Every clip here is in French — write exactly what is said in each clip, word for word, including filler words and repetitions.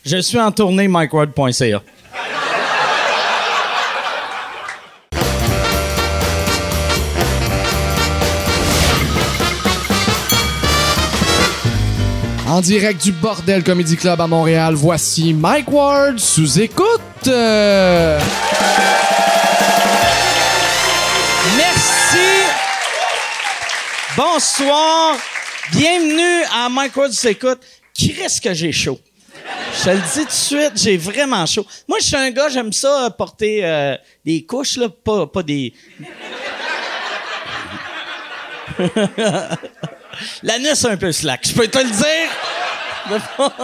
Je suis en tournée mike ward point c a. En direct du Bordel Comedy Club à Montréal, voici Mike Ward sous écoute. Euh... Merci. Bonsoir. Bienvenue à Mike Ward sous écoute. Qu'est-ce que j'ai chaud? Je te le dis tout de suite, j'ai vraiment chaud. Moi, je suis un gars, j'aime ça porter euh, des couches, là, pas, pas des... L'anus un peu slack, je peux te le dire.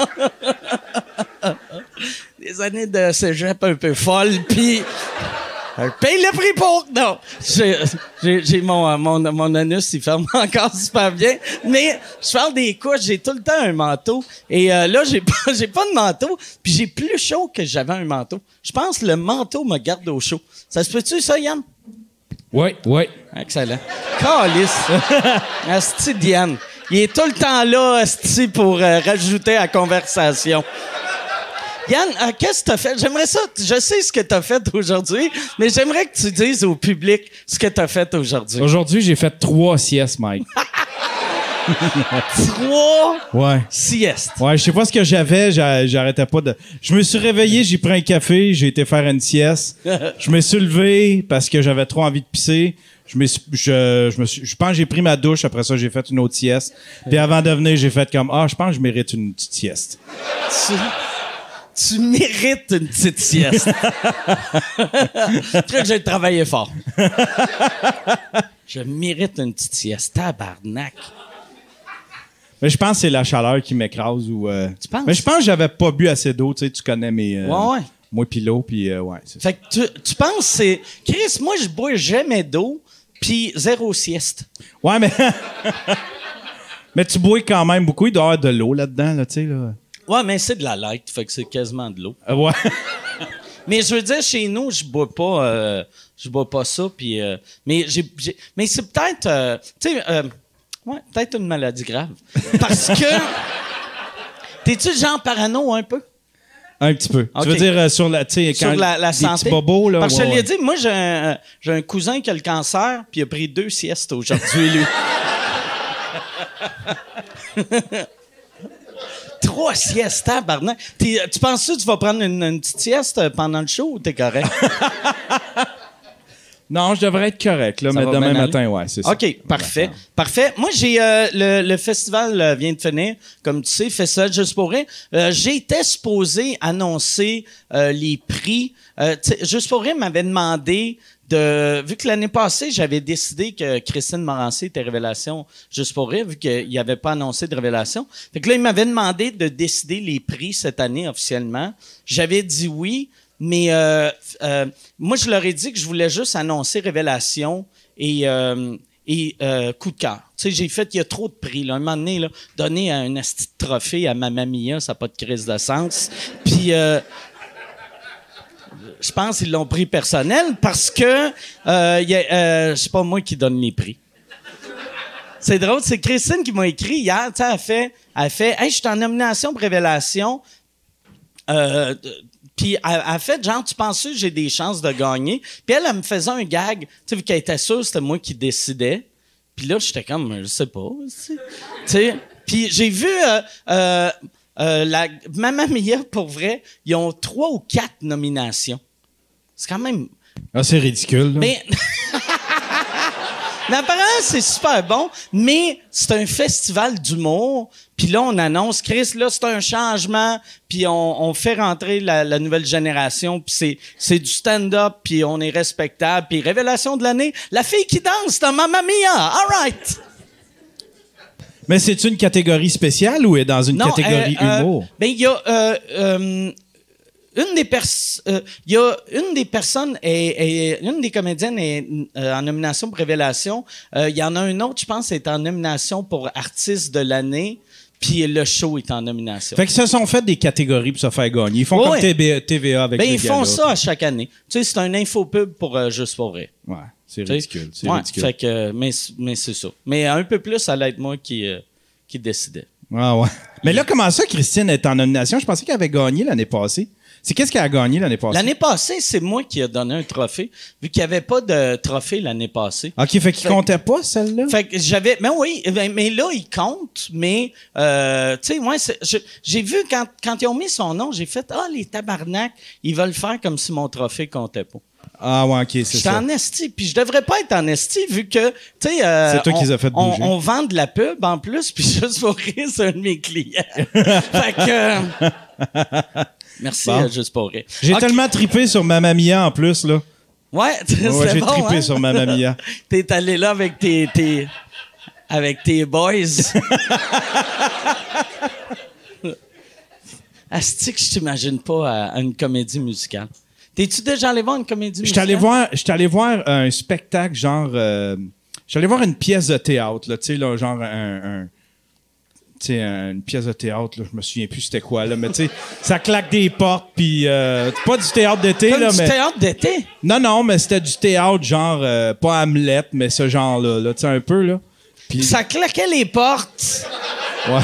Des années de cégep un peu folles, puis paye le prix pour. Non, j'ai, j'ai, j'ai mon, mon, mon anus, il ferme encore super bien. Mais je parle des couches, j'ai tout le temps un manteau. Et euh, là, j'ai pas, j'ai pas de manteau, puis j'ai plus chaud que j'avais un manteau. Je pense que le manteau me garde au chaud. Ça se peut-tu, ça, Yann? Oui, oui. Excellent. Calice. Asti Diane. Il est tout le temps là, Asti, pour euh, rajouter à la conversation. Yann, euh, qu'est-ce que t'as fait? J'aimerais ça, je sais ce que t'as fait aujourd'hui, mais j'aimerais que tu dises au public ce que t'as fait aujourd'hui. Aujourd'hui, j'ai fait trois siestes, Mike. Trois ouais. siestes. Ouais, je sais pas ce que j'avais, j'a- j'arrêtais pas de... Je me suis réveillé, j'ai pris un café, j'ai été faire une sieste. Je me suis levé parce que j'avais trop envie de pisser. Je me suis, je, je me suis, je pense que j'ai pris ma douche, après ça, j'ai fait une autre sieste. Puis avant de venir, j'ai fait comme, ah, je pense que je mérite une petite sieste. Tu, tu mérites une petite sieste. Je crois que j'ai travaillé fort. Je mérite une petite sieste. Tabarnak. Mais je pense que c'est la chaleur qui m'écrase ou. Euh... Tu penses? Mais je pense que j'avais pas bu assez d'eau, tu sais, tu connais mes. Euh... Ouais, ouais. Moi pis l'eau, puis euh, ouais, c'est ça. Fait que tu, tu penses c'est... Chris, moi, je bois jamais d'eau, puis zéro sieste. Ouais, mais. Mais tu bois quand même beaucoup, il doit y avoir de l'eau là-dedans, là, tu sais, là. Ouais, mais c'est de la light, fait que c'est quasiment de l'eau. Euh, ouais. Mais je veux dire, chez nous, je bois pas, euh, je bois pas ça, puis... Euh, mais j'ai, j'ai, mais c'est peut-être... Euh, tu sais... Euh, ouais, peut-être une maladie grave. Parce que... T'es-tu genre parano un peu? Un petit peu. Okay. Tu veux dire euh, sur la, tu sais, Sur quand la, la des santé. petits bobos, là. Parce que ouais, je te l'ai ouais. dit, moi, j'ai un, j'ai un cousin qui a le cancer, puis il a pris deux siestes aujourd'hui, lui. Trois siestes, tabarnak. T'es- Tu penses que tu vas prendre une, une petite sieste pendant le show ou t'es correct? Non, je devrais être correct, là, Ça mais va demain bien matin, ouais, c'est ça. OK, parfait. Parfait. Moi, j'ai euh, le, le festival euh, vient de finir, comme tu sais, Festival Juste pour rire. Euh, J'étais supposé annoncer euh, les prix. Euh, tu sais, Juste pour rire m'avait demandé de... Vu que l'année passée, j'avais décidé que Christine Morancy était Révélation Juste pour rire, vu qu'il n'y avait pas annoncé de Révélation. Fait que là, il m'avait demandé de décider les prix cette année officiellement. J'avais dit oui. Mais euh, euh, moi, je leur ai dit que je voulais juste annoncer Révélation et, euh, et euh, Coup de cœur. Tu sais, j'ai fait, il y a trop de prix. Là. Un moment donné, là, donner un asti de trophée à Mamma Mia, ça n'a pas de crise de sens. Puis, euh, je pense qu'ils l'ont pris personnel parce que euh, y a, euh, c'est pas moi qui donne les prix. C'est drôle, c'est Christine qui m'a écrit hier. Tu sais, elle fait, elle fait, hey, je suis en nomination pour Révélation. Euh, Puis elle a fait genre, tu penses que j'ai des chances de gagner? Puis elle, elle me faisait un gag. Tu sais, vu qu'elle était sûre, c'était moi qui décidais. Puis là, j'étais comme, je sais pas. Tu sais. Puis j'ai vu euh, euh, euh, la Mamma Mia, pour vrai, ils ont trois ou quatre nominations. C'est quand même... Ah, c'est ridicule, là. Mais... Mais apparemment, c'est super bon, mais c'est un festival d'humour. Puis là, on annonce, Chris, là, c'est un changement, puis on, on fait rentrer la, la nouvelle génération, puis c'est, c'est du stand-up, puis on est respectable, puis révélation de l'année, la fille qui danse, c'est Mamma Mia, all right! Mais c'est une catégorie spéciale ou est dans une Non, catégorie euh, euh, humour? Ben, il y a... Euh, euh, Une des pers- euh, y a une des personnes est, est- une des comédiennes est euh, en nomination pour Révélation. Il euh, y en a un autre, je pense, est en nomination pour artiste de l'année. Puis le show est en nomination. Fait qu'ils se sont fait des catégories pour se faire gagner. Ils font Ouais, comme ouais. T V A, T V A avec Ben les ils font galas. ça à chaque année. Tu sais, c'est un infopub pour euh, Juste pour rire. Ouais, c'est Tu sais? ridicule. C'est Ouais, ridicule. fait que, mais, mais c'est ça. Mais un peu plus, ça allait être moi qui, euh, qui décidait. Ah ouais. Mais là, comment ça, Christine est en nomination? Je pensais qu'elle avait gagné l'année passée. C'est qu'est-ce qu'elle a gagné l'année passée? L'année passée, c'est moi qui ai donné un trophée, vu qu'il n'y avait pas de trophée l'année passée. OK, fait qu'il Fait- comptait pas, celle-là? Fait que j'avais, mais oui, ben, mais là, il compte, mais, euh, tu sais, moi, c'est- je- j'ai vu quand, quand ils ont mis son nom, j'ai fait, ah, les tabarnak, ils veulent faire comme si mon trophée comptait pas. Ah ouais, OK, c'est J'étais ça. en esti, puis je devrais pas être en esti vu que, tu sais, euh, C'est toi qui on- les as fait on, bouger. on vend de la pub en plus, puis juste pour rire, c'est un de mes clients. Fait que, euh, merci, Bon. euh, juste pour rire. J'ai Ok. tellement trippé sur Mamma Mia en plus, là. Ouais, c'est Ouais, j'ai bon, trippé hein? sur Mamma Mia. T'es allé là avec tes, tes avec tes boys. Asti que je t'imagine pas à, à une comédie musicale. T'es-tu déjà allé voir une comédie musicale? J'étais allé voir, j'étais allé voir un spectacle genre, euh, j'étais allé voir une pièce de théâtre là, tu sais là, genre un, un tu sais une pièce de théâtre là, je me souviens plus c'était quoi là, mais tu sais, ça claque des portes puis euh, pas du théâtre d'été Comme là, du mais théâtre d'été? non non, mais c'était du théâtre genre euh, pas Hamlet, mais ce genre là, là tu sais un peu là. Puis Ça claquait les portes. ouais.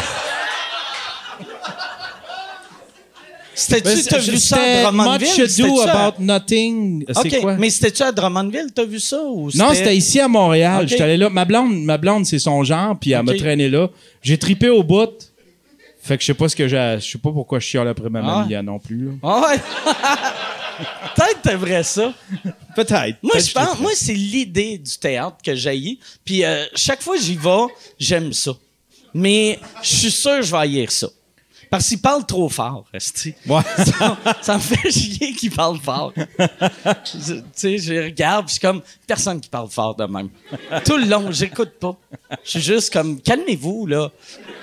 C'était-tu, t'as vu ça à C'était Drummondville? Much Ado C'était-tu à- About Nothing. C'est OK, quoi? mais c'était-tu à Drummondville? T'as vu ça? Ou Non, c'était ici à Montréal. Ok. J'étais allé là. Ma blonde, ma blonde, c'est son genre, puis elle Ok. m'a traîné là. J'ai tripé au bout. Fait que je sais pas ce que j'ai. Je sais pas pourquoi je chiale après ma Ah. Mia non plus. là. Ah ouais. Peut-être t'aimerais ça. Peut-être. Moi, Peut-être je pense, triperais. moi, c'est l'idée du théâtre que j'haïs. Puis euh, chaque fois que j'y vais, j'aime ça. Mais je suis sûr que je vais haïr ça. Parce qu'il parle trop fort, esti. Ouais. ça, ça me fait chier qu'il parle fort. Je- Tu sais, je regarde, puis je suis comme personne qui parle fort de même. Tout le long, j'écoute pas. Je suis juste comme calmez-vous là.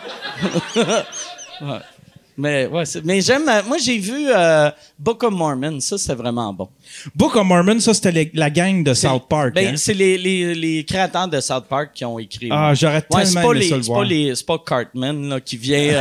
Ouais. Mais ouais, c'est- mais j'aime. euh, Moi, j'ai vu euh, Book of Mormon. Ça, c'est vraiment bon. Book of Mormon, ça, c'était les- la gang de South Park. Ben, hein? c'est les, les, les créateurs de South Park qui ont écrit. Ah, ouais. j'aurais Ouais, tellement c'est pas aimé les, ça le c'est voir. pas les, c'est pas Cartman là, qui vient.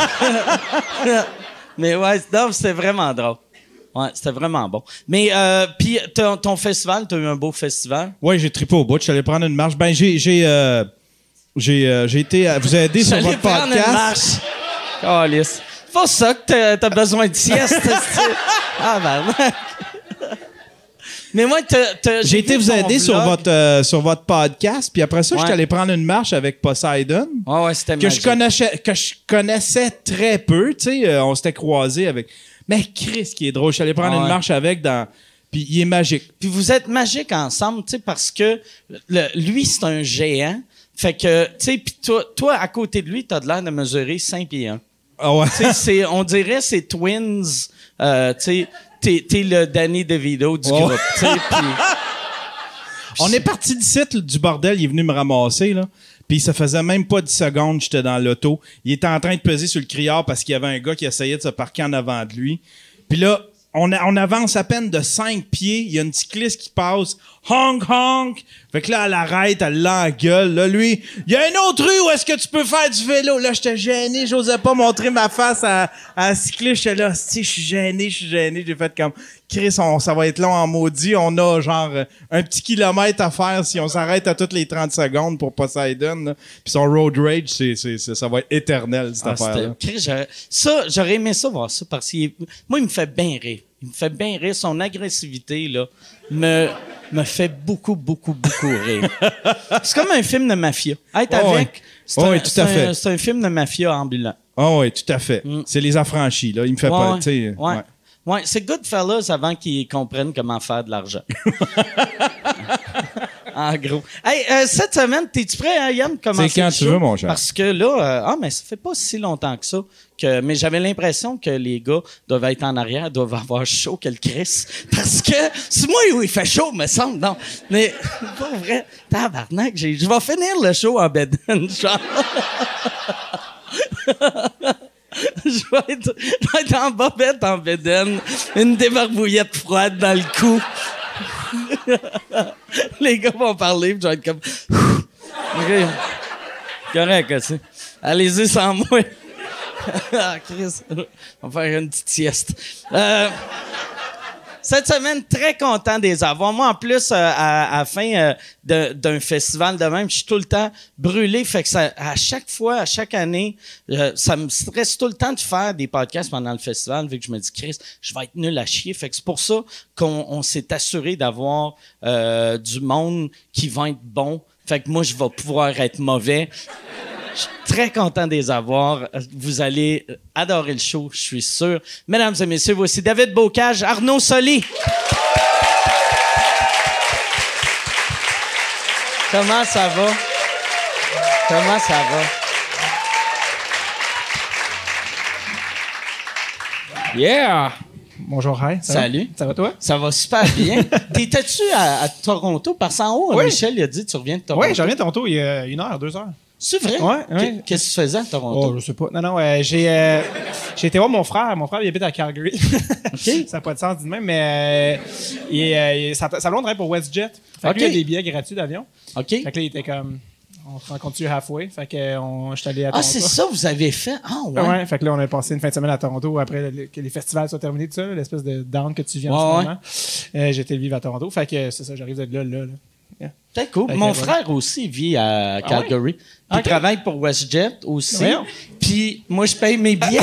euh, Mais ouais, non, c'était vraiment drôle. Ouais, c'était vraiment bon. Mais euh, puis ton, ton festival, t'as eu un beau festival. Ouais, j'ai trippé au bout. Je suis allé prendre une marche. Ben, j'ai, j'ai, euh, j'ai, euh, j'ai été à vous aider sur J'allais votre prendre une podcast. marche. Calisse. C'est pas ça que t'as, t'as besoin de sieste. esti. Ah ben. Mais moi, t'as, t'as- J'ai été vu vous ton aider sur vlog. votre, euh, sur votre podcast, puis après ça, je suis Ouais. allé prendre une marche avec Poseidon. Ouais, ouais, c'était que magique. je connaissais que je connaissais très peu, tu sais, euh, on s'était croisés avec mais Chris qui est drôle, je suis allé prendre Ah une ouais. marche avec dans puis il est magique. Puis vous êtes magiques ensemble, tu sais, parce que le- lui, c'est un géant. Fait que, tu sais, puis toi, toi, à côté de lui, t'as de l'air de mesurer cinq pieds un. Ah ouais. Tu sais, c'est, on dirait c'est twins, euh, tu sais, t'es, t'es le Danny DeVito du Oh. groupe, tu sais, puis... On est parti du site du bordel, il est venu me ramasser là. Puis ça faisait même pas dix secondes, j'étais dans l'auto. Il était en train de peser sur le criard parce qu'il y avait un gars qui essayait de se parquer en avant de lui. Puis là, on, a- on avance à peine de cinq pieds. Il y a une cycliste qui passe. Honk, honk. Fait que là, elle arrête, elle l'engueule. Là, lui, il y a une autre rue où est-ce que tu peux faire du vélo. Là, j'étais gêné. J'osais pas montrer ma face à, à la cycliste. J'étais là, si, je suis gêné, je suis gêné. J'ai fait comme, Chris, on, ça va être long en maudit. On a genre euh, un petit kilomètre à faire si on s'arrête à toutes les trente secondes pour Poseidon. Là. Puis son road rage, c'est, c'est, c'est- ça va être éternel, cette Ah, affaire-là. c'était- Chris, j'aurais- ça, j'aurais aimé ça voir ça parce que moi, il me fait bien rire. Il me fait bien rire. Son agressivité, là, me, me fait beaucoup, beaucoup, beaucoup rire. C'est comme un film de mafia. Être Oh, avec, ouais. c'est, Oh, un, oui, tout c'est à un- fait. c'est un film de mafia ambulant. Ah oui, tout à fait. Mm. C'est les affranchis, là. Il me fait Ouais, pas, ouais. tu sais. Ouais. ouais. Ouais, c'est Goodfellas avant qu'ils comprennent comment faire de l'argent. En gros. Hey, euh, cette semaine, t'es-tu prêt, hein, Yann, commencer C'est quand le tu show? veux, mon cher. Parce que là, euh, ah, mais ça fait pas si longtemps que ça. Que, mais j'avais l'impression que les gars doivent être en arrière, doivent avoir chaud que le Chris. Parce que c'est moi où il fait chaud, me semble. Non. Mais, pas vrai. Tabarnak, j'ai- je vais finir le show en bedaine, genre. Je vais, être, je vais être en bobette, en bédaine, une débarbouillette froide dans le cou. Les gars vont parler, puis je vais être comme... OK. Correct, ça. Allez-y sans moi. Ah, Chris. On va faire une petite sieste. Euh, cette semaine, très content de les avoir. Moi, en plus, euh, à, à la fin euh, de, d'un festival de même, je suis tout le temps brûlé. Fait que ça, à chaque fois, à chaque année, euh, ça me stresse tout le temps de faire des podcasts pendant le festival, vu que je me dis, Chris, je vais être nul à chier. Fait que c'est pour ça qu'on on s'est assuré d'avoir euh, du monde qui va être bon. Fait que moi, je vais pouvoir être mauvais. Je suis très content de les avoir. Vous allez adorer le show, je suis sûr. Mesdames et messieurs, voici David Bocage, Arnaud Soli. Comment ça va? Comment ça va? Yeah! Bonjour, hi. Ça Salut. Va? Ça va toi? Ça va super bien. T'étais-tu à, à Toronto? Parce qu'en haut, oui. Michel il a dit que tu reviens de Toronto. Oui, je reviens de Toronto il y a une heure, deux heures. C'est vrai? Ouais, ouais. Qu'est-ce que tu faisais à Toronto? Oh, je sais pas. Non, non, euh, j'ai, euh, j'ai été voir mon frère. Mon frère, il habite à Calgary. OK. Ça n'a pas de sens, dit de même, mais euh, il, euh, sa, sa blonde travaille pour WestJet. Fait OK. que lui, il a des billets gratuits d'avion. OK. Fait que là, il était comme, on se rencontre-tu halfway. Fait que on, je suis allé à Ah, Toronto. c'est ça, vous avez fait? Ah, ouais. Ouais, fait que là, on a passé une fin de semaine à Toronto après le- que les festivals soient terminés, tout ça, là, l'espèce de down que tu viens Ouais, en ce moment. Euh, j'étais vivre à Toronto. Fait que c'est ça, j'arrive de là, là, là. Yeah. C'est cool. Fait que, Mon ouais. frère aussi vit à Calgary. Puis Ok. il travaille pour WestJet aussi. Voyons. Puis moi, je paye mes billets.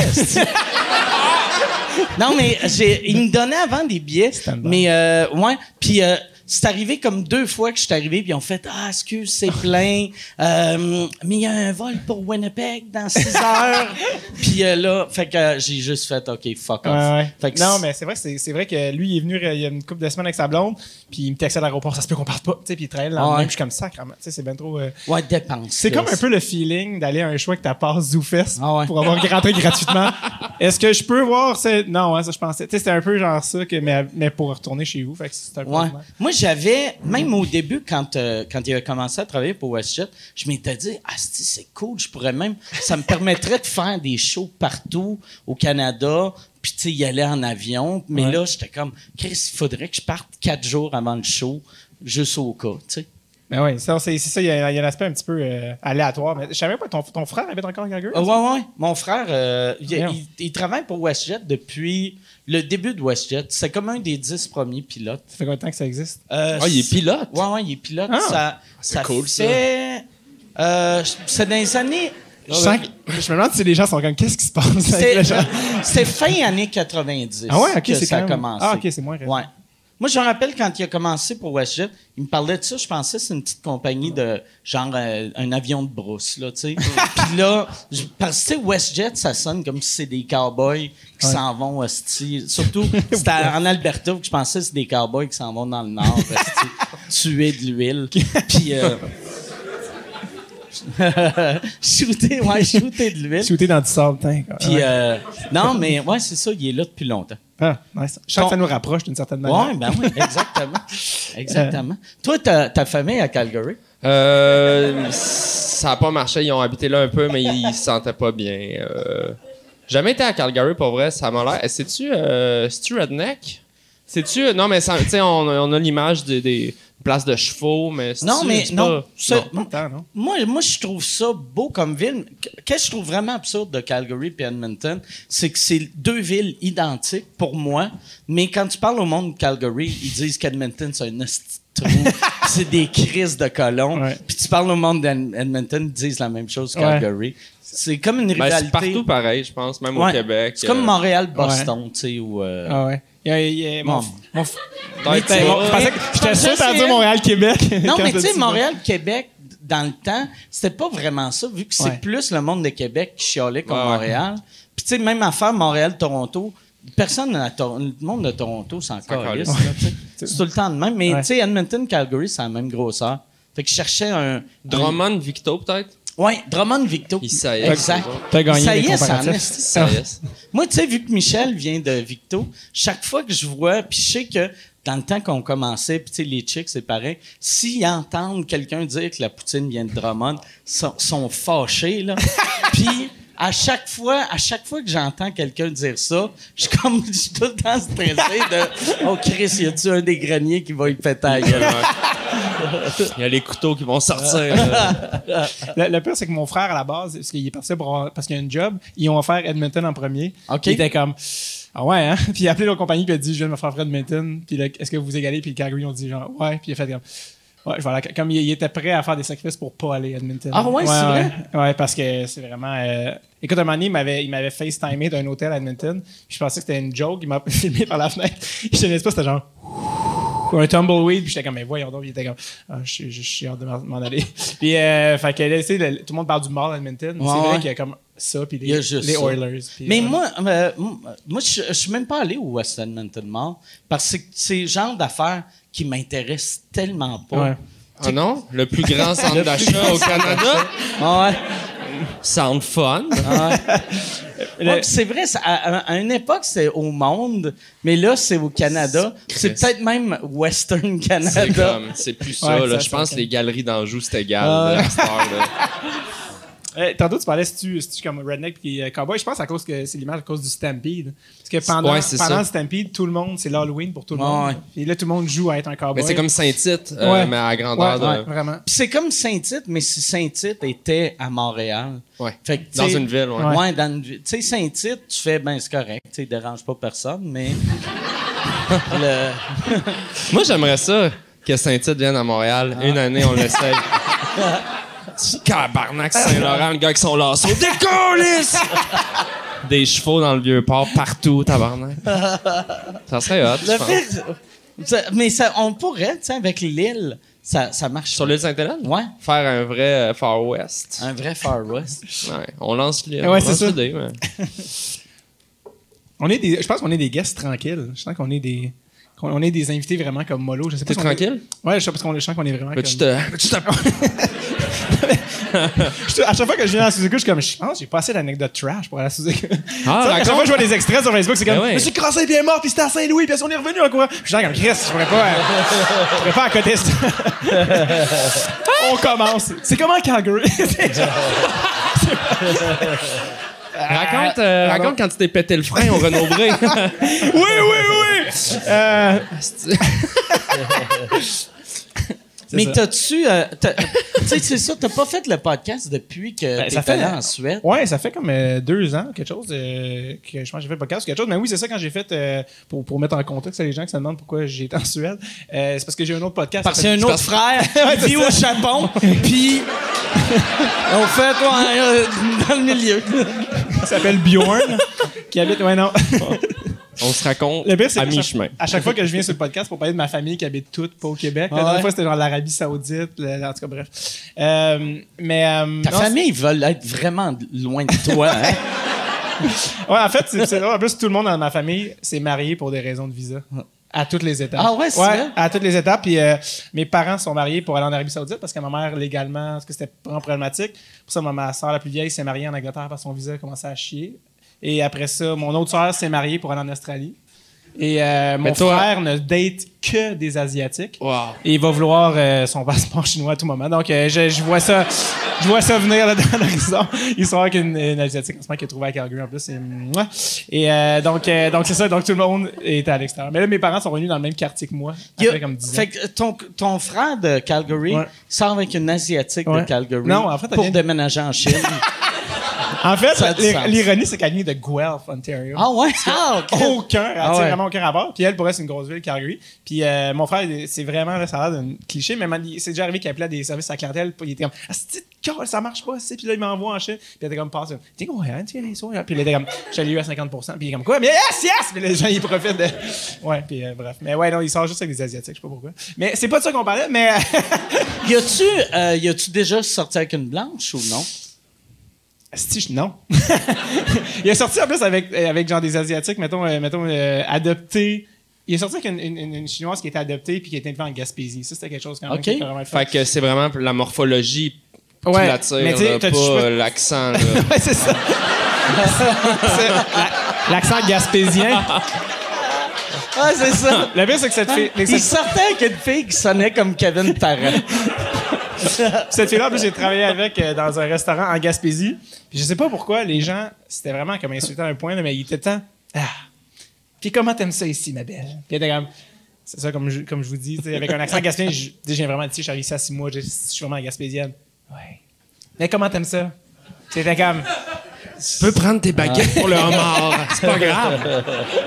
Non, mais j'ai, il me donnait avant des billets. Stand-by. Mais, euh, ouais. Puis euh, c'est arrivé comme deux fois que je suis arrivé, puis ils ont fait « Ah, excuse, c'est plein. Euh, mais il y a un vol pour Winnipeg dans six heures. » Puis euh, là, fait que euh, j'ai juste fait « OK, fuck off. Ouais, ouais. Fait que Non, c'est- mais c'est vrai, c'est, c'est vrai que lui, il est venu euh, il y a une couple de semaines avec sa blonde, puis il me textait à l'aéroport, ça se peut qu'on parte pas, tu sais, puis il travaillait le lendemain, Ouais. puis je suis comme sacrément, tu sais, c'est bien trop. euh, Ouais, dépense. C'est comme un peu le feeling d'aller à un show avec ta passe ZooFest Ah ouais. pour avoir rentré gratuitement. Est-ce que je peux voir ce... Non, hein, ça je pensais. Tu sais, c'était un peu genre ça, que, mais, mais pour retourner chez vous, fait que c'était un peu. Ouais. ordinaire. Moi, j'avais, même au début, quand, euh, quand il a commencé à travailler pour WestJet, je m'étais dit, ah, c'est, c'est cool, je pourrais même, ça me permettrait de faire des shows partout au Canada, puis tu sais, y aller en avion. Mais Ouais. là, j'étais comme, Chris, il faudrait que je parte quatre jours avant le show, juste au cas, tu sais. Mais oui, ça, c'est, c'est ça, il y, a il y a un aspect un petit peu euh, aléatoire. Mais je savais même pas, ton, ton frère habite encore à Calgary? Ah, ouais, ouais. Mon frère, euh, il, Voyons. il- il travaille pour WestJet depuis le début de WestJet. C'est comme un des dix premiers pilotes. Ça fait combien de temps que ça existe? Euh, Ah, il est pilote? Ouais, ouais, il est pilote. Ah. ça, C'est ça cool, ça. fait... Euh, c'est dans les années... Je, sens que- je me demande si les gens sont comme, qu'est-ce qui se passe avec C'était, les gens? c'était fin années quatre-vingt-dix Ah ouais, ok, que c'est ça quand a même- commencé. Ah, ok, c'est moins récent. Ouais. Moi, je me rappelle quand il a commencé pour WestJet, il me parlait de ça, je pensais que c'est une petite compagnie de genre euh, un avion de brousse, là, tu sais. Puis là, je- parce que tu sais, WestJet, ça sonne comme si c'est des cowboys qui Ouais. s'en vont, hostie. Surtout, c'était en Alberta que je pensais que c'est des cowboys qui s'en vont dans le nord, hostie, tuer de l'huile. Puis... Euh, shooter, ouais, shooter de l'huile. Shooté dans du sable, tiens. quoi. Puis, Ouais. euh, non, mais ouais, c'est ça, il est là depuis longtemps. Ah, nice. Je sens Ton- que ça nous rapproche d'une certaine manière. Ouais, ben oui, exactement. Exactement. Toi, ta, ta famille à Calgary? Euh, ça a pas marché. Ils ont habité là un peu, mais ils se sentaient pas bien. Euh, jamais été à Calgary, pour vrai. Ça m'a l'air... C'est-tu, euh, c'est-tu redneck? C'est-tu... Non, mais ça- tu sais, on, on a l'image des, des places de chevaux, mais... c'est-tu- Non, mais c'est non. pas- ça- Pas tant, non? Moi, moi, je trouve ça beau comme ville. Qu'est-ce que je trouve vraiment absurde de Calgary et Edmonton, c'est que c'est deux villes identiques pour moi, mais quand tu parles au monde de Calgary, ils disent qu'Edmonton, c'est un esti de trou, pis c'est des crises de colons. Ouais. Puis tu parles au monde d'Edmonton, ils disent la même chose que Ouais. Calgary. C'est comme une Ben, rivalité. c'est partout pareil, je pense, même Ouais. au Québec. C'est comme euh, Montréal-Boston, tu sais, ou... euh, Ah ouais. Il y a- il y a- mon, Bon. mon, peut-être t'sais, ça. Bon, je pensais que j'étais sûr que t'allais dire Montréal-Québec. Non, quand mais t'as tu sais, dit- Montréal-Québec, dans le temps, c'était pas vraiment ça, vu que c'est Ouais. plus le monde de Québec qui chialait comme Ouais, ouais. Montréal. Puis tu sais, même affaire Montréal-Toronto, personne à Tor- le monde de Toronto s'en calisse, calisse. là, tu sais. C'est tout le temps de même. Mais Ouais. tu sais, Edmonton-Calgary, c'est la même grosseur. Fait que je cherchais un... Drummond, Victo, peut-être? Oui, Drummond-Victo. Il saillait, Exact. eux autres. T'as gagné Ça les y est, ça en comparatifs. est. Ça y est. Moi, tu sais, vu que Michel vient de Victo, chaque fois que je vois, puis je sais que dans le temps qu'on commençait, puis tu sais, les chicks, c'est pareil, s'ils entendent quelqu'un dire que la poutine vient de Drummond, sont, sont fâchés, là. Puis à chaque fois, à chaque fois que j'entends quelqu'un dire ça, je suis comme, je suis tout le temps stressé de « Oh, Chris, y a-tu un des greniers qui va y péter la gueule? » Il y a les couteaux qui vont sortir. là. Le, le pire, c'est que mon frère, à la base, parce qu'il est parti pour, parce qu'il y a une job, ils ont offert Edmonton en premier. OK. Il était comme, ah ouais, hein? Puis il a appelé leur compagnie, puis il a dit, je viens de me faire offrir Edmonton. Puis là, est-ce que vous égalez? Puis le Calgary, ont dit, genre, ouais. Puis il a fait comme, ouais, je vais aller- comme il, il était prêt à faire des sacrifices pour pas aller à Edmonton. Ah ouais, c'est ouais, vrai? Ouais, parce que c'est vraiment. euh, Écoute, un moment donné, il m'avait, il m'avait FaceTimé d'un hôtel à Edmonton. Puis je pensais que c'était une joke. Il m'a filmé par la fenêtre. Je ne sais pas, c'était genre. Un tumbleweed, puis j'étais comme, mais voyons donc, il était comme, ah, je suis- je suis hâte de m'en m'en aller. Puis, euh, fait que, là, tu sais, le- tout le monde parle du mall à Edmonton. mais Ouais, c'est vrai ouais. qu'il y a comme ça, puis Il y a les, juste les ça. Oilers. puis, Mais euh, moi, euh, m- moi, je je suis même pas allé au West Edmonton Mall parce que c'est le genre d'affaires qui m'intéressent tellement pas. Ouais. Ah non? Le plus grand centre d'achat au Canada? Ah ouais. Sound fun. Ouais, puis c'est vrai, ça- à, à- à une époque, c'était au monde, mais là, c'est au Canada. C'est Christ. peut-être même Western C'est Canada. comme, c'est plus ça, Ouais, là. ça, Je c'est pense ok. que les galeries d'Anjou, c'est égal, Ah. là, à cette heure-là. Euh, tantôt, tu parlais si tu, si tu comme redneck puis euh, cowboy. Je pense à cause que c'est l'image à cause du Stampede. Parce que pendant, Ouais, c'est pendant ça. le Stampede, tout le monde, c'est l'Halloween pour tout le Ouais, monde. ouais. Et là, tout le monde joue à être un cowboy. Mais c'est comme Saint-Tite, euh, Ouais. mais à grandeur Ouais, de... ouais, vraiment. Puis c'est comme Saint-Tite, mais si Saint-Tite était à Montréal. Ouais. Fait que, tu Dans sais, une ville, ouais. Ouais, dans une ville. Tu sais, Saint-Tite, tu fais, ben, c'est correct, tu sais, dérange pas personne, mais. le... Moi, j'aimerais ça que Saint-Tite vienne à Montréal. Une année, on l'essaye. Cabarnak, Saint-Laurent, le gars avec son lasso. Décollisse! Des chevaux dans le vieux port, partout, tabarnak. Ça serait hot, je Le pense. fait. ça- Mais ça, on pourrait, tu sais, avec l'île, ça, ça marche. Sur l'île Sainte-Hélène? Ouais, Faire un vrai euh, Far West. un vrai Far West. Ouais, on lance l'île. Ouais, on c'est lance ça. l'idée, mais- On est des, je pense qu'on est des guests tranquilles. Je sens qu'on est des, qu'on- on est des invités vraiment comme mollo. Je sais pas T'es si on est- tranquille? Ouais, je sais parce qu'on je sens qu'on est vraiment. Veux-tu comme... te... veux-tu te- Je te- à chaque fois que je viens à Suzuka, je suis comme, je pense que j'ai pas assez d'anecdotes trash pour aller à Suzuka. Ah, C'est vrai qu'à chaque raconte. fois que je vois des extraits sur Facebook, c'est comme, Ben ouais. je me suis crassé bien mort, puis c'était à Saint-Louis, puis on est revenu en courant. Je suis genre comme, Chris, je pourrais pas, euh, je pourrais pas à côté. On commence. C'est comment Calgary? Raconte, euh, pardon. raconte quand tu t'es pété le frein au Renault Bré. Oui, oui, oui! Euh, Mais ça. t'as-tu. euh, t'as- tu sais, c'est ça, t'as pas fait le podcast depuis que Ben, t'es ça fait- allé en Suède. Ouais, ça fait comme euh, deux ans, quelque chose, euh, que je pense que j'ai fait le podcast, quelque chose. Mais oui, c'est ça quand j'ai fait, euh, pour, pour mettre en contexte les gens qui se demandent pourquoi j'ai été en Suède, euh, c'est parce que j'ai un autre podcast. Parce ça qu'il y a fait- un autre frère qui c'est vit au Japon, puis on fait ouais, euh, dans le milieu. qui s'appelle Bjorn, qui habite. Ouais, non. On se raconte Le pire, c'est à qu'à chaque, mi-chemin. à chaque fois que je viens sur le podcast pour parler de ma famille qui habite toute, pas au Québec. La Ah dernière ouais? fois, c'était genre l'Arabie Saoudite. le- en tout cas, bref. Euh, mais. euh, Ta non, famille, ils veulent être vraiment loin de toi. Hein? c'est- Ouais, en fait, c'est, c'est drôle. En plus, tout le monde dans ma famille s'est marié pour des raisons de visa. À toutes les étapes. Ah ouais, c'est vrai? à toutes les étapes. Puis euh, mes parents sont mariés pour aller en Arabie Saoudite parce que ma mère, légalement, parce que c'était vraiment problématique. Pour ça, ma, ma soeur la plus vieille s'est mariée en Angleterre parce que son visa a commencé à chier. Et après ça, mon autre soeur s'est mariée pour aller en Australie. Et euh, mon Mais toi- frère ne date que des Asiatiques. Wow. Et il va vouloir euh, son passeport chinois à tout moment. Donc, euh, je, je vois ça je vois ça venir là, dans l'horizon. Il sera qu'une une Asiatique en ce moment qui a trouvé à Calgary en plus. Et, mouah. et euh, donc, euh, donc c'est ça. Donc, tout le monde était à l'extérieur. Mais là, mes parents sont revenus dans le même quartier que moi. Il y a- Après comme dix ans. fait que ton, ton frère de Calgary Ouais. sort avec une Asiatique Ouais. de Calgary Non, en fait, elle pour vient- déménager en Chine. En fait, Ça a du l'ir- sens. l'ironie, c'est qu'elle vient de Guelph, Ontario. Ah ouais? Ah, ok. Aucun, elle Ah tient ouais. vraiment aucun rapport. Puis elle, pour elle, c'est une grosse ville, Calgary. Puis euh, mon frère, il- c'est vraiment, là, ça a l'air d'un cliché, mais man, il- c'est déjà arrivé qu'il appelait à des services à la clientèle. Puis il était comme, ah, c'est ça marche pas, c'est. Puis là, il m'envoie en Chine. Puis il était comme, passe. T'es quoi, hein, tiens, ils sont là. Puis il était comme, j'allais eu à cinquante pour cent. Puis il est comme, quoi? Mais yes, yes! Puis les gens, ils profitent de. Ouais, puis euh, bref. Mais ouais, non, il sort juste avec des Asiatiques, je sais pas pourquoi. Mais c'est pas de ça qu'on parlait, mais. Y a-tu, euh, y a-tu déjà sorti avec une blanche ou non? Asti, je- non. Il est sorti en plus avec, euh, avec genre des Asiatiques, mettons, euh, mettons euh, adoptés. Il est sorti avec une, une- une- une Chinoise qui était adoptée puis qui était élevée en Gaspésie. Ça, c'était quelque chose quand même Ok. qui était vraiment le fun. Fait que c'est vraiment la morphologie qui Ouais, l'attire, mais tu sais, là, t'as- pas je sais pas- euh, l'accent. là. Ouais, c'est ça. C'est la- L'accent gaspésien. Ah, c'est ça. Le pire, c'est que cette fille, Il cette, sortait avec une fille qui sonnait comme Kevin Parent. cette fille-là, en plus, j'ai travaillé avec euh, dans un restaurant en Gaspésie. Puis je sais pas pourquoi, les gens, c'était vraiment comme insultant à un point, là, mais il était temps. Ah. Puis comment t'aimes ça ici, ma belle? Puis elle était comme. c'est ça, comme je, comme je vous dis, avec un accent gaspésien, je, j'ai vraiment dit, je suis arrivé ici à six mois, je, je suis vraiment gaspésienne. Ouais. Mais comment t'aimes ça? C'était comme... Tu peux prendre tes baguettes pour le homard, c'est pas grave.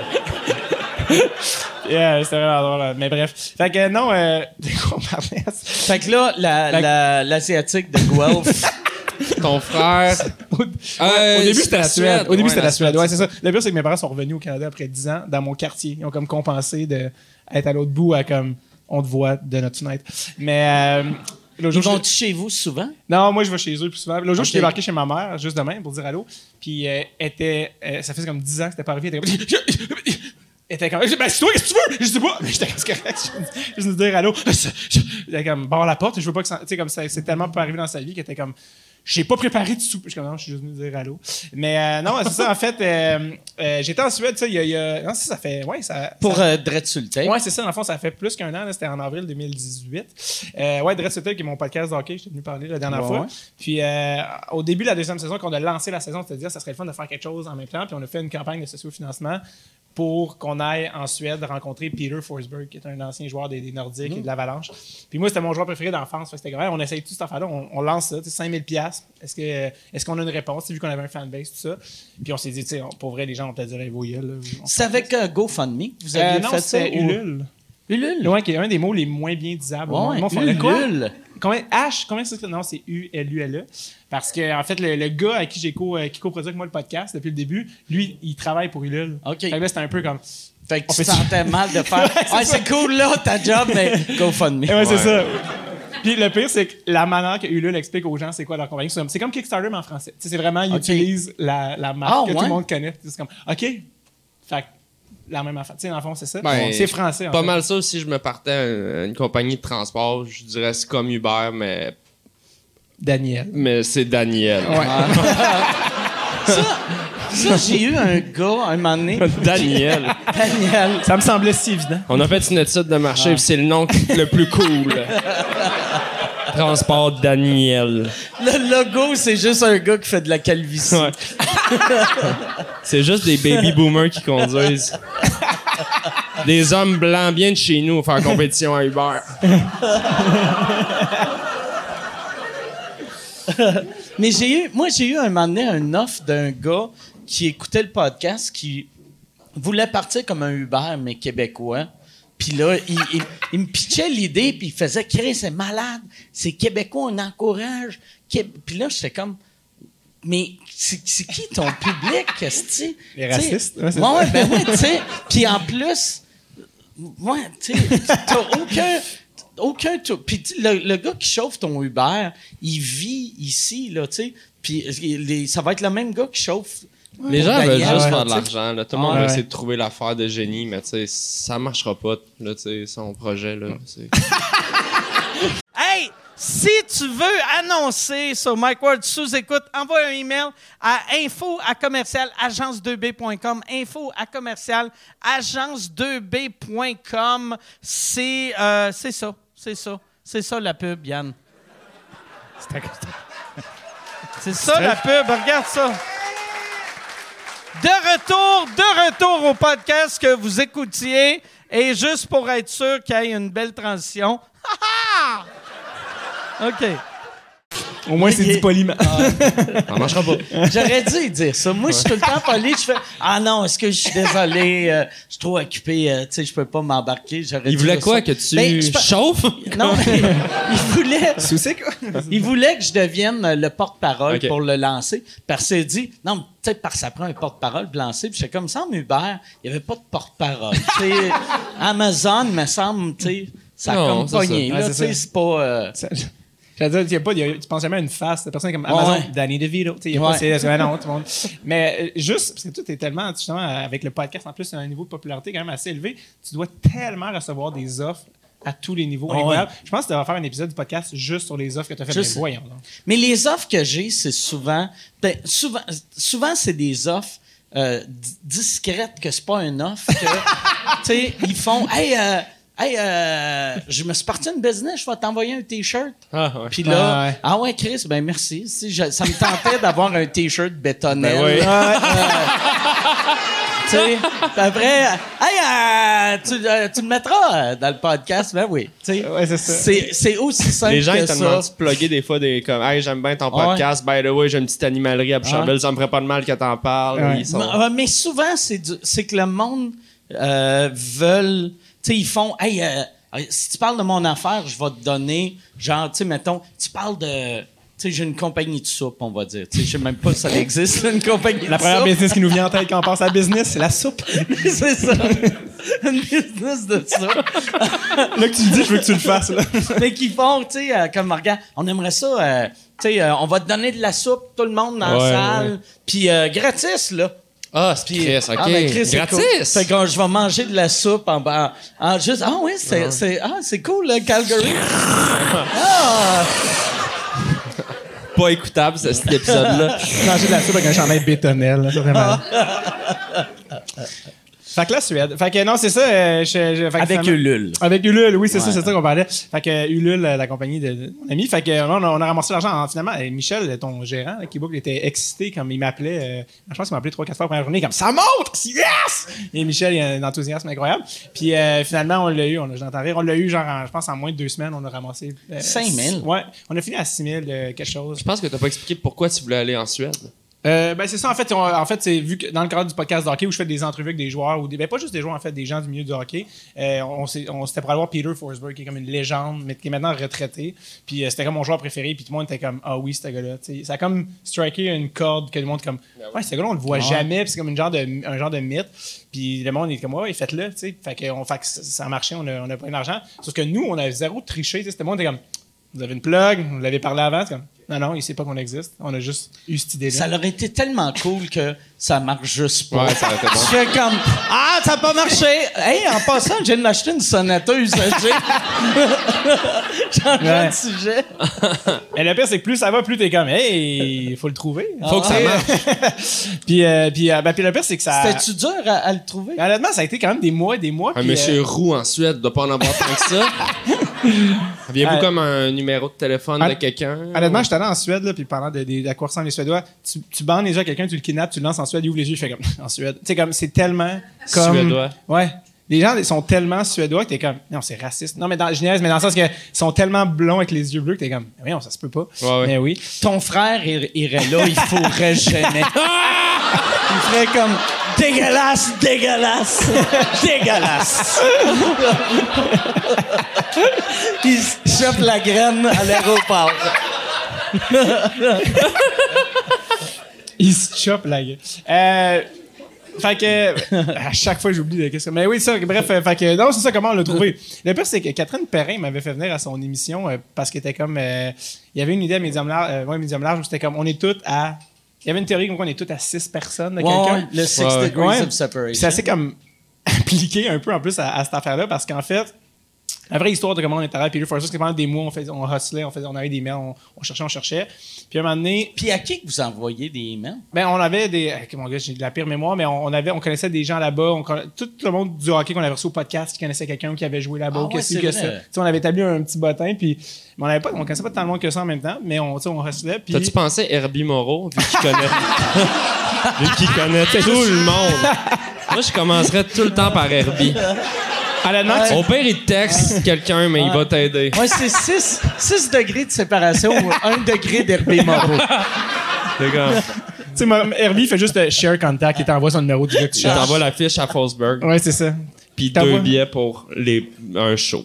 Yeah, c'était vraiment drôle. Mais bref. Fait que non, euh, on parlait à ça. Fait que là, la, la, l'asiatique de Guelph. Ton frère. Au, Euh, au début, c'était la Suède. Au début, Ouais, c'était la la Suède. Suède, Ouais, c'est ça. Le pire, c'est que mes parents sont revenus au Canada après dix ans dans mon quartier. Ils ont comme compensé d'être à l'autre bout à comme on te voit de notre fenêtre. Mais. Euh, Ils vont-tu chez vous souvent? Non, moi, je vais chez eux plus souvent. L'autre jour, Okay. je suis débarqué chez ma mère, juste demain, pour dire allô. Puis, euh, était, euh, ça fait comme dix ans que c'était pas arrivé. Elle était comme... Elle était comme... Ben, c'est toi, qu'est-ce que tu veux? Je dis pas. Mais j'étais comme, c'est correct. Je veux dire allô. Elle était comme, barre la porte. Je veux pas que ça... Tu sais, comme ça, c'est tellement pas arrivé dans sa vie qu'elle était comme... J'ai pas préparé de soupe. Je suis comme, non, je suis juste venu dire allô. Mais euh, non, c'est ça, en fait, euh, euh, j'étais en Suède, tu sais, il y a, il y a... Non, ça, ça fait... Ouais, ça... Pour ça... euh, Dread sur le tape. Ouais, c'est ça, dans le fond, ça fait plus qu'un an, là, c'était en avril deux mille dix-huit. Euh, ouais, Dread sur le tape, qui est mon podcast de hockey, j'étais venu parler la dernière Ouais, fois. ouais. Puis euh, au début de la deuxième saison, quand on a lancé la saison, c'est-à-dire ça serait le fun de faire quelque chose en même temps, puis on a fait une campagne de socio-financement pour qu'on aille en Suède rencontrer Peter Forsberg, qui est un ancien joueur des, des Nordiques et de l'Avalanche. Puis moi, c'était mon joueur préféré d'enfance. Fait que c'était comme, hey, on essaye tout cette affaire-là, on, on lance ça, cinq mille dollars. Est-ce que, est-ce qu'on a une réponse, vu qu'on avait un fanbase, tout ça? Puis on s'est dit, tu sais, pour vrai, les gens vont peut-être dire, hey, vos gueules, là, on C'est avec euh, GoFundMe que vous Euh, aviez non, fait ça? c'était ou- Ulule. Ulule? Ouais, qui est un des mots les moins bien disables. Ouais, Le monde font, le quoi? Ulule. Combien, H, combien c'est ça? Non, c'est U L U L E. Parce que, en fait, le, le gars à qui j'ai co, euh, qui coproduit avec moi le podcast depuis le début, lui, il travaille pour Ulule. OK. Fait que là, c'était un peu comme. Fait que On tu fait- sentais mal de faire « Ah, c'est cool, là, ta job, mais GoFundMe. » Ouais, c'est ça. Puis le pire, c'est que la manière que Ulule explique aux gens c'est quoi leur compagnie, c'est comme- c'est comme Kickstarter, mais en français. Tu sais, c'est vraiment, ils OK. utilisent la, la marque Ah, que tout ouais? le monde connaît. C'est comme, OK. Fait que, la même affaire. Tu sais, dans le fond, c'est ça. Ben, c'est français, en Pas fait. mal ça, si je me partais à une compagnie de transport, je dirais c'est comme Uber, mais, Daniel. mais c'est Daniel. Ça, j'ai eu un gars, un moment donné, Daniel. Daniel. Ça me semblait si évident. On a fait une étude de marché, puis c'est le nom le plus cool. Transport Daniel. Le logo, c'est juste un gars qui fait de la calvitie. Ouais. C'est juste des baby boomers qui conduisent. Des hommes blancs bien de chez nous faire compétition à Uber. Mais j'ai eu, moi, j'ai eu un moment donné un offre d'un gars qui écoutait le podcast, qui voulait partir comme un Uber, mais québécois. Puis là, il, il, il me pitchait l'idée, puis il faisait « Chris, c'est malade, c'est québécois, on encourage. » Puis là, j'étais comme « Mais c'est, c'est qui ton public, esti? » Les T'sais, racistes, ouais, c'est ouais, ça. ouais, ben ouais, tu sais. Puis en plus, ouais, tu sais, t'as aucun... Aucun tout. Puis tu sais, le, le gars qui chauffe ton Uber, il vit ici, là, tu sais. Puis les- ça va être le même gars qui chauffe. Les gens Daniel, veulent juste ouais. faire de l'argent. Là. Tout le monde Ah, va ouais. essayer de trouver l'affaire de génie, mais tu sais, ça marchera pas, là, tu sais, son projet. Là, c'est- Hey, si tu veux annoncer sur Mike Ward sous-écoute, envoie un email à info à commercial agence deux b point com. info à commercial agence deux b point com. C'est, euh, c'est ça, c'est ça. C'est ça la pub, Yann. C'est ça la pub, regarde ça. De retour, de retour au podcast que vous écoutiez. Et juste pour être sûr qu'il y ait une belle transition. Ha ha! OK. Au moins, c'est Il est- dit poliment. Ça marchera pas. J'aurais dû dire ça. Moi, je suis tout le temps poli. Je fais Ah non, est-ce que je suis désolé? euh, je suis trop occupé. euh, tu sais, je peux pas m'embarquer. J'aurais Il dû voulait dire quoi? ça. Que tu Ben, je pe- chauffes? Non, mais il voulait. Souci, quoi. Il voulait que je devienne euh, le porte-parole Ok. pour le lancer. Parce qu'il dit, non, tu sais, parce que ça prend un porte-parole pour lancer. Puis j'étais comme, semble Uber, il n'y avait pas de porte-parole. Tu sais, Amazon, me semble, tu sais, ça a Non, comme c'est pogné. ça. Là, Ouais, tu c'est sais, ça. c'est pas. euh, J'allais dire, y a pas, y a- tu penses jamais à une face de personne comme Ouais, Amazon, ouais. Danny DeVito. Tu sais, y a Ouais. pas, c'est, c'est- non, tout le monde. Mais euh, juste, parce que toi, t'es tellement, justement, avec le podcast, en plus, à un niveau de popularité quand même assez élevé, tu dois tellement recevoir des offres à tous les niveaux. Ouais. Incroyable. Je pense que tu vas faire un épisode du podcast juste sur les offres que tu as faites. Juste- Mais voyons, donc. Mais les offres que j'ai, c'est souvent, ben, souvent, souvent c'est des offres euh, di- discrètes que c'est pas une offre. Que, tu sais, ils font, hey, euh, hey, euh, je me suis parti une business, je vais t'envoyer un t-shirt. Ah, ouais. Puis là, Ah ouais. ah ouais, Chris, ben merci. Si je- ça me tentait d'avoir un t-shirt bétonnel. Ben oui. Euh, tu sais. Puis après, hey, euh, tu, euh, tu le mettras euh, dans le podcast, ben oui. Tu sais, Ouais, c'est ça. c'est, c'est aussi simple Les gens, que ils te ça. demandent de plugger des fois des comme, hey, j'aime bien ton podcast. By the way, j'ai une petite animalerie à Boucherville. Ça me ferait pas de mal que t'en parles. Ouais. Ils sont- Mais, mais souvent, c'est, du- c'est que le monde euh, veulent... Tu sais, ils font... Hey, euh, si tu parles de mon affaire, je vais te donner... Genre, tu sais, mettons, tu parles de... Tu sais, j'ai une compagnie de soupe, on va dire. Tu sais, je sais même pas si ça existe, une compagnie La de première soupe. business qui nous vient en tête quand on pense à business, c'est la soupe. C'est ça. Une business de ça. Là que tu le dis, je veux que tu le fasses. Là. Mais qui font, tu sais, euh, comme, regarde, on aimerait ça... euh, tu sais, euh, on va te donner de la soupe, tout le monde dans Ouais, la salle. Puis euh, gratis, là. Ah, c'est Puis, Chris, OK. ah, ben, Chris, c'est Gratis! cool. Fait que euh, je vais manger de la soupe en bas. En, juste, ah oui, c'est, c'est, ah, c'est cool, le Calgary. Ah! Pas écoutable, ce- cet épisode-là. Manger de la soupe avec un chandail bétonnel, là, ça vraiment. Fait que la Suède. Fait que non, c'est ça. euh, je- je- fait que Avec finalement- Ulule. Avec Ulule, oui, c'est ça, Ouais. c'est ça qu'on parlait. Fait que euh, Ulule, euh, la compagnie de, de mon ami. Fait que euh, on a, on a ramassé l'argent. En- Finalement, euh, Michel, ton gérant, là, Keybook, était excité comme il m'appelait. Euh, je pense qu'il m'a appelé trois, quatre fois la première journée, comme ça monte! Yes! Et Michel, il a un enthousiasme incroyable. Puis euh, finalement, on l'a eu, on a, j'entends rire, on l'a eu genre, en- je pense, en moins de deux semaines, on a ramassé. euh, cinq mille? Ouais. On a fini à six mille, euh, quelque chose. Je pense que t'as pas expliqué pourquoi tu voulais aller en Suède. Euh, ben c'est ça en fait, on- en fait c'est vu que dans le cadre du podcast de hockey où je fais des entrevues avec des joueurs ou des ben pas juste des joueurs en fait, des gens du milieu du hockey, euh, on s'est on s'était pour aller voir Peter Forsberg qui est comme une légende mais qui est maintenant retraité, puis euh, c'était comme mon joueur préféré, puis tout le monde était comme ah oui ce gars-là, tu sais, ça a comme striké une corde que le monde comme ouais ce gars-là on le voit jamais, puis c'est comme une genre de un genre de mythe, puis le monde est comme ouais faites-le, tu sais, fait que on fait que ça a marché, on a on a pris de l'argent, sauf que nous on a zéro triché, tu sais, c'était le monde était comme vous avez une plug, vous l'avez parlé avant, c'est comme non, non, il sait pas qu'on existe. On a juste eu cette idée-là. Ça aurait été tellement cool que ça marche juste pas. Ouais, ça aurait été bon. Tu fais comme ah, ça n'a pas marché. Hey, en passant, je viens de m'acheter une Sonata usagée. Changeant Ouais. de sujet. Et le pire, c'est que plus ça va, plus t'es comme, hey, il faut le trouver. Faut que ça marche. puis, euh, puis, euh, ben, puis le pire, c'est que ça. C'était-tu dur à, à le trouver? Honnêtement, ça a été quand même des mois et des mois. Un puis, monsieur euh, roux en Suède doit pas en avoir tant que ça. Aviez-vous Ouais. comme un numéro de téléphone de Hon- quelqu'un? Honnêtement, j'étais allé en Suède, là, puis parlant de, de, de quoi ressemblent les Suédois, tu, tu bandes les yeux à quelqu'un, tu le kidnappes, tu le lances en Suède, il ouvre les yeux, il fait comme, en Suède. Tu sais, comme, c'est tellement comme. Suédois. Ouais. Les gens ils sont tellement suédois que t'es comme, non, c'est raciste. Non, mais dans, je niaise, mais dans le sens que ils sont tellement blonds avec les yeux bleus que t'es comme, oui, non, ça se peut pas. Ouais, ouais. Mais oui. Ton frère ir- irait là, il fourrait jamais. Il ferait comme dégueulasse, dégueulasse, dégueulasse. Il se chope la graine à l'aéroport. Il se chope la gueule. Euh, fait que, à chaque fois, j'oublie de qu'est-ce que. Mais oui, ça, bref, euh, fait que, non, c'est ça, comment on l'a trouvé. Le pire, c'est que Catherine Perrin m'avait fait venir à son émission euh, parce qu'elle était comme. euh, il y avait une idée à Medium Large, euh, ouais, Medium Large où c'était comme, on est tous à. Il y avait une théorie comme quoi on est tous à six personnes de Ouais, quelqu'un. le six Ouais. degrees Ouais. of Puis separation. c'est assez comme appliqué un peu en plus à, à cette affaire-là parce qu'en fait, la vraie histoire de comment on est arrivé à Peter Forsberg, c'est que pendant des mois, on, fait, on hustlait, on, faisait, on avait des mails, on, on cherchait, on cherchait. Puis à un moment donné, Puis à qui que vous envoyez des emails? ben, on avait des. eh, Mon gars, j'ai de la pire mémoire, mais on, on avait, on connaissait des gens là-bas. On conna- tout le monde du hockey qu'on avait reçu au podcast qui connaissait quelqu'un qui avait joué là-bas, Ah ou que ouais, ci, c'est que vrai. ça. Tu sais, on avait établi un petit bottin, puis mais on avait pas, on connaissait pas tant de monde que ça en même temps, mais on, tu sais, on hustlait. Puis T'as-tu pensé Herbie Moreau, vu qu'il connaît, vu qu'il connaît tout le monde? Moi, je commencerais tout le temps par Herbie. honnêtement, tu- Au pire, il te texte quelqu'un, mais il va t'aider. Ouais, c'est six degrés de séparation ou un degré d'Herbie Moreau. C'est comme, tu sais, moi, Herbie fait juste euh, share contact et t'envoie son numéro du gars que tu je cherches. t'envoie la fiche à Forsberg, Ouais, c'est ça. puis T'envoies- deux billets pour les, un show.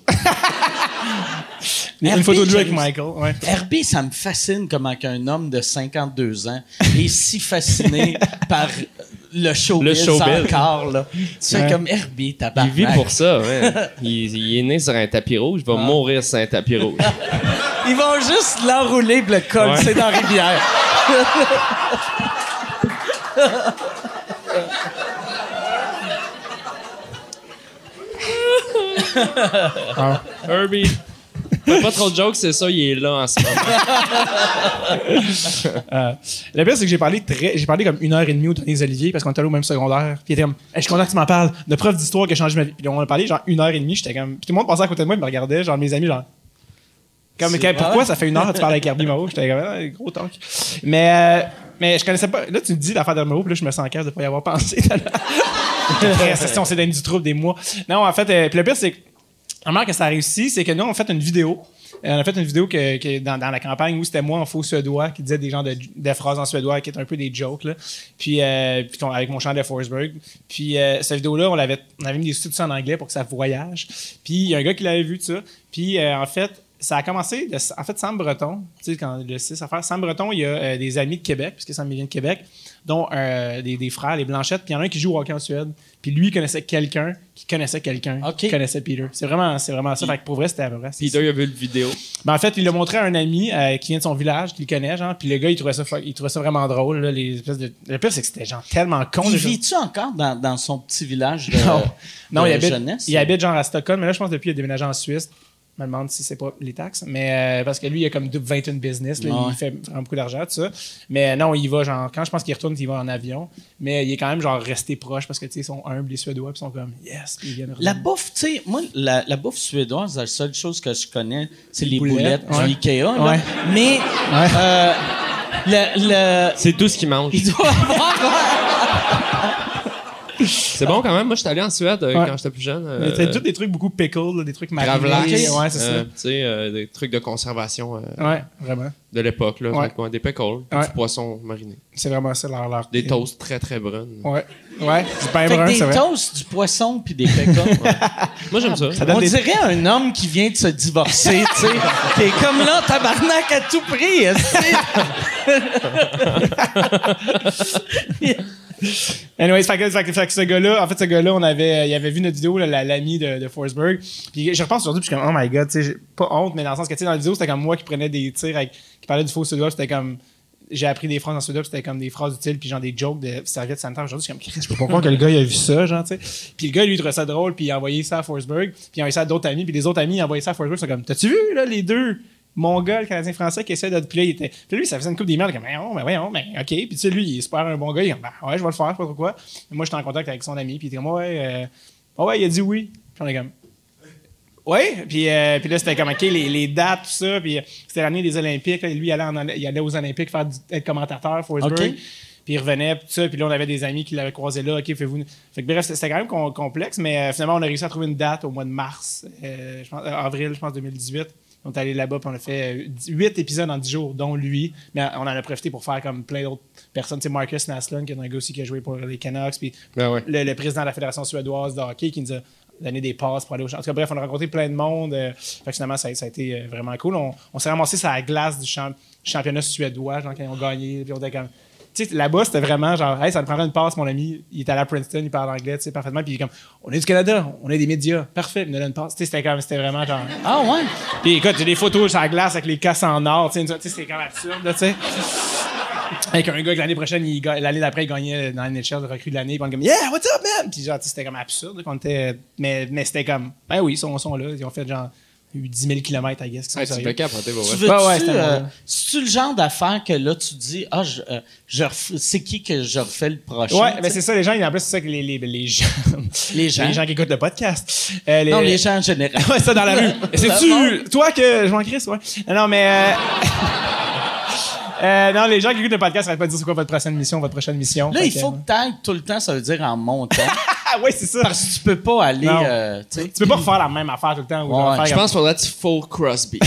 Une Herbie, photo de lui avec j'aime- Michael. Ouais. Herbie, ça me fascine comment qu'un homme de cinquante-deux ans est si fasciné par le showbiz, Le showbiz. encore. Là. Tu fais Ouais. comme Herbie, Il tabarnak. vit pour ça, ouais. Il, il est né sur un tapis rouge, il va mourir sur un tapis rouge. Ils vont juste l'enrouler et le coller Ouais. dans la rivière. Herbie. Fais pas trop de jokes, c'est ça, il est là en ce moment. Euh, le pire, c'est que j'ai parlé très, j'ai parlé comme une heure et demie au Tony Olivier parce qu'on était allé au même secondaire. Puis il était comme, hey, je suis content que tu m'en parles de preuves d'histoire qui a changé ma vie. Puis on a parlé genre une heure et demie. J'étais comme, puis tout le monde passait à côté de moi, et me regardait, genre mes amis, genre. Comme, C'est- que- pourquoi ouais. ça fait une heure que tu parles avec Herbie Moreau? J'étais comme, ah, gros talk. Mais, euh, mais je connaissais pas. Là, tu me dis l'affaire d'Herbie Moreau, puis là, je me sens en casse de pas y avoir pensé. on s'est donné du trouble des mois. Non, en fait, euh, puis le pire, c'est que, vraiment que ça a réussi, c'est que nous, on a fait une vidéo. Euh, on a fait une vidéo que, que dans, dans la campagne où c'était moi en faux suédois qui disait des genres de, de phrases en suédois qui étaient un peu des jokes. Là. Puis, euh, puis ton, avec mon chant de Forsberg. Puis euh, cette vidéo-là, on, l'avait, on avait mis des sous-titres en anglais pour que ça voyage. Puis il y a un gars qui l'avait vu, tout ça. Puis euh, en fait, ça a commencé, de, en fait, Sam Breton, tu sais, quand le six affaires, Sam Breton, il y a euh, des amis de Québec, puisque Sam vient de Québec, dont euh, des, des frères, les Blanchettes, puis il y en a un qui joue au hockey en Suède, puis lui, il connaissait quelqu'un qui connaissait quelqu'un okay. qui connaissait Peter. C'est vraiment, c'est vraiment ça. Fait que pour vrai, c'était à peu près. Peter, il a vu le vidéo. Ben, en fait, il l'a montré à un ami euh, qui vient de son village, qui le connaît, genre, puis le gars, il trouvait ça, il trouvait ça vraiment drôle, là, les espèces de... Le pire, c'est que c'était genre tellement con. Il vit-tu encore dans, dans son petit village de, non. non, de il habite, jeunesse? Il habite genre à Stockholm, mais là, je pense depuis, il a déménagé en Suisse. Je me demande si c'est pas les taxes, mais euh, parce que lui, il a comme vingt et un business, là, ouais. il fait vraiment beaucoup d'argent, tout ça. Mais non, il va genre, quand je pense qu'il retourne, il va en avion, mais il est quand même genre resté proche parce que tu sais, ils sont humbles, les Suédois, puis ils sont comme yes, puis ils viennent. La bouffe, tu sais, moi, la, la bouffe suédoise, la seule chose que je connais, c'est les, les boulettes, boulettes ouais. du Ikea. Là. Ouais. Mais ouais. Euh, le, le... c'est tout ce qu'ils mangent. Il doit avoir. C'est bon quand même. Moi, j'étais allé en Suède euh, ouais. quand j'étais plus jeune. Euh, C'était tous des trucs beaucoup pickle, là, des trucs marinés. Gravlax, ouais, c'est euh, ça. Tu sais, euh, des trucs de conservation. Euh, ouais, vraiment. De l'époque, là. Ouais. Ouais, des pickles, ouais. du poisson mariné. C'est vraiment ça leur. leur... Des toasts très très bruns. Ouais, ouais, du pain fait brun, que c'est des vrai. toasts, du poisson puis des pickles. Ouais. Moi, j'aime ça. ça On des... dirait un homme qui vient de se divorcer, tu sais, qui est comme là, tabarnak à tout prix, Anyways, fait que, fait, que, fait que ce gars-là, en fait, ce gars-là, on avait, il avait vu notre vidéo, là, l'ami de, de Forsberg. Puis je repense aujourd'hui, puis je suis comme, oh my god, tu sais, pas honte, mais dans le sens que, tu sais, dans la vidéo, c'était comme moi qui prenais des tirs, avec, qui parlait du faux suédois, c'était comme, j'ai appris des phrases en suédois, c'était comme des phrases utiles, puis genre des jokes de serviettes sanitaires. Aujourd'hui, je suis comme, Chris, je peux pas croire que le gars, il a vu ça, genre, tu sais. Puis le gars, lui, il trouvait ça drôle, puis il a envoyé ça à Forsberg, puis il a envoyé ça à d'autres amis, puis les autres amis, ils ont envoyé ça à Forsberg, c'est comme, t'as-tu vu, là, les deux? Mongol, Canadien-Français qui essaie de. Puis là, il était. Puis lui, ça faisait une coupe des merdes, comme, ben, ben, voyons, ben, OK. Puis tu sais, lui, il est super un bon gars. Il est comme, ben, ouais, je vais le faire, je sais pas trop quoi. Mais moi, j'étais en contact avec son ami, puis il était comme, ouais, euh... oh, ouais, il a dit oui. Puis on est comme, ouais. Puis, euh, puis là, c'était comme, OK, les, les dates, tout ça. Puis c'était l'année des Olympiques. Là, lui, il allait, en, il allait aux Olympiques faire du, être commentateur, Forsberg. Okay. Puis il revenait, puis tout ça. Puis là, on avait des amis qui l'avaient croisé là. OK, faites-vous. Fait que bref, c'était quand même com- complexe, mais euh, finalement, on a réussi à trouver une date au mois de mars, euh, je pense, euh, avril, je pense, deux mille dix-huit. On est allé là-bas, puis on a fait huit épisodes en dix jours, dont lui. Mais on en a profité pour faire comme plein d'autres personnes. Tu sais, Marcus Naslund, qui est un gars aussi qui a joué pour les Canucks, puis ben ouais. le, le président de la Fédération suédoise de hockey qui nous a donné des passes pour aller au champ. En tout cas, bref, on a rencontré plein de monde. Euh, fait que finalement, ça, ça a été euh, vraiment cool. On, on s'est ramassé sur la glace du champ, championnat suédois, genre, quand ils ont gagné. Puis on était comme... Tu sais, là-bas, c'était vraiment genre, hey, ça me prendrait une passe, mon ami. Il est allé à Princeton, il parle anglais, tu sais, parfaitement. Puis il est comme, on est du Canada, on est des médias. Parfait, il me donne une passe. Tu sais, c'était comme, c'était vraiment genre. Ah ouais? Puis écoute, j'ai des photos sur la glace avec les casses en or, tu sais, c'était comme absurde, là, tu sais. Avec un gars que l'année prochaine, il, l'année d'après, il gagnait dans la N H L, le recrue de l'année. Puis on est comme, yeah, what's up, man? Puis genre, c'était comme absurde, qu'on était. Mais, mais c'était comme, ben oui, ils sont, sont là. Ils ont fait genre dix mille kilomètres, I guess. Ouais, tu peux capoter, pour tu vrai. veux-tu, ouais, ouais, euh, c'est-tu le genre d'affaire que là, tu dis, ah, je, euh, je ref- c'est qui que je refais le prochain? Ouais, mais c'est ça, les gens, en plus, c'est ça que les, les, les gens. Les gens. Les gens qui écoutent le podcast. Euh, les... Non, les gens en général. Ouais, ça dans la rue. C'est-tu toi que je m'en crisse, ouais. Non, mais. Euh... euh, non, les gens qui écoutent le podcast, arrêtent pas de dire c'est quoi votre prochaine mission, votre prochaine mission. Là, il que, faut que t'ailles tout le temps, ça veut dire en montant. Ah, ouais, c'est ça. Parce que tu peux pas aller. Euh, tu peux pas refaire la même affaire tout le temps. Ou ouais, faire je comme... pense qu'il faudrait que tu full Crosby.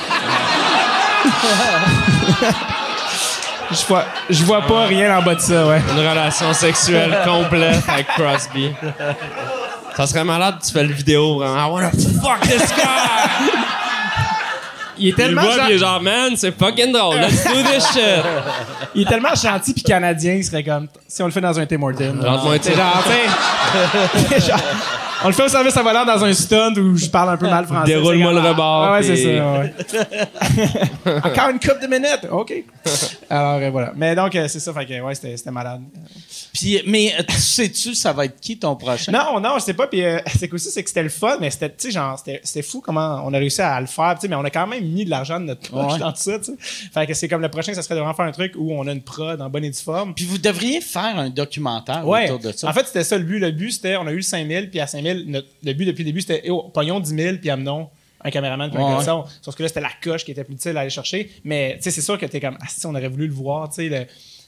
Je vois, je vois pas rien en bas de ça, ouais. Une relation sexuelle complète avec Crosby. Ça serait malade, tu fais le vidéo vraiment. I wanna fuck this guy! Il est tellement il voit, gen- il est genre, man, c'est fucking drôle, let's do this shit! Il est tellement gentil puis canadien, il serait comme si on le fait dans un Tim Hortons. Rentre-moi un C'est genre, tu sais, genre, on le fait au service à volant dans un stunt où je parle un peu mal français. Déroule-moi le rebord. Ah ouais, c'est puis- ça. Ouais. Encore une coupe de minutes. OK. Alors, euh, voilà. Mais donc, euh, c'est ça. Fait que, ouais, c'était, c'était malade. Puis, mais euh, tu sais-tu, ça va être qui ton prochain? Non, non, je sais pas. Puis, euh, c'est que aussi, c'est que c'était le fun, mais c'était, tu sais, genre, c'était, c'était fou comment on a réussi à le faire. Tu sais, mais on a quand même mis de l'argent de notre poche Ouais. dans tout ça, tu sais. Fait que c'est comme le prochain, ça serait de vraiment faire un truc où on a une prod en bonne et due forme. Puis vous devriez faire un documentaire Ouais. autour de ça. En fait, c'était ça le but. Le but, c'était, on a eu le cinq mille, puis à cinq mille, notre- le but depuis le début, c'était, oh, pognons dix mille, puis amenons un caméraman, puis un Ouais. gars de son. Sauf que là, c'était la coche qui était plus difficile à aller chercher. Mais, tu sais, c'est sûr que t'es comme, ah, si on aurait voulu le voir, tu sais, le-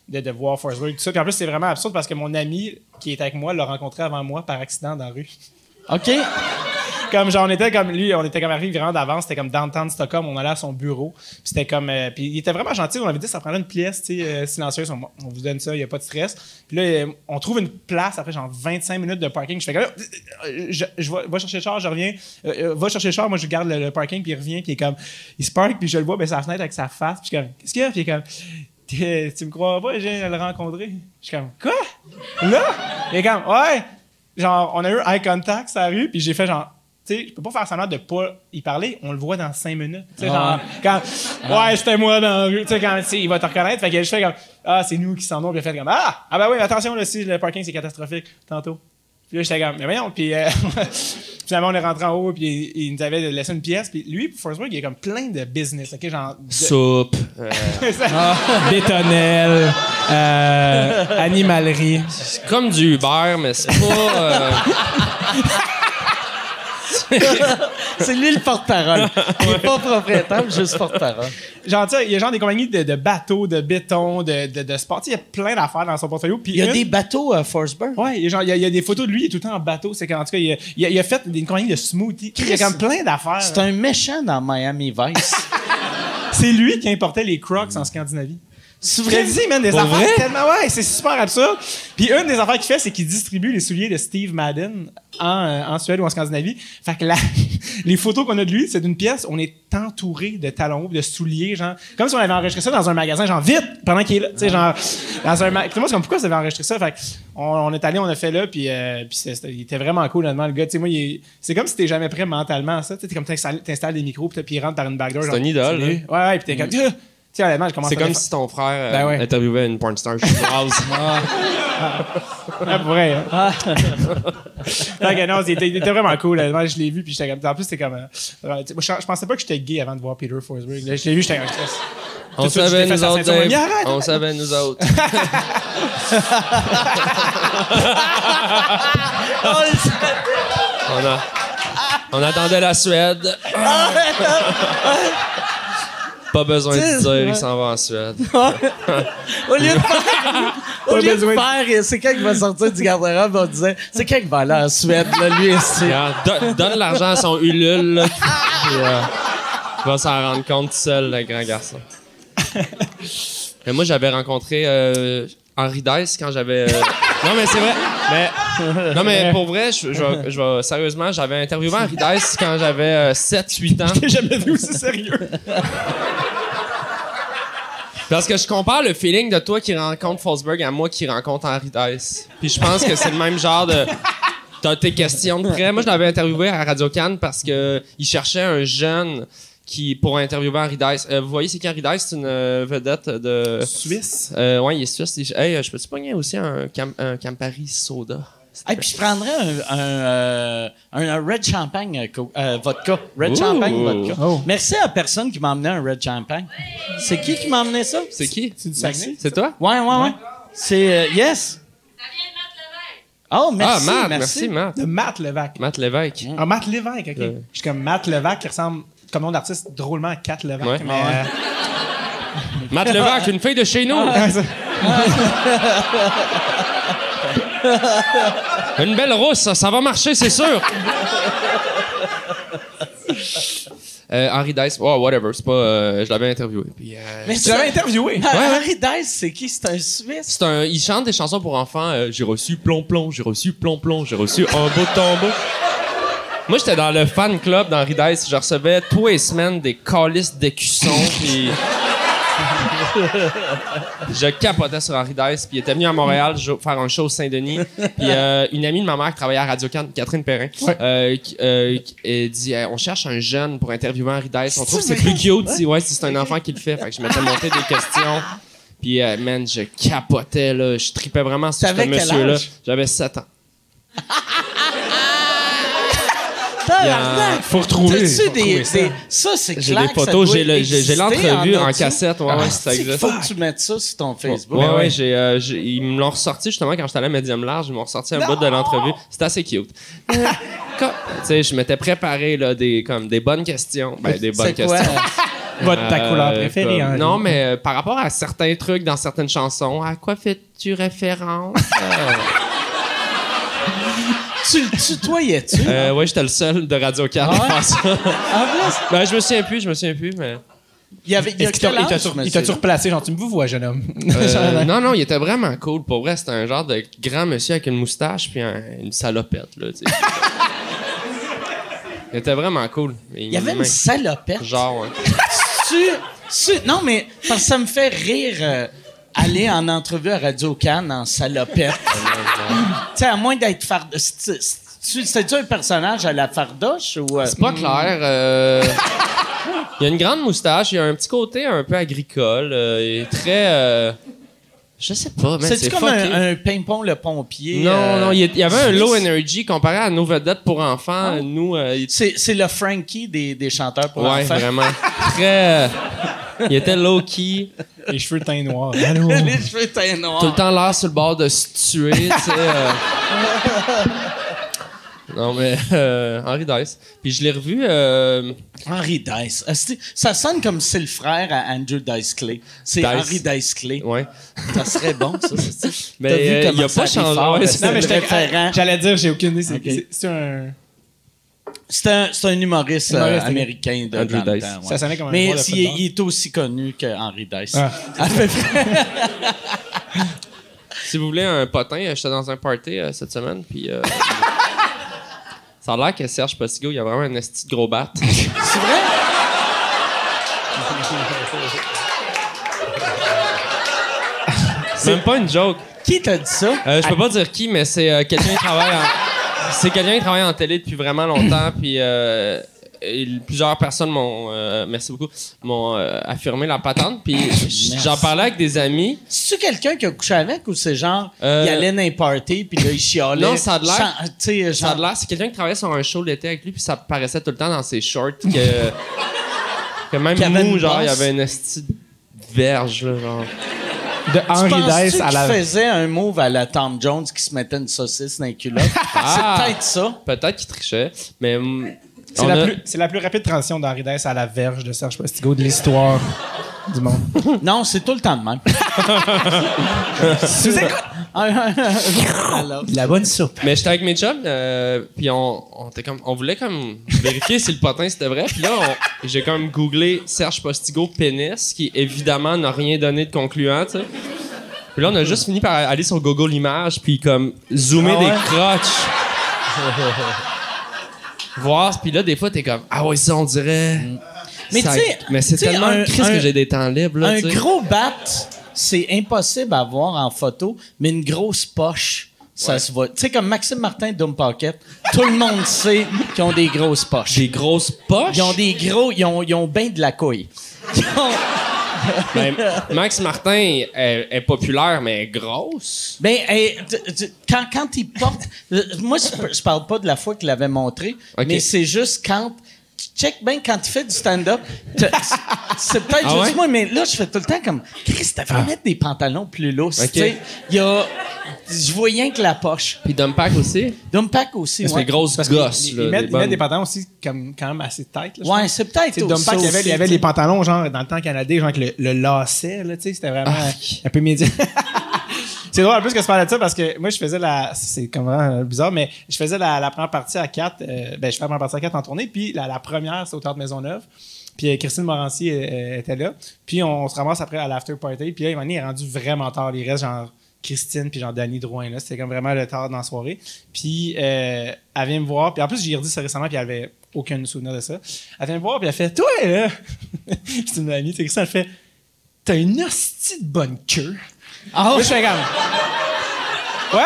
de, de voir Forsberg, tout ça. Puis en plus, c'est vraiment absurde parce que mon ami qui est avec moi l'a rencontré avant moi par accident dans la rue. OK. Comme genre on était comme lui, on était comme arrivé vraiment d'avance, c'était comme downtown Stockholm, on allait à son bureau, puis c'était comme euh, puis il était vraiment gentil, on avait dit ça prendrait une pièce, tu sais, euh, silencieuse, on, on vous donne ça, il y a pas de stress. Puis là euh, on trouve une place après genre vingt-cinq minutes de parking, je fais comme euh, je, je vais, va chercher le char, je reviens, euh, euh, va chercher le char, moi je garde le, le parking puis il revient, puis il est comme il se parque puis je le vois ben sa fenêtre avec sa face, puis je suis comme qu'est-ce qu'il y a, puis il est comme tu me crois pas, je viens de le rencontrer. Je suis comme quoi? Là? Il est comme ouais, genre on a eu eye contact sur la rue, puis j'ai fait genre tu sais, je peux pas faire semblant de pas y parler, on le voit dans cinq minutes. Tu sais, genre, quand, ouais, c'était moi dans la rue, tu sais, quand, tu sais, il va te reconnaître, fait que je fais comme, ah, c'est nous qui s'en ont, puis il a fait comme, ah, ah ben oui, attention, là, si le parking, c'est catastrophique, tantôt. Puis là, j'étais comme, mais voyons, puis euh, finalement, on est rentré en haut, puis il, il nous avait laissé une pièce, puis lui, pour Forsberg, il est comme plein de business, ok, genre. De... Soupe. Euh... Bétonnel, euh, animalerie. C'est comme du Uber, mais c'est pas. Euh... C'est lui le porte-parole. Il n'est pas propriétaire, juste porte-parole. Genre, tu sais, il y a genre des compagnies de, de bateaux, de béton, de, de, de sport. Tu sais, il y a plein d'affaires dans son portfolio. Puis Il y a une- des bateaux à Forsberg. Ouais, il y, a genre, il, y a, il y a des photos de lui, il est tout le temps en bateau. C'est qu'en tout cas, il a, il a, il a fait une compagnie de smoothies. Il y a comme plein d'affaires. C'est un méchant dans Miami Vice. C'est lui qui importait les Crocs en Scandinavie. C'est Je te vrai? dis, man, des Pour affaires vrai? tellement... Ouais, c'est super absurde. Puis une des affaires qu'il fait, c'est qu'il distribue les souliers de Steve Madden en, euh, en Suède ou en Scandinavie. Fait que la, les photos qu'on a de lui, c'est d'une pièce, on est entouré de talons hauts, de souliers, genre... Comme si on avait enregistré ça dans un magasin, genre vite, pendant qu'il est là. Tu sais, genre... Dans un ma... Puis moi, c'est comme, pourquoi vous avez enregistré ça? Fait que on, on est allé, on a fait là, puis, euh, puis c'est- c'était- il était vraiment cool, honnêtement, le gars. Tu sais, moi, il est- c'est comme si t'es jamais prêt mentalement à ça. Tu sais, t'es comme t'installes, t'installes des micros, puis il rentre par une backdoor. C'est genre, un idole, salut. Ouais, ouais, puis t'es comme... Tu sais, honnêtement, je commence C'est à comme faire- si ton frère euh, Ben ouais. interviewait une porn star chinoise. Ah, pour vrai, hein? Fait que non, il était, il était vraiment cool. Honnêtement, je l'ai vu, puis j'étais comme. En plus, c'était comme. euh, euh, tu sais, moi, je, je pensais pas que j'étais gay avant de voir Peter Forsberg. Là, je l'ai vu, j'étais comme. On Tout de suite, je savait l'ai fait nous sa autres, ceinture, Dave. mais arrête, On arrête. savait nous autres. on, a... on attendait la Suède. Pas besoin de dire, il s'en va en Suède. Au lieu de faire, au lieu de besoin de- faire, c'est quand il va sortir du garde-robe, on disait, c'est quand il va aller en Suède, là, lui, c'est. Regarde, don- donne l'argent à son Ulule, là, puis, euh, il va s'en rendre compte tout seul, le grand garçon. Et moi, j'avais rencontré euh, Henri Dess quand j'avais... euh, Non, mais c'est vrai. Mais... Non, mais pour vrai, je, je, vais- je vais- sérieusement, j'avais interviewé Henri Dess quand j'avais euh, sept huit ans. J'ai jamais vu aussi sérieux. Parce que je compare le feeling de toi qui rencontre Forsberg à moi qui rencontre Henri Dess. Puis je pense que c'est le même genre de... T'as tes questions de près. Moi, je l'avais interviewé à Radio-Can parce que il cherchait un jeune qui pour interviewer Henri Dess. Euh, vous voyez, c'est qui Henri Dess? C'est une euh, vedette de... Suisse. Euh, ouais, il est suisse. Il- Hey, je peux-tu pogner aussi un, Cam- un Campari soda? Et puis je prendrais un, un, euh, un, un Red Champagne euh, co- euh, vodka. Red Ouh. Champagne vodka. Oh. Merci à la personne qui m'a emmené un Red Champagne. C'est qui qui m'a emmené ça? C'est qui? C'est du Saguenay? C'est toi? Ouais, ouais, ouais. C'est euh, yes. Oh, merci, ah, Matt, merci. merci, Matt. De Matt Levac. Matt Lévesque. Ah, Matt Lévesque, OK. Ouais. Je suis comme Matt Levac qui ressemble comme nom d'artiste drôlement à Kat Levac. Ouais. Mais, Ah euh, Matt Lévesque, une fille de chez nous. ouais, ça- Une belle rousse, ça, ça va marcher, c'est sûr. euh, Henri Dess, oh, whatever, c'est pas... euh, je l'avais interviewé. Puis, euh, Mais Tu l'avais interviewé. Henri Dess, c'est qui? C'est un Suisse? c'est un, il chante des chansons pour enfants. euh, j'ai reçu plomb-plomb, j'ai reçu plomb-plomb, j'ai reçu un beau tombeau. Moi, j'étais dans le fan club d'Henri Dess. Je recevais tous les semaines des calices d'écussons, puis... je capotais sur Henri Dess, puis il était venu à Montréal jou- faire un show au Saint-Denis. Puis euh, une amie de ma mère qui travaillait à Radio-Can, Catherine Perrin, euh, qui, euh, qui- elle dit Hey, on cherche un jeune pour interviewer Henri Dess. On trouve que c'est plus cute si ouais, si c'est un enfant qui le fait. Fait que je m'étais monté des questions. Puis, euh, man, je capotais, là. Je tripais vraiment sur ce T'avais quel monsieur-là. âge? J'avais sept ans. Tabarnak! Faut retrouver. T'as-tu faut des, retrouver ça. des- Ça, c'est J'ai clair des que ça photos, doit j'ai le- j'ai- j'ai exister, l'entrevue en as-tu? cassette. Ouais, ouais, Ah, ça c'est existe. faut que tu mettes ça sur ton Facebook. Ouais, Ben ouais, ouais. j'ai, euh, j'ai- ils me l'ont ressorti justement quand j'étais allé à Medium Large. Ils m'ont ressorti un bout de l'entrevue. C'était assez cute. Euh, comme- tu sais, je m'étais préparé là, des, comme, des bonnes questions. Ben, des bonnes C'est quoi? questions. Votre ta couleur Euh, préférée, comme- Henri? Non, mais euh, par rapport à certains trucs dans certaines chansons, à quoi fais-tu référence? Euh, Tu le tutoyais-tu? euh, ouais, j'étais le seul de Radio quatre Ah à ouais? faire ça. En plus, Ben, je me souviens plus, je me souviens plus, mais... il y avait. Il y a Est-ce qu'il t'a- quel il t'a âge, sur- il monsieur? t'a-tu replacé? Genre, tu me vois, jeune homme? Euh, non, non, il était vraiment cool. Pour vrai, c'était un genre de grand monsieur avec une moustache puis un- une salopette, là, tu sais. Il était vraiment cool. Il y avait une salopette. Genre, ouais. Tu, tu- non, mais parce que ça me fait rire euh, aller en entrevue à Radio Cannes en salopette. tu sais, à moins d'être fardoche. C'était-tu un personnage à la fardoche ou. euh, C'est pas clair. euh, Il y a une grande moustache, il y a un petit côté un peu agricole. euh, il est très... euh, Je sais pas, mais C'est-tu c'est comme fucké. un, un Pimpon le pompier? Non, euh, non, il y, a- il y avait un low energy comparé à nos vedettes pour enfants. Nous, euh, il- C'est, c'est le Frankie des, des chanteurs pour ouais, enfants. vraiment. Très... euh, Il était low-key. Les cheveux teints noirs. Allô? Les cheveux teints noirs. Tout le temps l'air sur le bord de se tuer, tu sais. euh. Non, mais euh, Henri Dice. Puis je l'ai revu... euh, Henry Dice. Ah, c'est- Ça sonne comme si c'est le frère à Andrew Dice Clay. C'est Dice. Henry Dice Clay. Ouais. Ça serait bon, ça. c'est- Mais, T'as vu euh, comment il a ça pas rit changé. fort, Ouais, le c'est- Non, mais j'étais- référent. J'allais dire, j'ai aucune idée. C'est, Ok. c'est, c'est un... C'est un, c'est un humoriste, euh, Humoriste, ok. américain de Andrew dans le Dice. temps, ouais. Ça sonnait comme un Mais joueur de s'il- football. il est aussi connu que Henry Dice. Ah. À peu près. Si vous voulez un potin, euh, j'étais dans un party euh, cette semaine, puis... euh, ça a l'air que Serge Postigo, il a vraiment un esti de gros bat. C'est vrai? C'est même pas une joke. Qui t'a dit ça? Euh, je peux pas dire qui, mais c'est euh, quelqu'un qui travaille en... C'est quelqu'un qui travaille en télé depuis vraiment longtemps, puis euh, et plusieurs personnes m'ont... euh, merci beaucoup. M'ont euh, affirmé la patente, puis j- j'en parlais avec des amis. C'est-tu quelqu'un qui a couché avec ou c'est genre, Euh, il allait dans un party puis là, il chialait? Non, ça a de l'air- Chan- Tu sais, Ça a genre... de l'air, c'est quelqu'un qui travaillait sur un show l'été avec lui, puis ça paraissait tout le temps dans ses shorts que... que même Qu'il y avait mou, une genre, il y bosse. avait une esti de verge, là, genre... De Tu Henry penses-tu Dice à qu'il la... faisait un move à la Tom Jones qui se mettait une saucisse dans les culottes? Ah! C'est peut-être ça. Peut-être qu'il trichait, mais... hum, C'est on la, a- plus, c'est la plus rapide transition d'Henry Dice à la verge de Serge Postigo de l'histoire du monde. Non, c'est tout le temps de même. Alors, La bonne soupe. Mais j'étais avec mes chums, euh, puis on, on, était comme, on voulait comme vérifier si le potin c'était vrai. Puis là, on- j'ai comme googlé Serge Postigo pénis, qui évidemment n'a rien donné de concluant, tu sais. Puis là, on a juste fini par aller sur Google Images, puis comme zoomer Ah ouais? des crotches. Voir, puis là, des fois, t'es comme, ah ouais, ça, on dirait. Mais Ça- tu sais- mais c'est tu sais, tellement un- triste un- que j'ai des temps libres, là, un tu sais. gros bat, c'est impossible à voir en photo, mais une grosse poche, ça Ouais. se voit. Tu sais, comme Maxime Martin de Doom Pocket, tout le monde sait qu'ils ont des grosses poches. Des grosses poches. Ils ont des gros, ils ont, ils ont bien de la couille. Ils ont- Ben, Max Martin est, est populaire, mais elle est grosse. Ben, hey, tu- tu- quand, quand il porte. euh, Moi, je, je parle pas de la fois qu'il l'avait montré, Ok. mais c'est juste quand. Tu check bien quand il fait du stand-up. tu- C'est peut-être Ah juste ouais? moi, mais là, je fais tout le temps comme. Chris, t'as fait mettre des pantalons plus lousses. Ok. Tu sais, il y a. Je vois rien que la poche. Puis Dumpack aussi. Dumpack aussi. C'est ouais. des grosses Parce gosses, qu'ils là. ils mettent, des ils mettent bonnes. des pantalons aussi comme, quand même assez tight. Là, je Ouais, pense. c'est peut-être. Tu sais, Dumpack, il y avait, il y avait les pantalons, genre, dans le temps canadien, genre, avec le, le lacet, là, tu sais, c'était vraiment Ah. un peu médian. C'est drôle en plus que tu parles de ça parce que moi, je faisais la. C'est comme vraiment bizarre, mais je faisais la, la première partie à quatre. Euh, ben, je fais la première partie à quatre en tournée, puis la, la première, c'est au Théâtre Maisonneuve. Puis euh, Christine Morancy euh, euh, était là. Puis on, on se ramasse après à l'after party. Puis là, il est rendu vraiment tard. Il reste genre Christine puis genre Danny Drouin. Là. C'était comme vraiment le tard dans la soirée. Puis euh, elle vient me voir. Puis en plus, j'ai redit ça récemment, puis elle avait aucun souvenir de ça. Elle vient me voir, puis elle fait « Toi, là! » C'est une amie, c'est Christine, elle fait « T'as une hostie de bonne queue. » Ah, Là, je fais comme « Ouais? »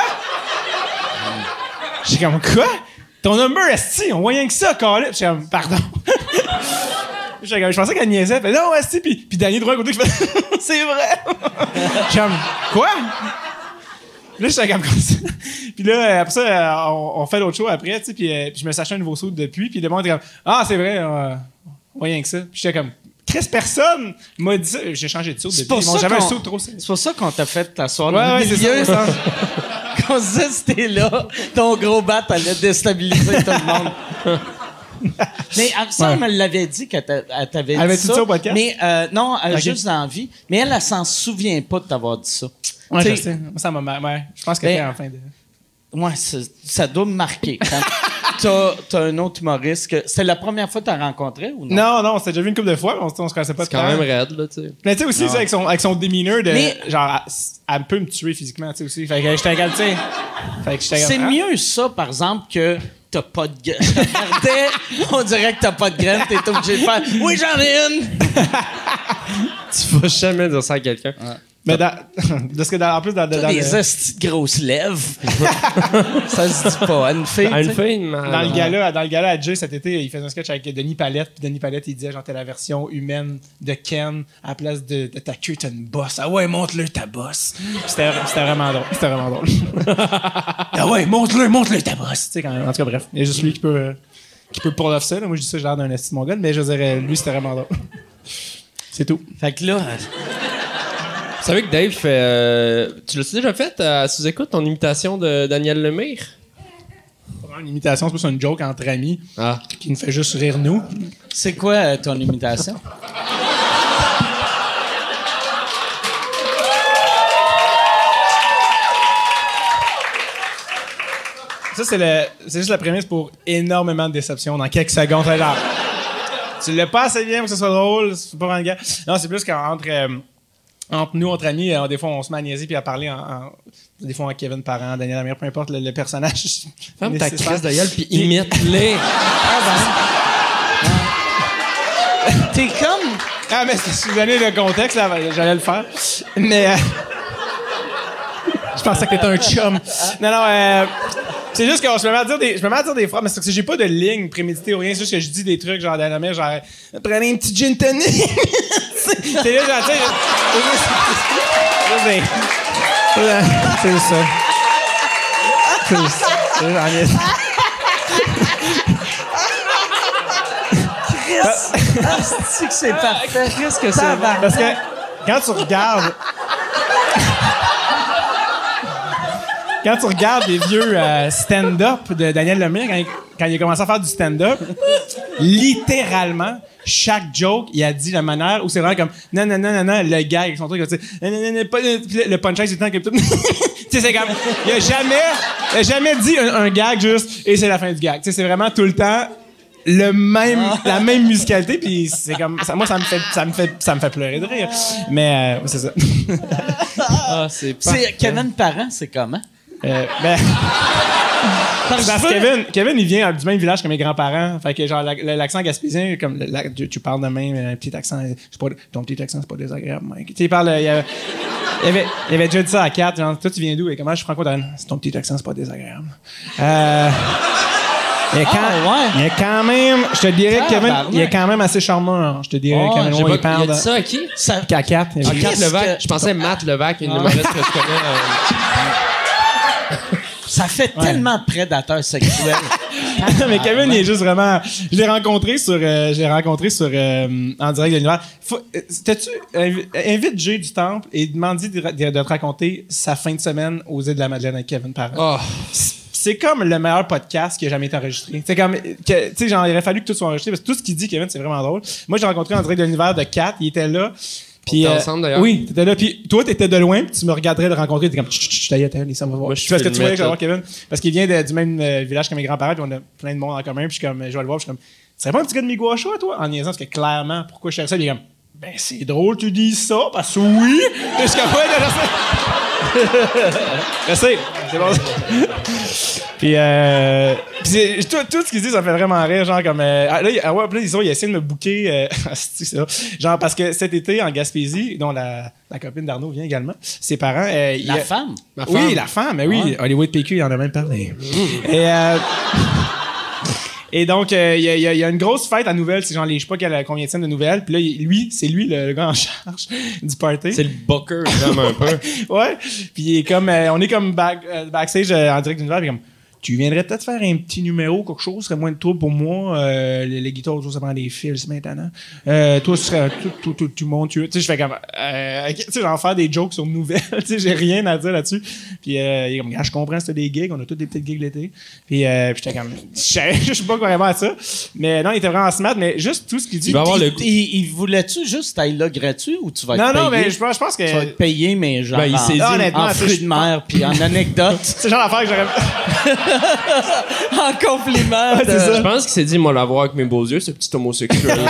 J'ai comme « Quoi? Ton number, esti, on voit rien que ça, Carlis. » J'ai comme « Pardon. » Je pensais qu'elle niaisait. Elle fait, non, esti. Puis, puis Danny Drouin à côté qui fait, c'est vrai. J'ai comme, quoi? Là, j'étais comme comme ça. Puis là, après ça, on, on fait l'autre show après, tu sais. Puis, euh, puis je me suis acheté un nouveau saut depuis. Puis le monde était comme, ah, c'est vrai, euh, on voit rien que ça. Puis j'étais comme, Chris, personne m'a dit ça. J'ai changé de saut depuis. pour Ils m'ont ça jamais un qu'on- saut trop. C'est pour ça qu'on t'a fait t'asseoir Ouais, dans ouais, le c'est milieu. ça. Qu'on se disait, c'était là, ton gros bat allait déstabiliser tout le monde. Mais ça, Ouais. elle me l'avait dit qu'elle t'a- elle t'avait dit avait dit ça. ça au podcast? Mais euh, non, elle a Ok. juste dans la vie. Mais elle, elle s'en souvient pas de t'avoir dit ça. Ouais, Tu je sais, sais. Moi, ça m'a mar- ouais, je pense que Ben, t'es en fin de... Ouais, ça, ça doit me marquer. Quand t'as, t'as un autre humoriste que... C'était la première fois que t'as rencontré ou non? Non, non, on s'était déjà vu une couple de fois, mais on, on se connaissait pas C'est de quand temps. même raide, là, tu sais. Mais tu sais aussi, ça, avec son, avec son demeanor de. Mais- genre, elle, elle peut me tuer physiquement, tu sais aussi. Fait que j'étais comme, tu sais. Fait que j'étais comme, C'est ah. mieux ça, par exemple, que t'as pas de graine. Je te regardais, on dirait que t'as pas de graine, t'es obligé de faire « Oui, j'en ai une! Tu vas jamais dire ça à quelqu'un. Mais dans, de ce que dans, en plus, dans, » dans, T'as des le, hosties de grosses lèvres. Ça se dit pas à une fille. À une tu sais. fille, man. dans le gala, dans le gala à Jay cet été, il faisait un sketch avec Denis Palette. Puis Denis Palette, il disait, genre, t'es la version humaine de Ken. À la place de, de ta queue, t'as une bosse. Ah ouais, montre-le ta bosse. Puis C'était c'était vraiment drôle. C'était vraiment drôle. Ah ouais, montre-le, montre-le ta bosse. Tu sais, quand même. En tout cas, bref. Il y a juste lui qui peut, euh, qui peut pull off ça. Là. Moi, je dis ça, j'ai l'air d'un esti de mon gars, mais je dirais, lui, c'était vraiment drôle. C'est tout. Fait que là, Vous savez que Dave fait. euh, tu l'as déjà fait à sous-écoute, ton imitation de Daniel Lemire? Pas vraiment une imitation, c'est plus une joke entre amis Ah. qui nous fait juste rire nous. c'est quoi euh, ton imitation? Ça, c'est le, c'est juste la prémisse pour énormément de déceptions dans quelques secondes. C'est genre, tu l'as pas assez bien pour que ce soit drôle, c'est pas vraiment le gars. Non, c'est plus qu'entre euh, entre nous, entre amis, euh, des fois, on se met à niaiser puis à parler en, en- des fois, en Kevin Parent, Daniel Lamire, peu importe le, le personnage. Ferme ta nécessaire. crise de gueule puis imite-les. T'es comme... Ah, mais si je vous donnais le contexte, là, j'allais le faire. Mais. euh, je pensais que t'étais un chum. Non, non, euh, c'est juste que je me mets à dire des, je me mets à dire des phrases, mais c'est que j'ai pas de ligne préméditée ou rien. C'est juste que je dis des trucs, genre, dans la mer, genre, prenez un petit gin tonic. c'est c'est là, genre, tu sais. C'est c'est juste ça. C'est juste ça. C'est juste- j'en ai- C'est que c'est parfait. Qu'est-ce que c'est? Parce que quand tu regardes. Quand tu regardes les vieux euh, stand-up de Daniel Lemire, quand il, quand il a commencé à faire du stand-up, littéralement, chaque joke, il a dit la manière où c'est vraiment comme non, non, non, non, non, le gars avec son truc, tu sais, non, non, non, non, pas- le punchline, c'est le temps que tout. Tu sais, c'est comme. Il a jamais, il a jamais dit un, un gag juste et c'est la fin du gag. Tu sais, c'est vraiment tout le temps. Le même, la même musicalité, puis c'est comme ça, moi ça me fait, ça me fait, ça me fait pleurer de rire. Mais euh, c'est ça. Ah, c'est pas. C'est Kevin Parent, c'est comment? Euh, ben, Parce parce que que Kevin, Kevin, il vient du même village que mes grands-parents. Fait que genre la- la- l'accent gaspésien, comme le- la- tu, tu parles de même, un petit accent. C'est pas, ton petit accent, c'est pas désagréable, mec. Tu sais, il parle. Il y avait, il avait, il avait déjà dit ça à Kat. Genre, toi, tu viens d'où? Et comment je suis franco-ontarien? C'est ton petit accent, c'est pas désagréable. Euh. Il est quand, Ah, ouais. il est quand même, je te dirais que Kevin, Tabarnak. il est quand même assez charmant. Je te dirais Oh, que Kevin, J'ai ouais, pas- il parle il a dit ça à qui? ça, qu'à Kat. il Ah, avait- Kat Qu'est-ce Levac. que- Je pensais Matt Levac, une humoriste que je connais. euh, ça fait tellement prédateur sexuel. mais Kevin, il est juste vraiment. Je l'ai rencontré sur, euh, je l'ai rencontré sur euh, en direct de l'univers. Faut- euh, T'as-tu invi- invite Jay du Temple et demande-lui de, de- de te raconter sa fin de semaine aux îles de la Madeleine avec Kevin Parent. Oh. C'est comme le meilleur podcast qui a jamais été enregistré. C'est comme, que- tu sais, genre, il aurait fallu que tout soit enregistré parce que tout ce qu'il dit, Kevin, c'est vraiment drôle. Moi, j'ai rencontré en direct de l'univers de Kat, il était là. Puis, était euh, ensemble, d'ailleurs. Oui, t'étais là. Puis toi, t'étais de loin, puis tu me regarderais le rencontrer, t'es comme, chut, chut, chut, ta gueule, ta gueule, ça va voir. Moi, je Tu vois ce que tu filmais voyais que je vais voir tout. Kevin? Parce qu'il vient de- du même euh, village que mes grands-parents, puis on a plein de monde en commun, puis je suis comme, je vais le voir, puis je suis comme, tu serais pas un petit gars de Miguacha, toi? En niaisant, parce que clairement, pourquoi je fais ça? Puis il est comme, ben, c'est drôle, tu dis ça, parce que oui! Puis je suis comme, ouais, je sais. Je sais, c'est bon. Puis, euh, puis c'est- tout, tout ce qu'il dit, ça me fait vraiment rire. Genre, comme. Euh, ah, là, il- ah ouais, puis là, ils ont- il essaie de me booker. Euh, c'est ça. Genre, parce que cet été, en Gaspésie, dont la, la copine d'Arnaud vient également, ses parents. euh, il y La a- femme? Ma Oui, femme. la femme, mais oui. Ouais. Hollywood P Q, il en a même parlé. Et. Euh, Et donc, euh, il y, a- il y a- il y a une grosse fête à Nouvelle. C'est genre, les, je sais pas quelle, combien de scènes de Nouvelle. Puis là, il- lui, c'est lui le, le gars en charge du party. C'est le booker, vraiment un peu. Ouais. Puis il est comme, euh, on est comme back, euh, backstage euh, en direct d'univers. Puis comme, tu viendrais peut-être faire un petit numéro, quelque chose, ce serait moins de trouble pour moi. Euh, les, les guitares, ça prend des fils, c'est maintenant. Euh, toi, ce serait tout, tout, tout, tout le monde, tu sais, je fais comme, euh, tu sais, j'en faire des jokes sur nouvelles, tu sais, j'ai rien à dire là-dessus. Puis, euh, il est comme, je comprends, c'était des gigs, on a tous des petites gigs l'été. Puis, euh, puis j'étais comme, je sais pas vraiment à ça. Mais non, il était vraiment smart, mais juste tout ce qu'il dit. Il va avoir le Il, il, il voulait-tu juste aller là gratuit ou tu vas être Non, payé? non, mais je pense, je pense que. Tu vas être payé, mais genre Ben, il en, s'est dit- en honnêtement, fruits c'est- de mer puis en anecdote, C'est le genre d'affaire que j'aurais. en compliment. Ouais, de- c'est ça. Je pense qu'il s'est dit, moi, l'avoir avec mes beaux yeux, ce petit homosexuel-là.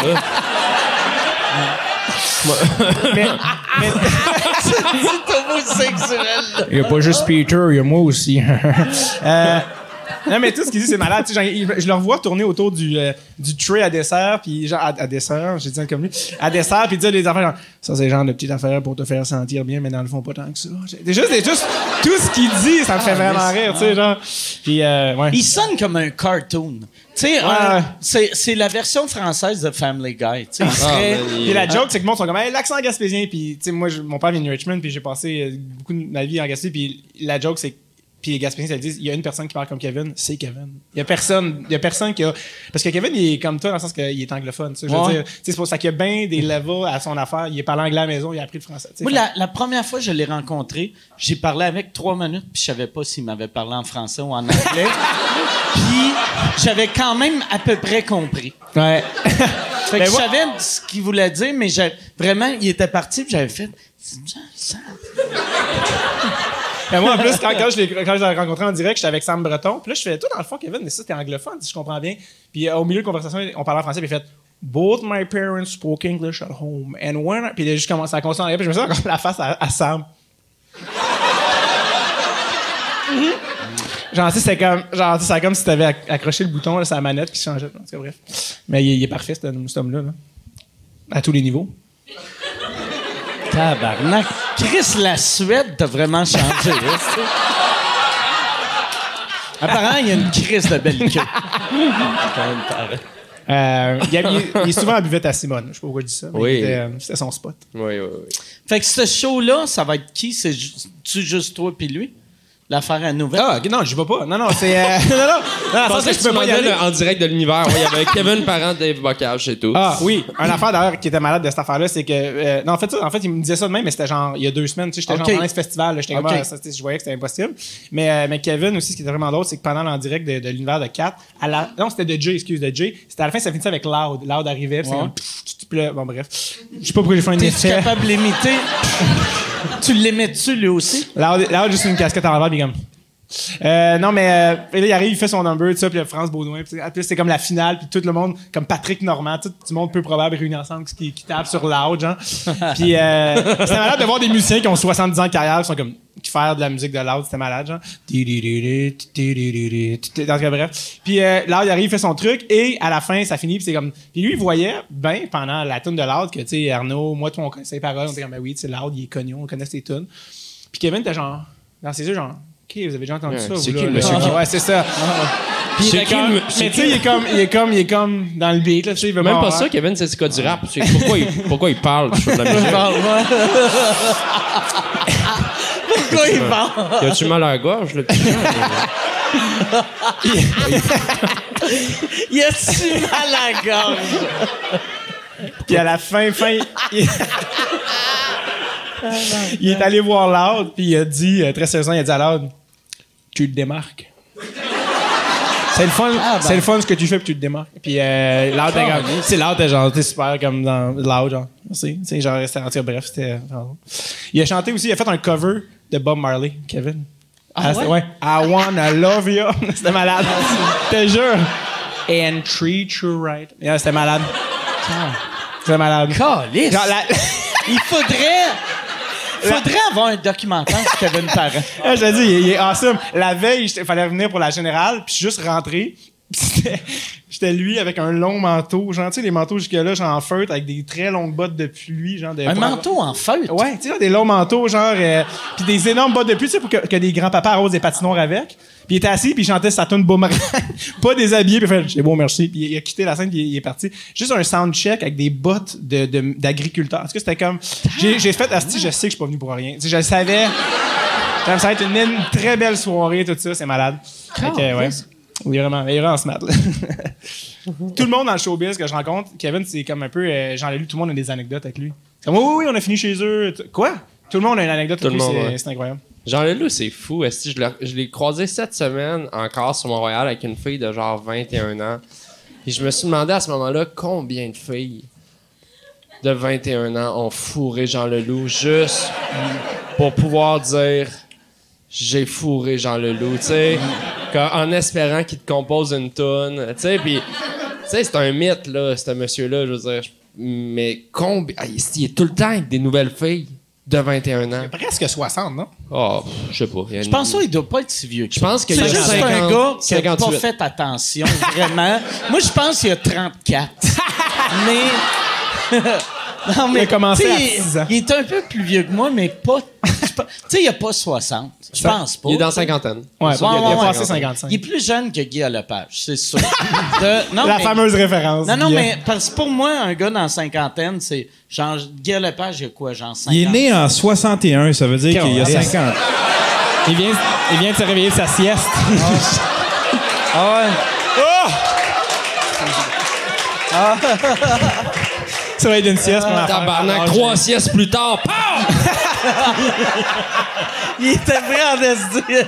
mais, mais C'est homosexuel. il y a pas juste Peter, il y a moi aussi. euh, non, mais tout ce qu'il dit, c'est malade. Tu sais, genre, il- je le revois tourner autour du, euh, du tray à dessert, puis genre, à, à dessert, j'ai dit comme lui, à dessert, puis dire des affaires genre, ça, c'est genre de petites affaires pour te faire sentir bien, mais dans le fond, pas tant que ça. C'est juste, c'est juste, tout ce qu'il dit, ça me fait vraiment rire, tu sais, genre. Puis, euh, ouais. Il sonne comme un cartoon. Tu sais, un- c'est c'est la version française de Family Guy. Tu sais, il serait- mais il- Puis la joke, c'est que le monde sont comme, hey, l'accent gaspésien. Puis, tu sais, moi, je- mon père vient de Richmond, puis j'ai passé euh, beaucoup de ma vie en Gaspésie. Puis la joke, c'est que, puis les Gaspésiens, ça le disent, il y a une personne qui parle comme Kevin, c'est Kevin. Il y a personne, il y a personne qui a. Parce que Kevin, il est comme toi, dans le sens qu'il est anglophone. Tu sais, je veux Ouais. dire, tu sais, c'est pour ça qu'il y a bien des levels à son affaire. Il est parlé anglais à la maison, il a appris le français. tu sais. Moi, la, la première fois que je l'ai rencontré, j'ai parlé avec trois minutes, puis je savais pas s'il m'avait parlé en français ou en anglais. Puis j'avais quand même à peu près compris. Ouais. Fait que Ben, je moi- savais ce qu'il voulait dire, mais j'ai- vraiment, il était parti, puis j'avais fait. Ça- Mais moi, en plus, quand, quand je l'ai quand je l'ai rencontré en direct, j'étais avec Sam Breton. Puis là, je fais, toi, dans le fond, Kevin, mais ça, t'es anglophone, si je comprends bien. Puis euh, au milieu de la conversation, on parlait en français, puis il fait, both my parents spoke English at home. And when I... Puis il a juste commencé à continuer en anglais, puis je me suis encore la face à, à Sam. Genre, tu sais, c'était comme, genre, tu sais, c'est comme si t'avais acc- accroché le bouton, là, sur la manette, qui changeait. En tout cas, bref. Mais il, il est parfait, cet, cet homme-là, là. À tous les niveaux. Tabarnak. Chris, la Suède t'a vraiment changé. là, tu sais. Apparemment, il y a une crise de belle queue. Quand même, pareil. Euh, il, il- il est souvent à buvette à Simone. Je sais pas pourquoi je dis ça, mais Oui. il était, euh, c'était son spot. Oui, oui, oui. Fait que ce show-là, ça va être qui? C'est ju- tu juste toi puis lui? L'affaire à nouvelle? Ah, ok, non, je vais pas. Non, non, c'est. Euh, non, non. non Je la pensais face que que je tu peux pas y demandais aller. le- en direct de l'univers. Oui, il y avait Kevin Parent, Dave Bocage, c'est tout. Ah, oui. Une affaire d'ailleurs qui était malade de cette affaire-là, c'est que. euh, non, en fait, ça, en fait, il me disait ça de même, mais c'était genre il y a deux semaines. Tu sais, j'étais Ok. genre pendant ce festival. là, J'étais comme, Ok. ah, ça, tu sais, je voyais que c'était impossible. Mais, euh, mais Kevin aussi, ce qui était vraiment drôle, c'est que pendant l'en direct de, de l'univers de Kat, à la, non, c'était de Jay, excuse, de Jay. C'était à la fin, ça finissait avec Loud. Loud arrivait, puis c'est Ouais. comme. pff, tu- tu plais- Bon, bref. Je sais pas pourquoi j'ai fait un T'es-tu effet. capable de l'imiter? Tu l'aimais-tu, lui aussi? Loud, Loud, juste une casquette en l'envers, puis comme. Euh, non, mais euh, et là, il arrive, il fait son number, tout ça, puis il y a France Baudouin. Puis après, c'est comme la finale, puis tout le monde, comme Patrick Normand, tout le monde peu probable réuni ensemble qui, qui tape sur Loud, genre. Puis euh, c'était malade de voir des musiciens qui ont soixante-dix ans de carrière, qui sont comme qui font de la musique de Loud, c'était malade, genre. Dans le bref. Puis euh, Loud, il arrive, il fait son truc, et à la fin, ça finit, puis c'est comme. Puis lui, il voyait, ben, pendant la tune de Loud, que, tu sais, Arnaud, moi, toi, on connaissait les paroles, on était comme, ben oui, tu sais, Loud, il est connu, on connaît ses tunes. Puis Kevin était genre, dans ses yeux, genre, OK, vous avez déjà entendu Ouais, ça, c'est vous, qui là, le là? monsieur qui- Ouais, c'est ça. Puis il C'est était qui comme- le- c'est mais tu sais, il est comme, il est comme, il est comme dans le beat, là, tu sais, il veut Même pas voir. ça, Kevin, c'est ce cas du rap. C'est pourquoi, il, pourquoi il parle sur de la musique? Pourquoi il parle? Y a-tu mal à la gorge, le petit gars? Il a-tu mal à la gorge? Puis à la fin, fin, il, il est allé voir Loud, puis il a dit, euh, très sérieusement, il a dit à Loud, tu te démarques. C'est le fun, Ah, ben. c'est le fun ce que tu fais, puis tu te démarques. Puis euh, Loud, t'es comme, c'est Loud, t'es genre, t'es super comme dans Loud, genre, merci. Tu sais, genre, c'était, en tout cas, bref, c'était. genre. Il a chanté aussi, il a fait un cover de Bob Marley, Kevin. Ah c'était- ouais? I wanna love you. C'était malade. Je te jure. And treat you right. Yeah, c'était malade. C'était malade. Calice! Genre, la- Il faudrait... faudrait avoir un documentaire sur Kevin Parent. Ah, je te dis, il, est- il est awesome. La veille, il fallait venir pour la générale, puis juste rentrer. Puis c'était- J'étais lui avec un long manteau, genre, tu sais, les manteaux jusque-là, genre en feutre, avec des très longues bottes de pluie, genre. De Un manteau en feutre? Ouais, tu sais, des longs manteaux, genre, euh, puis des énormes bottes de pluie, tu sais, pour que, que des grands-papas arrosent des patinoires avec. Puis il était assis, puis il chantait sa tune Boomerang, pas déshabillé, puis il fait « C'est bon, merci », puis il a quitté la scène, puis il est parti. Juste un soundcheck avec des bottes de, de, d'agriculteurs. Est-ce que c'était comme... J'ai, j'ai fait « Asti, je sais que je suis pas venu pour rien. » Tu sais, je le savais. Ça va être une, une très belle soirée, tout ça, c'est malade. Fait que, ouais. Il est vraiment, il est vraiment smart. Là. Tout le monde dans le showbiz que je rencontre, Kevin, c'est comme un peu. Euh, Jean Leloup, tout le monde a des anecdotes avec lui. C'est comme, oui, oui, oui, on a fini chez eux. Quoi? Tout le monde a une anecdote avec lui, c'est, ouais. c'est incroyable. Jean Leloup, c'est fou. Est-ce que je l'ai, je l'ai croisé cette semaine encore sur Montréal avec une fille de genre vingt et un ans. Et je me suis demandé à ce moment-là combien de filles de vingt et un ans ont fourré Jean Leloup juste pour pouvoir dire j'ai fourré Jean Leloup, tu sais, en espérant qu'il te compose une toune, tu sais, puis tu sais, c'est un mythe là, ce monsieur-là, je veux dire, mais combien, il est tout le temps avec des nouvelles filles de vingt et un ans. Il a presque soixante, non? Oh, je sais pas. Une... Je pense qu'il doit pas être si vieux que ça. Je pense qu'il y c'est a juste cinquante, un gars qui a cinquante-huit. pas fait attention, vraiment. Moi, je pense qu'il y a trente-quatre. mais... non, mais il a commencé à il, six ans. Il est un peu plus vieux que moi, mais pas... Tu sais, il a pas soixante. Je pense pas. Il est dans la cinquantaine. Ouais, Ouais, il a, ouais, il a ouais, passé ouais. cinquante-cinq. Il est plus jeune que Guy Lepage, c'est sûr. De- non, La mais- fameuse référence. Non, non, Guy. mais parce que pour moi, un gars dans la cinquantaine, c'est genre... Guy Lepage, il a quoi, genre cinquante? Il est né en soixante et un, ça veut dire qu'il y a Caliste. cinquante. Il vient, il vient de se réveiller de sa sieste. Ah ouais. Ça va être une sieste. pour la faire. Tabarnak, trois siestes plus tard, pam! Il était prêt en S D.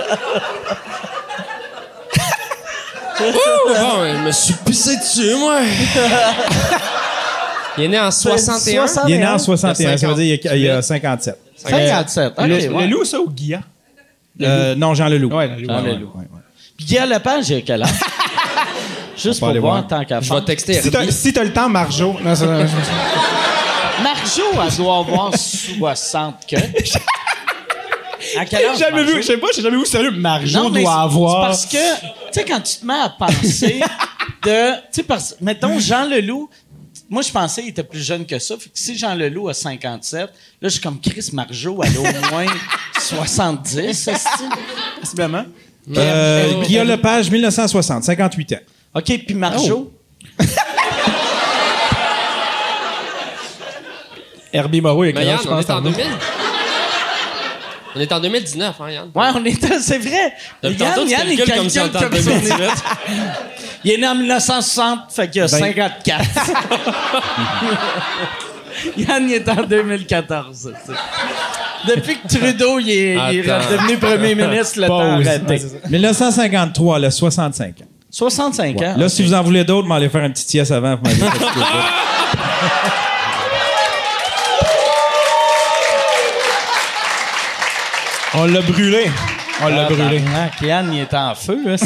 Ouh, bon, je me suis pissé dessus, moi. Il est né en soixante et un. Il est né en soixante et un, ça veut dire qu'il y a- il y a cinquante-sept. cinquante-sept. cinquante-sept. OK, Le, ouais. le loup, ça, ou Guilla? Euh, non, Jean Leloup. Ouais, le loup. Jean ouais, Leloup. Ouais, ouais. Puis Guy Lepage, il a quel âge? Juste On pour peut aller voir, voir. tant qu'à Je faire. vais texter Si t'as, Herbie. si t'as le temps, Marjo. Non, ça, Marjo, elle doit avoir soixante que. À quel âge? j'ai jamais Marjo? vu, je sais pas, j'ai jamais vu sérieux. Marjo Non, mais doit c'est- avoir. c'est parce que, tu sais, quand tu te mets à penser de. Tu sais, parce, mettons, Jean Leloup, moi, je pensais qu'il était plus jeune que ça. Fait que si Jean Leloup a cinquante-sept, là, je suis comme Chris Marjo, elle a au moins soixante-dix, est-ce que- Possiblement. Euh, Guillaume Lepage, mille neuf cent soixante, cinquante-huit ans. OK, puis Marjo. Herbie Moreau, il y a Mais quel Yann, âge, je on pense, est en tantôt? deux mille. On est en deux mille dix-neuf, hein, Yann? Ouais, on est. C'est vrai. Depuis Yann, tantôt, tu Yann, il calcules comme si on calcule était en comme si on deux mille dix-huit. Il est né en mille neuf cent soixante, fait qu'il a Ben- cinquante-quatre. Yann, il est en deux mille quatorze. tu sais. Depuis que Trudeau il est, il est Attends. devenu premier ministre, le temps a Pause. arrêté. Ouais, c'est ça. mille neuf cent cinquante-trois, là, soixante-cinq ans. soixante-cinq ans. Là, si vous en voulez d'autres, m'allez faire un petit sieste avant. pour m'aller fatiguer d'autres. On l'a brûlé. On l'a Ah, brûlé. tabarnak, Yann, il est en feu. Là.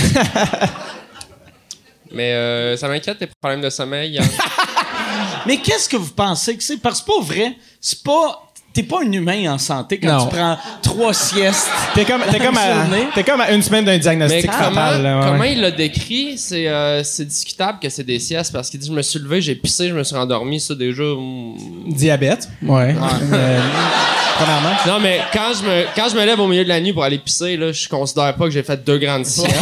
Mais euh, ça m'inquiète tes problèmes de sommeil, Yann. Mais qu'est-ce que vous pensez que c'est? Parce que c'est pas vrai. C'est pas... T'es pas un humain en santé quand Non. tu prends trois siestes. T'es comme, t'es, comme à, Journée. t'es comme à une semaine d'un Mais diagnostic comment, fatal. là, ouais. comment il l'a décrit, c'est, euh, c'est discutable que c'est des siestes parce qu'il dit je me suis levé, j'ai pissé, je me suis rendormi, ça déjà. mm. Diabète. Ouais. Euh, premièrement. Non, mais quand je me quand je me lève au milieu de la nuit pour aller pisser, là, je considère pas que j'ai fait deux grandes siestes.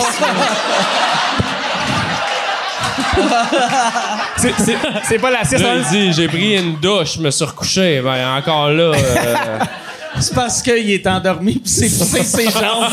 C'est, c'est, c'est pas la sieste. Là, hein? il dit j'ai pris une douche, je me suis recouché. Ben encore là. euh, C'est parce qu'il est endormi pis c'est poussé ses jambes.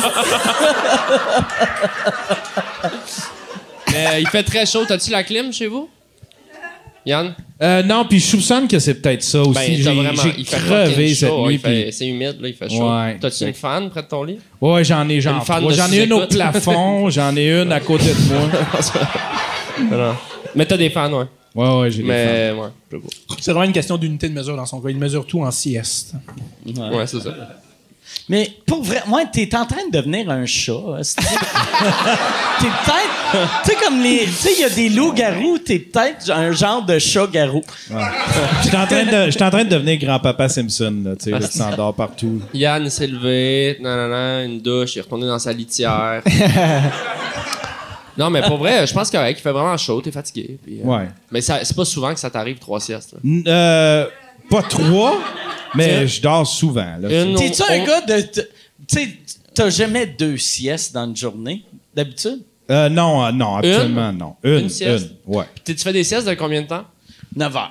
mais il fait très chaud. T'as-tu la clim chez vous, Yann? Euh, non, puis je soupçonne que c'est peut-être ça aussi. Ben, j'ai t'as vraiment. j'ai Il fait crevé fucking cette chaud, nuit. il fait- puis- C'est humide, là, il fait chaud. Ouais. T'as-tu une fan près de ton lit? Ouais, j'en ai genre Une fan trois. de J'en ai une au sous-écoute. plafond, j'en ai une à côté de moi. Non. Mais t'as des fans, ouais. Ouais, ouais, j'ai des fans. Mais, ouais. je sais C'est vraiment une question d'unité de mesure dans son cas. Il mesure tout en sieste. pas. Ouais, c'est ça. Mais pour vrai, moi, t'es en train de devenir un chat. c'est- T'es peut-être. Tu sais, comme les. Tu sais, il y a des loups-garous, t'es peut-être un genre de chat-garou. J'étais en train de, j'étais en train de devenir grand-papa Simpson, là, tu sais, là, qui s'endort partout. Yann s'est levé, nanana, une douche, il est retourné dans sa litière. Non, mais pour vrai, je pense qu'il fait vraiment chaud, t'es fatigué. puis, euh, Ouais. Mais ça- c'est pas souvent que ça t'arrive trois siestes. là. N- euh, pas trois, mais je dors souvent. Là, Une- T'es-tu on- un on- gars de. Tu sais, t'as jamais deux siestes dans une journée, d'habitude? Euh, non, euh, non, absolument non. Une, Une sieste? une, ouais. T'es- Tu fais des siestes de combien de temps? neuf heures.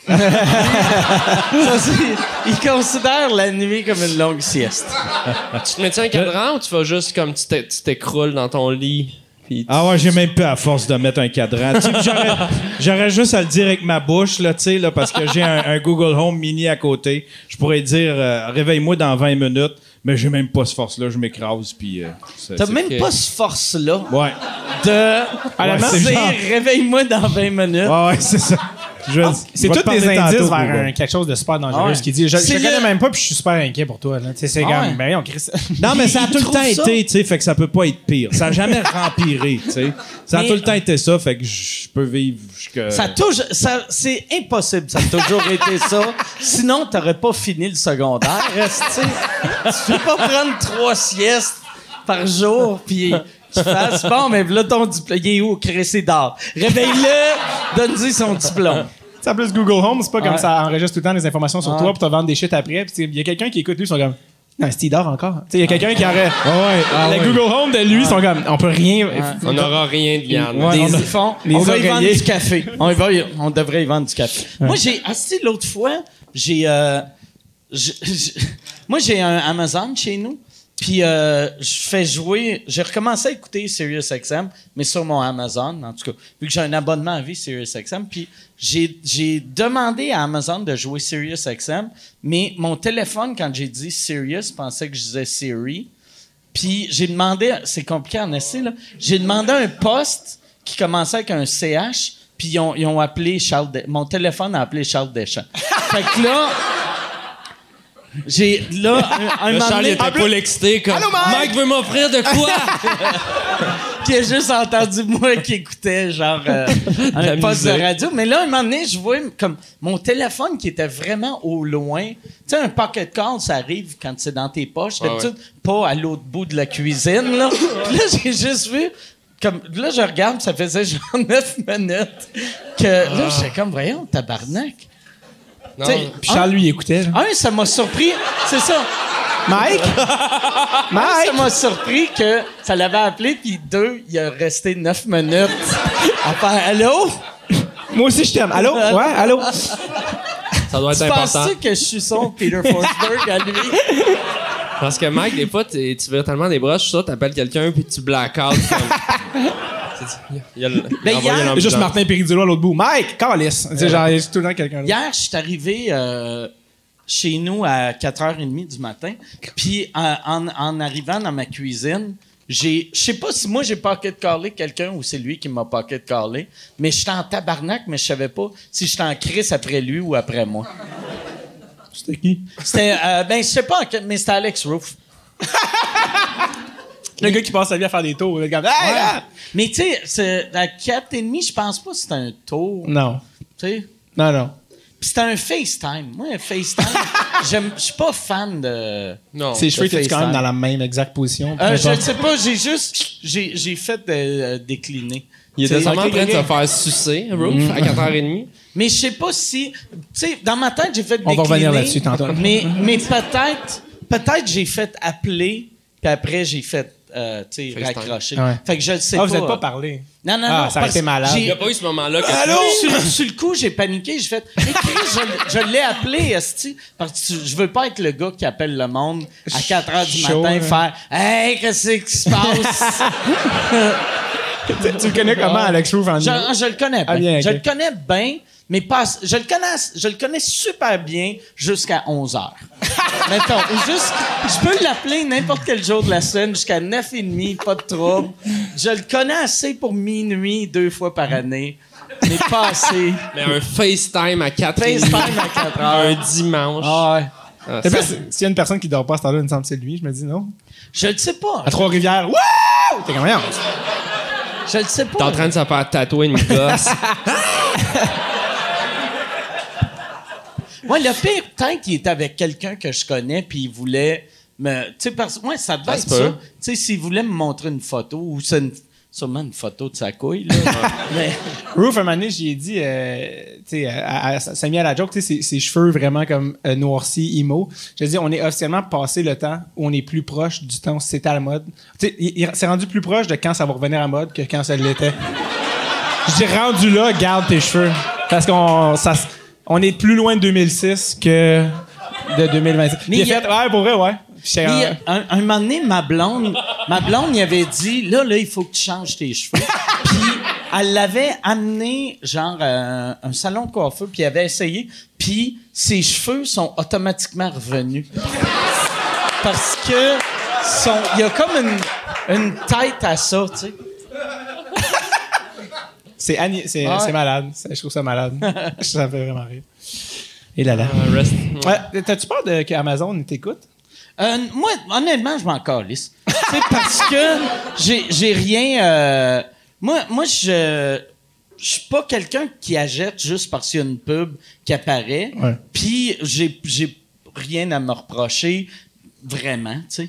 Ça, c'est- il considère la nuit comme une longue sieste. Tu te mets-tu un cadran ou tu vas juste comme tu t'é- tu t'écroules dans ton lit? Puis tu- Ah ouais, j'ai même peu à force de mettre un cadran. Tu sais, j'aurais, j'aurais juste à le dire avec ma bouche, là, tu sais, là, parce que j'ai un, un Google Home mini à côté. Je pourrais dire, euh, réveille-moi dans vingt minutes, mais j'ai même pas ce force-là, je m'écrase, puis... Euh, c'est- T'as c'est- même ok. pas ce force-là Ouais. de Ouais, c'est dire genre- réveille-moi dans vingt minutes. Ouais, ouais, c'est ça. Je vais- C'est je vais tous te parler des indices tantôt, vers Google. un- quelque chose de super dangereux, Ah ouais. ce qu'il dit. Je, je C'est te connais le- même pas, puis je suis super inquiet pour toi. Là. Tu sais, c'est Ah comme, ouais. ben, on crie ça. Non, mais ça a Il tout le trouve temps ça? été, tu sais, fait que ça peut pas être pire. Ça a jamais empiré, tu sais. Ça a Mais- tout le temps été ça, fait que je peux vivre jusqu'à... Ça a toujours, ça, c'est impossible, ça a toujours été ça. Sinon, t'aurais pas fini le secondaire. Reste, tu sais. Tu peux pas prendre trois siestes par jour, puis tu fasses bon, mais là ton diplôme, il est où? Cressé d'or. Réveille-le, donne-lui son diplôme. Ça, en plus, Google Home, c'est pas comme Ouais. ça enregistre tout le temps des informations sur Ouais. toi pour te vendre des shit après. Puis il y a quelqu'un qui écoute lui, ils sont comme, non, Steve dort encore. Tu sais, il y a quelqu'un qui aurait. Ouais, ouais, ah Le ouais. Google Home de lui, ils sont comme, on peut rien. On n'aura rien de viande. Ouais. Des, on a- ils font, les on va y vendre oreillers. du café. On, y va y- on devrait y vendre du café. Moi, j'ai assis l'autre fois, j'ai. euh, j'ai- j'ai- moi, j'ai un Amazon chez nous. Puis, euh, je fais jouer. J'ai recommencé à écouter SiriusXM, mais sur mon Amazon, en tout cas, vu que j'ai un abonnement à vie SiriusXM. Puis, j'ai, j'ai demandé à Amazon de jouer SiriusXM, mais mon téléphone, quand j'ai dit Sirius, pensait que je disais Siri. Puis j'ai demandé, c'est compliqué en essayer, là. J'ai demandé un poste qui commençait avec un C H, puis ils ont, ils ont appelé Charles Deschamps. Mon téléphone a appelé Charles Deschamps. Fait que là, j'ai, là, un, un Le moment Charles donné, était pas l'excité comme Allô, Mike? Mike veut m'offrir de quoi? puis j'ai juste entendu moi qui écoutais, genre, euh, un La poste de musique. radio. Mais là, un moment donné, je vois comme mon téléphone qui était vraiment au loin. Tu sais, un pocket call, ça arrive quand c'est dans tes poches. Ouais, D'habitude, pas à l'autre bout de la cuisine, là. Puis là, j'ai juste vu... Comme, là, je regarde, ça faisait genre neuf minutes que... Là, j'étais comme, voyons, tabarnak. Non. T'sais, Puis Charles, lui, il écoutait. là. Un, ça m'a surpris. C'est ça. Mike? Un, Mike? ça m'a surpris que ça l'avait appelé, puis deux, il a resté neuf minutes à faire « Allô? Moi aussi, je t'aime. Allô? Ouais, allô? Ça doit être Tu important. penses-tu que je suis son Peter Forsberg à lui? » Parce que Mike, des fois, t'es- tu vires tellement des broches, ça, t'appelles quelqu'un puis tu black out. Comme... il y a le- il a Ben, envoyé hier- l'ambulance. Juste Martin Péridulo à l'autre bout. Mike, calice. Tu sais, genre, il y a tout le temps quelqu'un là. Hier, je suis arrivé euh, chez nous à quatre heures trente du matin, puis en, en, en arrivant dans ma cuisine, j'ai, je sais pas si moi j'ai pocket callé quelqu'un ou c'est lui qui m'a pocket callé, mais j'étais en tabarnak, mais je savais pas si j'étais en crise après lui ou après moi. C'était qui? C'était, euh, ben, je sais pas, en quel- mais c'était Alex Roof. Le gars qui passe sa vie à faire des tours. Le gars, hey, Ouais. là! Mais tu sais, c'est- à quatre et demi, je pense pas que c'était un tour. Non. Tu sais. Non, non. Puis c'était un FaceTime. Moi, un FaceTime, j'aime, je suis pas fan de. Non. Ses cheveux étaient quand FaceTime. même dans la même exacte position. Euh, Peu je importe. ne sais pas, j'ai juste. J'ai, j'ai fait euh, décliner. Il était C'est- sûrement en ok, train de ok. se faire sucer, Roof, à quatre heures trente. Mais je sais pas si. Tu sais, dans ma tête, j'ai fait On décliner. va revenir là-dessus tantôt. Mais, mais peut-être. Peut-être j'ai fait appeler, puis après j'ai fait. Euh, tu sais, FaceTime. raccrocher. Ouais. Fait que je le sais Ah, pas. vous n'êtes pas parlé. Non, non, Ah, non. ça a parce été malade. j'ai- Il n'y a pas eu ce moment-là que Allô? Sur, sur le coup, j'ai paniqué. J'ai fait, écris, je, je l'ai appelé, esti, parce que tu- je veux pas être le gars qui appelle le monde à quatre heures du Chaud, matin hein. faire Hey, qu'est-ce qui se passe? tu, tu le connais comment, Alex Roof, en je, je le connais bien. Ah, bien, ok. Je le connais bien, mais pas, je le connais, je le connais super bien jusqu'à onze heures. Mettons, ou juste, je peux l'appeler n'importe quel jour de la semaine jusqu'à neuf heures trente, pas de trouble. Je le connais assez pour minuit deux fois par année, mais pas assez. Mais un FaceTime à quatre heures trente. FaceTime à quatre Un heures. dimanche. Ah ouais. Ah, C'est ça- parce que S'il y a une personne qui dort pas à cette heure-là, il me semble que c'est lui. Je me dis non. Je le sais pas. À Trois-Rivières, wouh! T'es comme, Je le sais pas. T'es en train de se faire tatouer une gosse. Moi, le pire, peut-être qu'il était avec quelqu'un que je connais, puis il voulait me. Tu sais, parce que moi, ça devait Ça être se peut. ça. Tu sais, s'il voulait me montrer une photo, ou c'est une- sûrement une photo de sa couille, là. Mais. Roof, un moment donné, j'y ai dit, euh, tu sais, à- à- ça mis à la joke, tu sais, ses, ses cheveux vraiment comme euh, noircis, emo. J'ai dit, on est officiellement passé le temps où on est plus proche du temps où c'était à la mode. Tu sais, il, il s'est rendu plus proche de quand ça va revenir à mode que quand ça l'était. Je dis, rendu là, garde tes cheveux. Parce qu'on. Ça, On est plus loin de deux mille six que de deux mille vingt-six. Mais Il a il y a- fait, ouais, pour vrai, ouais. Puis j'étais Puis, comme, un, un moment donné, ma blonde, ma blonde, il avait dit, là, là, il faut que tu changes tes cheveux. Puis, elle l'avait amené, genre, à un salon de coiffeur, puis elle avait essayé, puis ses cheveux sont automatiquement revenus. Parce que, sont, il y a comme une, une tête à ça, tu sais. c'est, Annie- c'est, Ouais. c'est malade. C'est- Je trouve ça malade. Ça me fait vraiment rire. Et là là. Euh, rest- ouais. Ouais, t'as-tu peur de, qu'Amazon t'écoute? Euh, moi, honnêtement, je m'en calisse. Tu sais, parce que j'ai, j'ai rien. euh, moi, moi, je. Je suis pas quelqu'un qui achète juste parce qu'il y a une pub qui apparaît. Ouais. Puis j'ai, j'ai rien à me reprocher, vraiment, tu sais.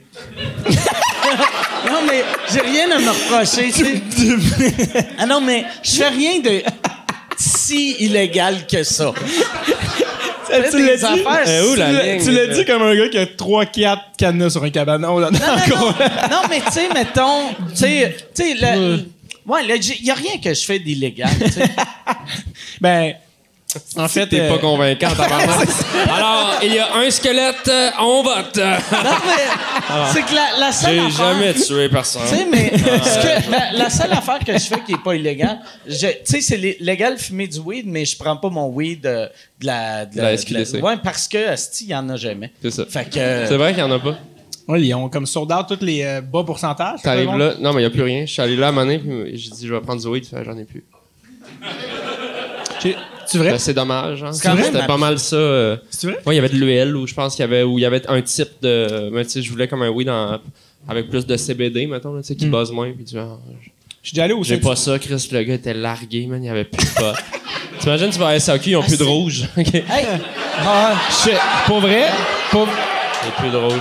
Non, mais j'ai rien à me reprocher, tu sais. Ah non, mais je fais rien de si illégal que ça. Fais tu des l'as dit? affaires Euh, où si- la Tu l'as- ligne, tu l'as là? dit comme un gars qui a trois quatre cadenas sur un cabanon. Là, Non, non, non. Non, mais tu sais, mettons, tu sais, tu sais, le- ouais, il y a rien que je fais d'illégal, tu sais. Ben, en fait... T'es euh, pas convaincant, tabarnak. Alors, il y a un squelette, euh, on vote. Non, mais c'est que la, la seule J'ai affaire... jamais tué personne. Tu sais, mais ce que- la, la seule affaire que je fais qui est pas illégale, je- tu sais, c'est lé- légal de fumer du weed, mais je prends pas mon weed de, de la... De La S Q D C. ouais, parce que, asti, il y en a jamais. C'est ça. Fait que... C'est vrai qu'il y en a pas. ouais, ils ont comme sold out tous les euh, bas pourcentages. T'arrives tout le là, monde. non, mais il y a plus rien. Je suis allé là à un moment donné, puis j'ai dit, je vais prendre du weed, fait, j'en ai plus. J'ai- C'est vrai? Ben, c'est dommage, hein. quand même C'était ma- pas mal ça. euh, C'est vrai? Ouais, il y avait de l'U L ou je pense qu'il y avait où il y avait un type de ben, tu sais je voulais comme un weed en- avec plus de C B D mettons là, tu sais qui buzz moins puis tu vois, Je suis déjà allé au j'ai Saint- pas ça Chris, le gars était largué man, il y avait plus de pot. T'imagines tu vas à S A Q, ils ont plus de rouge. OK. Il y Hey, Ah, je- pour vrai? Pour... a plus de rouge.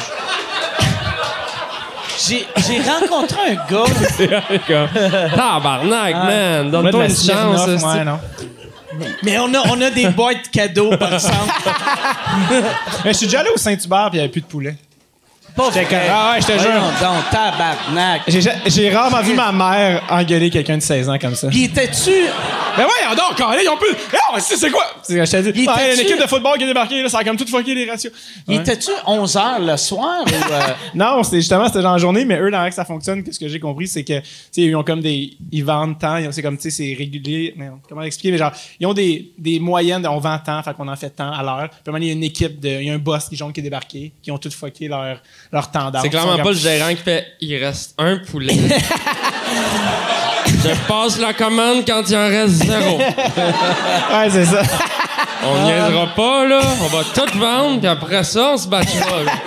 j'ai, j'ai rencontré un gars... Comme, tabarnak man, Ouais, donne-toi de la une chance. Smirnoff, esti. ouais, non. Mais on a, on a des boîtes cadeaux, par exemple. Mais je suis déjà allé au Saint-Hubert puis il n'y avait plus de poulet. Pas J'étais vrai. comme- ah ouais, je te jure. Voyons donc, tabarnak. J'ai, j'ai rarement vu ma mère engueuler quelqu'un de seize ans comme ça. Puis étais-tu... Mais ouais, donc, quand ils ont plus. Non, c'est, c'est quoi? C'est, je t'ai dit, Il ah, était-tu- une équipe de football qui est débarquée, là, ça a comme tout fucké les ratios. Il Ouais. était-tu onze heures le soir ou... euh, Non, c'est justement, c'était dans la journée, mais eux, dans la que ça fonctionne, qu'est-ce que j'ai compris, c'est que, tu sais, ils ont comme des, ils vendent tant, ils ont- c'est comme, tu sais, c'est régulier, mais comment expliquer, mais genre, ils ont des, des moyennes, de, on vend tant, fait qu'on en fait tant à l'heure. Puis à un moment donné, il y a une équipe de, il y a un boss qui, genre, qui est débarqué, qui ont tout fucké leur, leur tendance. C'est clairement Ils sont pas comme- le gérant qui fait il reste un poulet. Je passe la commande quand il en reste zéro. Ouais, c'est ça. On niaisera pas, là. On va tout vendre, puis après ça, on se battra. là.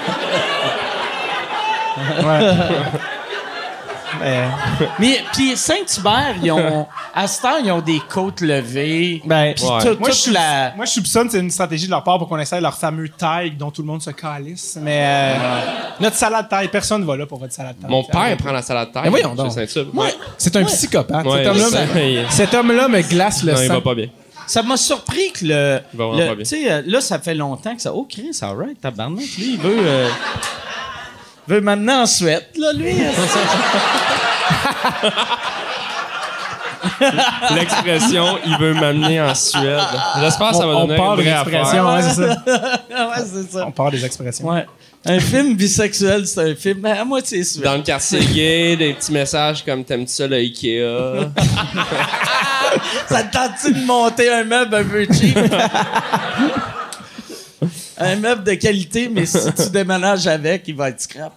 Ouais. Mais, Mais puis Saint-Hubert, ils ont à cette heure, ils ont des côtes levées. ben, Puis Ouais. tout- moi, je toute sou- la moi, je soupçonne que c'est une stratégie de leur part pour qu'on essaie leur fameux taille dont tout le monde se calisse. Mais euh, notre salade taille, personne ne va là pour votre salade taille. Mon père prend la salade taille. Mais voyons donc. chez Saint-Hubert. Moi, Ouais. C'est un psychopathe. Ouais, cet, homme-là, ça, me- il- cet homme-là me glace le Non, il sang. va pas bien. ça m'a surpris que le, Il va vraiment le- pas bien. tu sais euh, là ça fait longtemps que ça oh Chris, all right, tabarnak, lui il veut euh, veut m'amener en Suède là lui. L'expression, il veut m'amener en Suède. J'espère que ça va on, on donner part une des vraie expressions, affaire. ouais, c'est ça. Ouais, c'est ça. On part des expressions. Ouais. Un film bisexuel, c'est un film à moitié suède. Dans le quartier gay, des petits messages comme t'aimes-tu ça le Ikea? Ça te tente-tu de monter un meuble un peu cheap? Un meuble de qualité, mais si tu déménages avec, il va être scrap.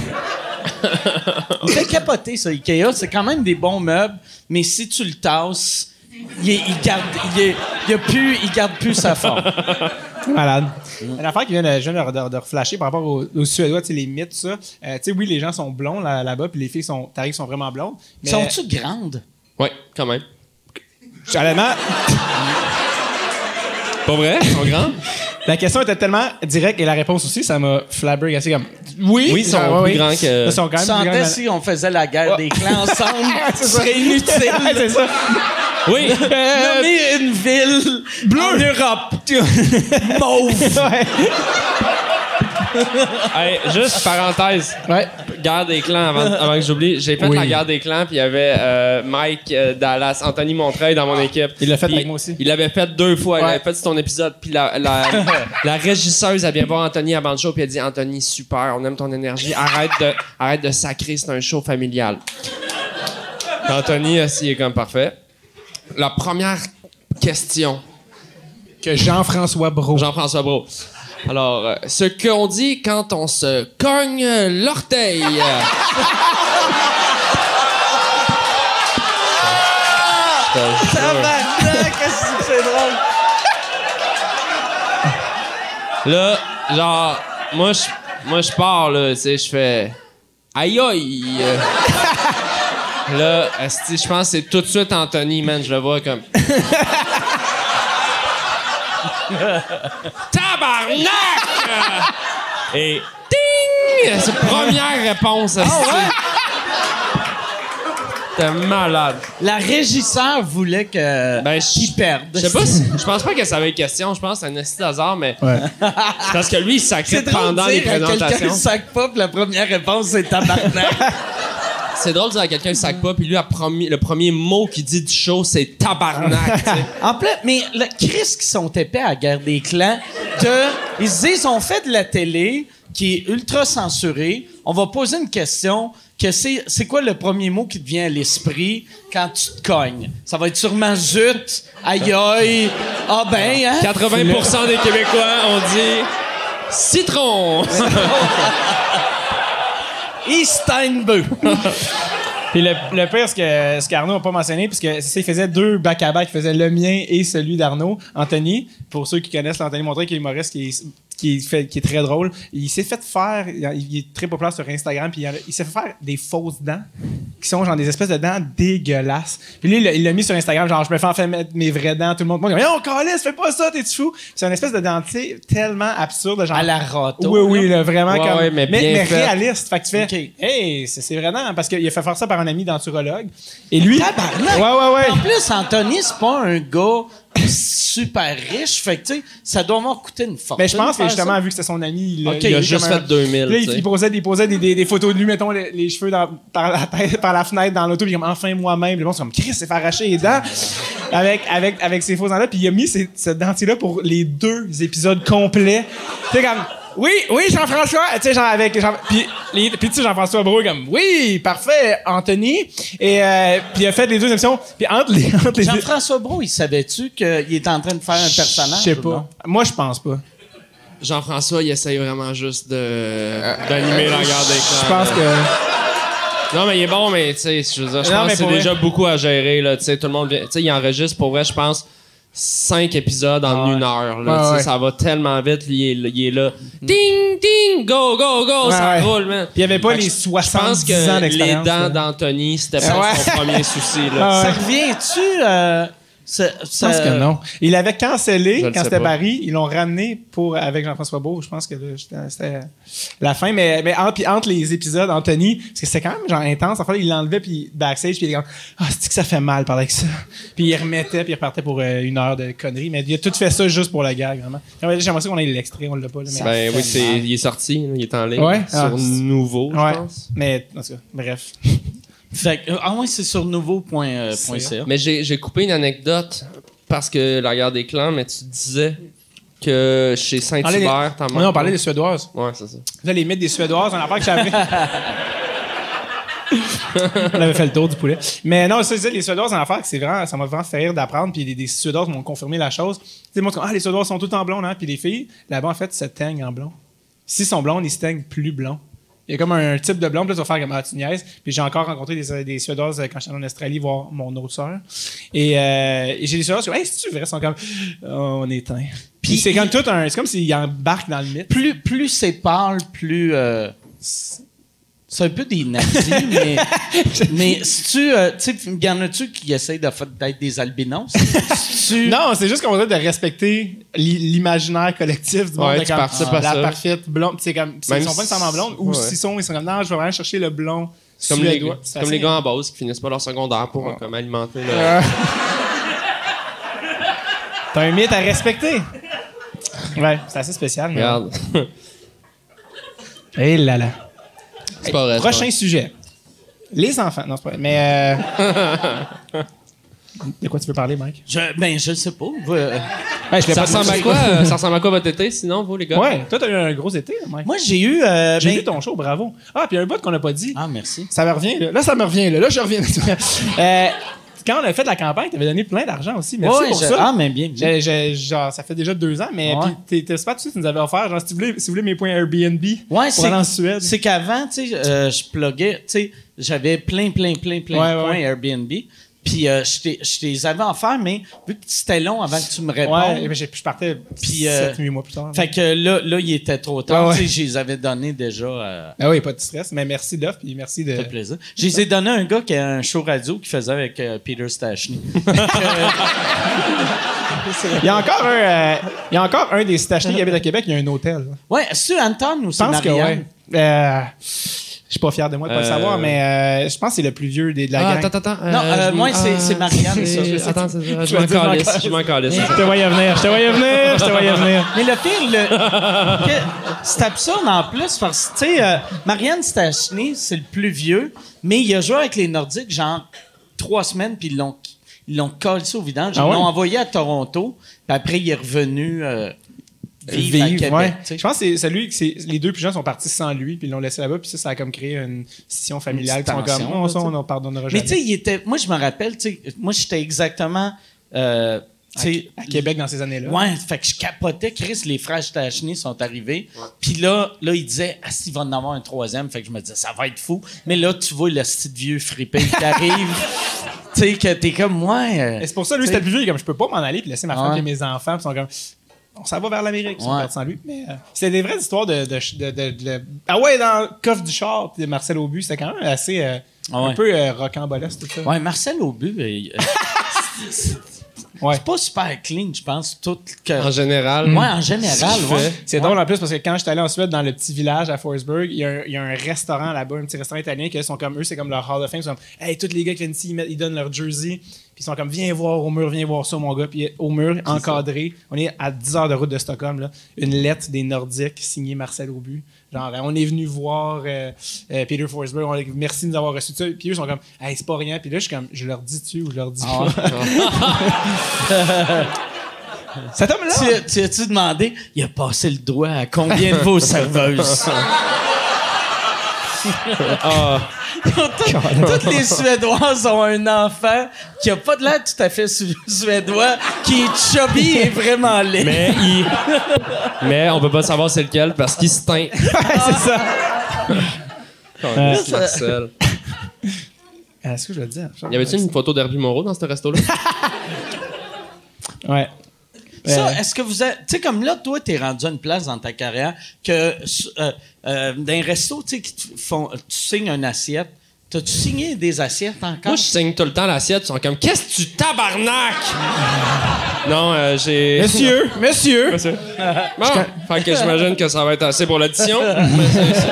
Il fait capoter, ça, Ikea. C'est quand même des bons meubles, mais si tu le tasses, il, est- il garde, il, est- il a plus, il garde plus sa forme. Malade. Une affaire qui vient de, je viens de, de, de reflasher par rapport aux, aux Suédois, tu sais, les mythes, tout ça. Euh, tu sais, oui, les gens sont blonds là, là-bas, puis les filles sont, t'arrives, sont vraiment blondes. Mais, Sont-tu grandes? Ouais, quand même. honnêtement, Pas vrai? Ils sont grands? la question était tellement directe et la réponse aussi, ça m'a flabbergasté comme. Oui, Oui, ils sont ah, plus oui. grands que- Ils sont quand Tu même plus sentais grands. si on faisait la guerre des clans ensemble, C'est ce ça. serait inutile. Ouais, c'est ça. Oui! Nommer une ville bleue en Europe. Mauve. Ouais. Hey, juste parenthèse. Ouais. Guerre des clans, avant, avant que j'oublie. J'ai fait Oui. la guerre des clans, puis il y avait euh, Mike euh, Dallas, Anthony Montreuil dans mon équipe. Il l'a fait Puis avec moi aussi. Il l'avait fait deux fois. Il Ouais. avait fait sur ton épisode. Puis la, la, la régisseuse, elle vient voir Anthony avant le show, puis elle dit Anthony, super, on aime ton énergie. Arrête de, arrête de sacrer, c'est un show familial. Anthony, aussi, il est comme parfait. La première question. Que Jean-François Brault. Jean-François Brault. Alors, euh, ce qu'on dit quand on se cogne l'orteil. Je te jure. Tabarnak, qu'est-ce que c'est drôle. Là, genre, moi, je moi, je pars, là, tu sais, je fais... Aïe, aïe! Là, esti, je pense que c'est tout de suite Anthony, man, je le vois comme... Tabarnak! Et ding! C'est la première réponse. Ah ouais? T'es malade. La régisseur voulait que Ben, je- qu'il perde. Je sais pas si, je pense pas que ça avait une question, je pense que c'est un esti hasard, mais. C'est parce que lui, il sacrait C'est drôle pendant de les dire à quelqu'un présentations. qui sac pas, puis la première réponse, c'est tabarnak. C'est drôle de dire à quelqu'un qui sac pas, puis lui, la premi- le premier mot qu'il dit du show, c'est tabarnak, tu sais. En plus, mais le Chris qui sont épais à la guerre des clans, que ils se disent, on fait de la télé qui est ultra censurée, on va poser une question, que c'est, c'est quoi le premier mot qui te vient à l'esprit quand tu te cognes? Ça va être sûrement zut, aïe aïe, ah ben, hein? quatre-vingts pour cent des Québécois ont dit citron. Et Steinbeu. Puis le, le pire, ce que ce qu'Arnaud n'a pas mentionné, puisque il faisait deux back-à-back, il faisait le mien et celui d'Arnaud, Anthony. Pour ceux qui connaissent l'Anthony Montreuil, qui est humoriste, qui est, qui est, fait, qui est très drôle, il s'est fait faire, il il est très populaire sur Instagram, puis il, a- il s'est fait faire des fausses dents, qui sont genre des espèces de dents dégueulasses. Puis lui, il l'a- il l'a mis sur Instagram, genre, je me fais en fait mettre mes vraies dents, tout le monde me dit, non, calisse, fais pas ça, t'es fou. C'est une espèce de dentier tellement absurde, genre. À la râteau. Oui, oui, là, vraiment Ouais, comme. ouais, mais bien fait. réaliste. Fait que tu fais, Ok. hey, c'est c'est vraiment. Parce qu'il a fait faire ça par un ami denturologue. Et lui. Tabarnak! Ouais, ouais, ouais. En plus, Anthony, c'est pas un gars super riche. Fait que, tu sais, ça doit avoir coûté une fortune. Mais je pense que faire justement, ça. vu que c'était son ami, il, Ok, il Il a eu juste comme un- fait deux mille. Puis là, tu il, sais. il posait, il posait des, des, des photos de lui, mettons, les, les cheveux dans- par, la tête, par la fenêtre dans l'auto, puis comme enfin moi-même. Le monde, c'est comme Chris s'est fait arracher les dents avec, avec, avec ces faux dents-là. Puis il a mis ces- ce dentier-là pour les deux épisodes complets. Tu sais, comme. Oui, oui, Jean-François, tu sais, genre avec Jean, puis, les- puis tu sais, Jean-François Brault, comme, oui, parfait, Anthony, et euh, puis il a fait les deux émissions, puis entre les, entre les Jean-François Brault, il savait-tu qu'il est en train de faire un personnage? je sais ou pas, non? moi je pense pas, Jean-François, il essaye vraiment juste de d'animer la guerre des clans. je pense que, Non, mais il est bon, mais tu sais, je veux dire, je Non, pense mais que c'est pour déjà beaucoup à gérer, là. Tu sais, tout le monde vient- tu sais, il enregistre, pour vrai, je pense, cinq épisodes en Ouais. une heure, là. Ouais, Tu sais, ouais. ça va tellement vite, lui, il est, il est là. Ding, ding, go, go, go, Ouais, ça ouais. roule, man. Puis il y avait pas Fait que les je- Je pense soixante-dix ans que les d'expérience, dents là. d'Anthony, c'était pas Ouais. son premier souci, là. Ah, Ça ouais. revient-tu? Euh, ça, Je ça- pense que non. Il avait cancellé Je le quand sais c'était pas. Barry. Ils l'ont ramené pour avec Jean-François Beau. Je pense que là, c'était c'était la fin. Mais, mais entre, puis entre les épisodes, Anthony, parce que c'était quand même genre intense. En fait, il l'enlevait puis backstage puis il était comme ah c'est que ça fait mal parler avec ça. Puis il remettait puis il repartait pour euh, une heure de conneries. Mais il a tout fait ça juste pour la gag vraiment. J'aimerais j'aimerais ça qu'on ait l'extrait, on l'a pas. Là, mais, Ben oui, c'est, il est sorti, là, il est en ligne. Ouais? Sur Ah, c'est- Nouveau, je ouais. pense. Mais en tout cas, bref. Fait que- ah oui, c'est sur nouveau point C'est- c a. Mais j'ai, j'ai coupé une anecdote parce que la guerre des clans, mais tu disais que chez Saint-Hubert, ta Non, on parlait des Suédoises. Ouais, c'est ça. Là, les mythes des Suédoises, on a pas que j'avais. On avait fait le tour du poulet. Mais non, ça, je disais, les Suédoises, en affaire, que c'est vraiment, ça m'a vraiment fait rire d'apprendre. Puis des, des Suédoises m'ont confirmé la chose. Tu sais, moi, ah, les Suédoises sont toutes en blonde, hein. Puis les filles, là-bas, en fait, se teignent en blond. S'ils sont blondes, ils se teignent plus blond. Il y a comme un type de blond, puis là, tu vas faire comme ah, tu niaises. Puis j'ai encore rencontré des, des Suédoises euh, quand j'étais en Australie voir mon autre sœur. Et, euh, et j'ai des Suédoises qui disent hey, c'est-tu vrai? Ils sont comme oh, on est teint. Puis c'est comme tout un. C'est comme s'ils embarquent dans le mythe. Plus, plus c'est pâle, plus. euh, c'est un peu des nazis, mais. Mais si tu. euh, tu sais, y en a-tu qui essayent de fa- d'être des albinos? Si tu- Non, c'est juste qu'on va dire de respecter l'i- l'imaginaire collectif du monde. Ouais, de tu comme, participes ah, à la ça. parfaite blonde. C'est comme, s'ils Même sont pas si- nécessairement blondes, ou ouais. s'ils sont, ils sont comme, non, je vais vraiment chercher le blond C'est comme, les, suédois. c'est comme les gars en base qui finissent pas leur secondaire pour Ouais. comme, alimenter le... Euh, T'as un mythe à respecter. Ouais, c'est assez spécial. mais- Regarde. Eh là là. C'est pas vrai. c'est pas Prochain vrai. sujet. Les enfants. Non, c'est pas vrai. Mais. Euh... De quoi tu veux parler, Mike? Je, ben, je sais pas. Euh, Ouais, je l'ai Ça pas ressemble à dit. quoi, euh, ça ressemble à quoi votre été, sinon, vous, les gars? Ouais, toi, t'as eu un gros été, Mike. Moi, j'ai eu. euh, J'ai ben- vu ton show, bravo. Ah, puis un bout qu'on n'a pas dit. Ah, merci. Ça me revient, là. Là, ça me revient, là. Là, je reviens. euh, quand on a fait la campagne, t'avais donné plein d'argent aussi. Merci Ouais, pour je- ça. Ah, mais bien. bien. J'ai- j'ai- genre, ça fait déjà deux ans, mais Ouais. puis t'es, t'es super, tu sais, tu nous avais offert, genre, si vous voulez, si vous voulez mes points Airbnb Ouais, pour c'est, aller en Suède. c'est qu'avant, tu sais, euh, je pluguais, tu sais, j'avais plein, plein, plein, plein Ouais, de ouais, points ouais. Airbnb. Puis euh, je t'ai- je les avais offert, mais vu que c'était long avant que tu me répondes, Ouais, mais j'ai- je partais Puis, euh, sept, huit mois plus tard. fait que là, là, il était trop tard. Ouais, ouais. Tu sais, je les avais donnés déjà. Euh, Ah oui, pas de stress, mais merci d'offre, puis merci de. ça fait plaisir. Je les ai donnés à un gars qui a un show radio qu'il faisait avec euh, Peter Stachny. Il y a encore un, euh, il y a encore un des Stachny qui habite à Québec, il y a un hôtel. Ouais, c'est Anton ou Je c'est pense que Marianne? ouais. Euh, je suis pas fier de moi de pas le Euh, savoir, mais euh, je pense que c'est le plus vieux des, de la Ah, gang. attends, attends, attends. Non, euh, je- moi, c'est- ah, c'est Marianne, c'est- ça. Attends, c'est ça. Je Je vais m'en dire, je m'en calisse, calisse. je m'en calisse. Je te voyais venir, je te voyais venir, je te voyais venir. Mais le pire, le... que- c'est absurde en plus parce que, tu sais, euh, Marianne Stachny, c'est le plus vieux, mais il a joué avec les Nordiques, genre, trois semaines, puis ils l'ont, ils l'ont collé ça au vidange. Ils Ah ouais? l'ont envoyé à Toronto, puis après, il est revenu euh, vivre à Vivre, Québec. ouais. tu sais. Je pense que c'est celui que c'est les deux plus jeunes sont partis sans lui puis ils l'ont laissé là-bas puis ça ça a comme créé une scission familiale. Une petite Ils sont comme tension, non, là, ça tu sais. on n'en pardonnera Mais jamais. tu sais, il était... Moi, je me rappelle, tu sais, moi, j'étais exactement... Euh, tu sais, à Québec dans ces années-là. Ouais, fait que je capotais. Chris, les frères Stachny sont arrivés. Puis là, là, ils disaient, ah, s'il va en avoir un troisième. Fait que je me disais, ça va être fou. Mais là, tu vois le petit vieux fripé qui arrive. Tu sais, que t'es comme, ouais. Et c'est pour ça lui c'était le plus vieux, il est comme je peux pas m'en aller puis laisser ma femme Ouais. et mes enfants, puis ils sont comme on s'en va vers l'Amérique, ils sont Ouais. partis sans lui. Mais euh, c'était des vraies histoires de, de, de, de- de- ah ouais dans le coffre du char puis de Marcel Aubu, c'était quand même assez euh, Ah ouais. un peu euh, rocambolesque tout ça. Ouais, Marcel Aubu, euh, euh, c'est Ouais. c'est pas super clean, je pense. Tout que... En général. Ouais, en général, je ouais. fais. C'est drôle en plus parce que quand j'étais allé en Suède dans le petit village à Forsberg, il y, a un- il y a un restaurant là-bas, un petit restaurant italien qui sont comme eux, c'est comme leur Hall of Fame. Ils sont comme, hey, tous les gars qui viennent ici, ils, mettent- ils donnent leur jersey. Puis ils sont comme, viens voir au mur, viens voir ça, mon gars. Puis au mur, encadré, on est à dix heures de route de Stockholm, là, une lettre des Nordiques signée Marcel Aubu. Genre, euh, on est venu voir euh, euh, Peter Forsberg, on a- merci de nous avoir reçu ça. Puis eux sont comme, hey, c'est pas rien. Puis là, je suis comme, je leur dis-tu ou je leur dis Ah pas? Cet homme-là! Tu, tu as-tu demandé, il a passé le doigt à combien de vos serveuses? Toutes, toutes les Suédoises ont un enfant qui a pas de l'air tout à fait su- suédois, qui est chubby et vraiment laid. Mais il. Mais on peut pas savoir c'est lequel parce qu'il se teint. c'est ça. Calisse, Marcel. Est-ce que je vais le dire? Y avait-tu une photo d'Herbie Moreau dans ce resto-là? Ouais. Ça, Euh, est-ce que vous êtes... Tu sais, comme là, toi, t'es rendu à une place dans ta carrière que euh, euh, dans un resto, tu sais, qui te font... Tu signes une assiette. T'as-tu signé des assiettes encore? Moi, je signe tout le temps l'assiette. Ils sont comme, qu'est-ce que tu tabarnak? Non, euh, j'ai. Monsieur, monsieur. Monsieur. Bon, fait que j'imagine que ça va être assez pour l'addition. Mais c'est-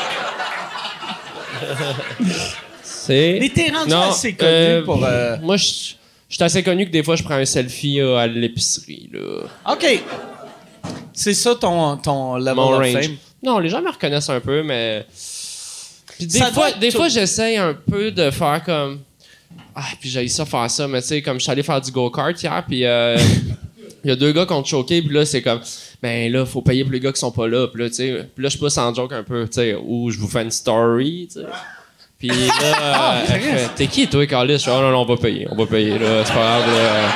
C'est. Mais t'es rendu Non, assez connu euh, pour... euh, Moi, je je suis assez connu que des fois, je prends un selfie euh, à l'épicerie, là. OK. C'est ça ton, ton level Mon of range. fame? Non, les gens me reconnaissent un peu, mais. Puis des Ça doit fois, être des tout- fois j'essaye un peu de faire comme. Ah, puis j'ai ça faire ça, mais tu sais, comme je suis allé faire du go-kart hier, puis euh, il y a deux gars qui ont choqué, puis là, c'est comme, ben là, faut payer pour les gars qui sont pas là, puis là, tu sais, puis là, je pousse en joke un peu, tu sais, ou je vous fais une story, tu sais. Puis là, euh, elle fait, t'es qui, toi, Carlis? Je fais, oh non, non, on va payer, on va payer, là, c'est pas grave, là.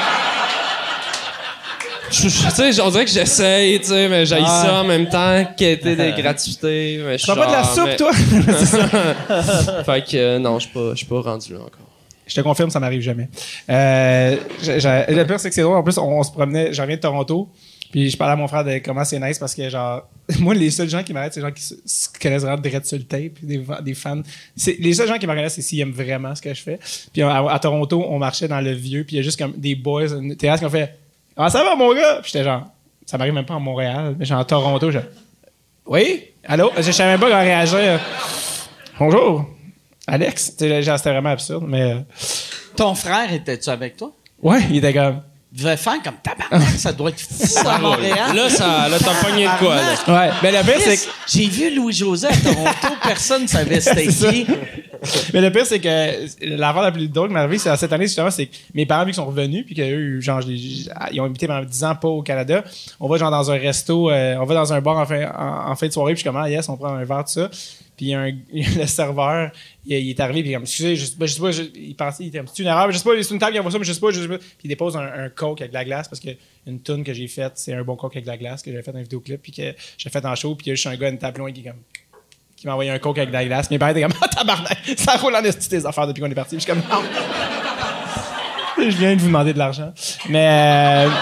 Je- je- Tu sais, on dirait que j'essaye, tu sais, mais j'haïs Ouais. ça en même temps, quêter des gratuités. Mais je Tu prends pas de la genre, soupe, mais- toi? Fait que euh, non, je suis pas, je suis pas rendu là encore. Je te confirme, ça m'arrive jamais. Euh, j'ai- j'ai- le pire, c'est que c'est drôle. En plus, on, on se promenait, je reviens de Toronto, puis je parlais à mon frère de comment c'est nice parce que, genre, moi, les seuls gens qui m'arrêtent, c'est les gens qui se, se connaissent vraiment direct sur le tape, des, va- des fans. C'est, les seuls gens qui me reconnaissent, c'est s'ils aiment vraiment ce que je fais. Puis à, à Toronto, on marchait dans le vieux, puis il y a juste comme des boys, une terrasse qui ont fait ah, ça va, mon gars? Puis j'étais genre, ça m'arrive même pas en Montréal, mais genre en Toronto, je oui? Allô? Je savais même pas comment réagir. Bonjour. Alex? Tu sais, genre, c'était vraiment absurde, mais. euh, Ton frère, était-tu avec toi? Ouais, il était comme. devait faire comme tabarnak, ça doit être fou à Montréal. Là, ça, là, t'as pogné de quoi, là? Ouais, mais le pire, c'est que... J'ai vu Louis-José à Toronto, personne ne savait c'était qui. Mais le pire, c'est que l'affaire la plus drôle qui m'est arrivée, c'est cette année, justement, c'est que mes parents, vu qu'ils sont revenus, puis qu'eux, genre, je les- ils ont habité pendant dix ans pas au Canada, on va genre dans un resto, euh, on va dans un bar en fin, en, en fin de soirée, puis je suis comme, ah, yes, on prend un verre, tout ça. Puis il y a un, le serveur, il, il est arrivé, puis il est comme, excusez, je, ben, je sais pas, je- il pensait, il était comme, c'est une erreur, je sais pas, c'est une table qui envoie ça, mais je sais pas, je sais pas. Puis il dépose un, un coke avec de la glace, parce que une tune que j'ai faite, c'est un bon coke avec de la glace, que j'avais fait dans un vidéoclip, puis que j'ai fait en show, puis il y a juste un gars, une table loin, qui est comme, qui m'a envoyé un coke avec de la glace. Mes parents étaient comme, ah, tabarnak, ça roule en esti tes affaires depuis qu'on est parti. Puis je suis comme, non. Je viens de vous demander de l'argent. Mais. Euh...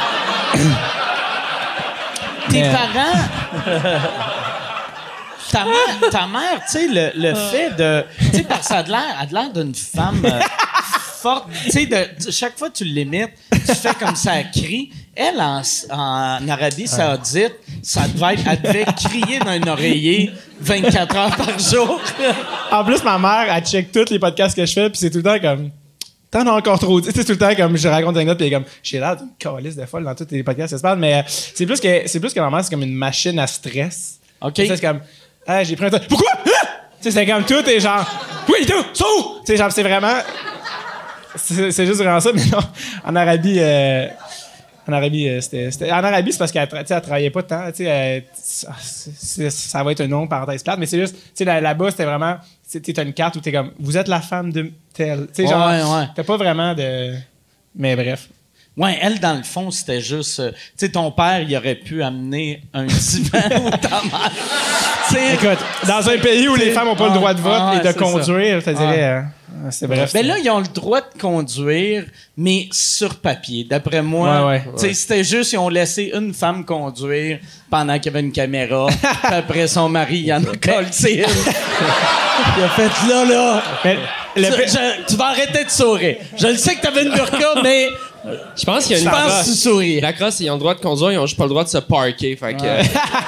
Tes Mais- parents. ta mère, ta mère, tu sais, le, le fait de. Tu sais, parce que ça a de l'air, elle a de l'air d'une femme euh, forte. Tu sais, de- chaque fois que tu l'imites, tu fais comme ça, elle crie. Elle, en, en Arabie Saoudite, ça devait être, elle devait crier dans un oreiller vingt-quatre heures par jour. En plus, ma mère, elle check tous les podcasts que je fais, puis c'est tout le temps comme. T'en as encore trop dit. Tu sais, tout le temps, comme je raconte une anecdote, puis elle est comme, j'ai l'air d'une calice de folle dans tous les podcasts que je parle, mais euh, c'est plus que, c'est plus que ma mère, c'est comme une machine à stress. OK. Tu sais, c'est comme, ah, j'ai pris un temps. Pourquoi? Ah! Tu sais, c'est comme tout est genre, oui, tout, sous! Tu sais, genre, c'est vraiment. C'est, c'est juste vraiment ça, mais non. En Arabie, euh, en Arabie, euh, c'était, c'était- En Arabie, c'est parce qu'elle tra- tu sais, elle travaillait pas tant. Tu sais, euh, c'est- c'est- ça va être un nom, parenthèse plate, mais c'est juste, tu sais, là- là-bas, c'était vraiment. Tu sais, t'as une carte où t'es comme, vous êtes la femme de tel. Tu sais, genre, Ouais, ouais. t'as pas vraiment de. Mais bref. Ouais, elle, dans le fond, c'était juste. euh, tu sais, ton père, il aurait pu amener un divan ou ta mère. Tu sais, Écoute, dans un pays où les femmes ont pas le droit de vote Ah, ouais, et de c'est conduire, je te dirais. Ouais. euh, c'est bref. Ben là, ils ont le droit de conduire, mais sur papier. D'après moi, Ouais, ouais. tu sais, c'était juste, ils ont laissé une femme conduire pendant qu'il y avait une caméra. Puis après, son mari, il en a collé une. Il a fait là, là. Mais le Ça, pire- je- tu vas arrêter de sourire. Je le sais que t'avais une burqa, mais Je pense qu'il y a je une pense que crosse. tu souris. La crosse, ils ont le droit de conduire, ils ont juste pas le droit de se parker. Fait que, euh,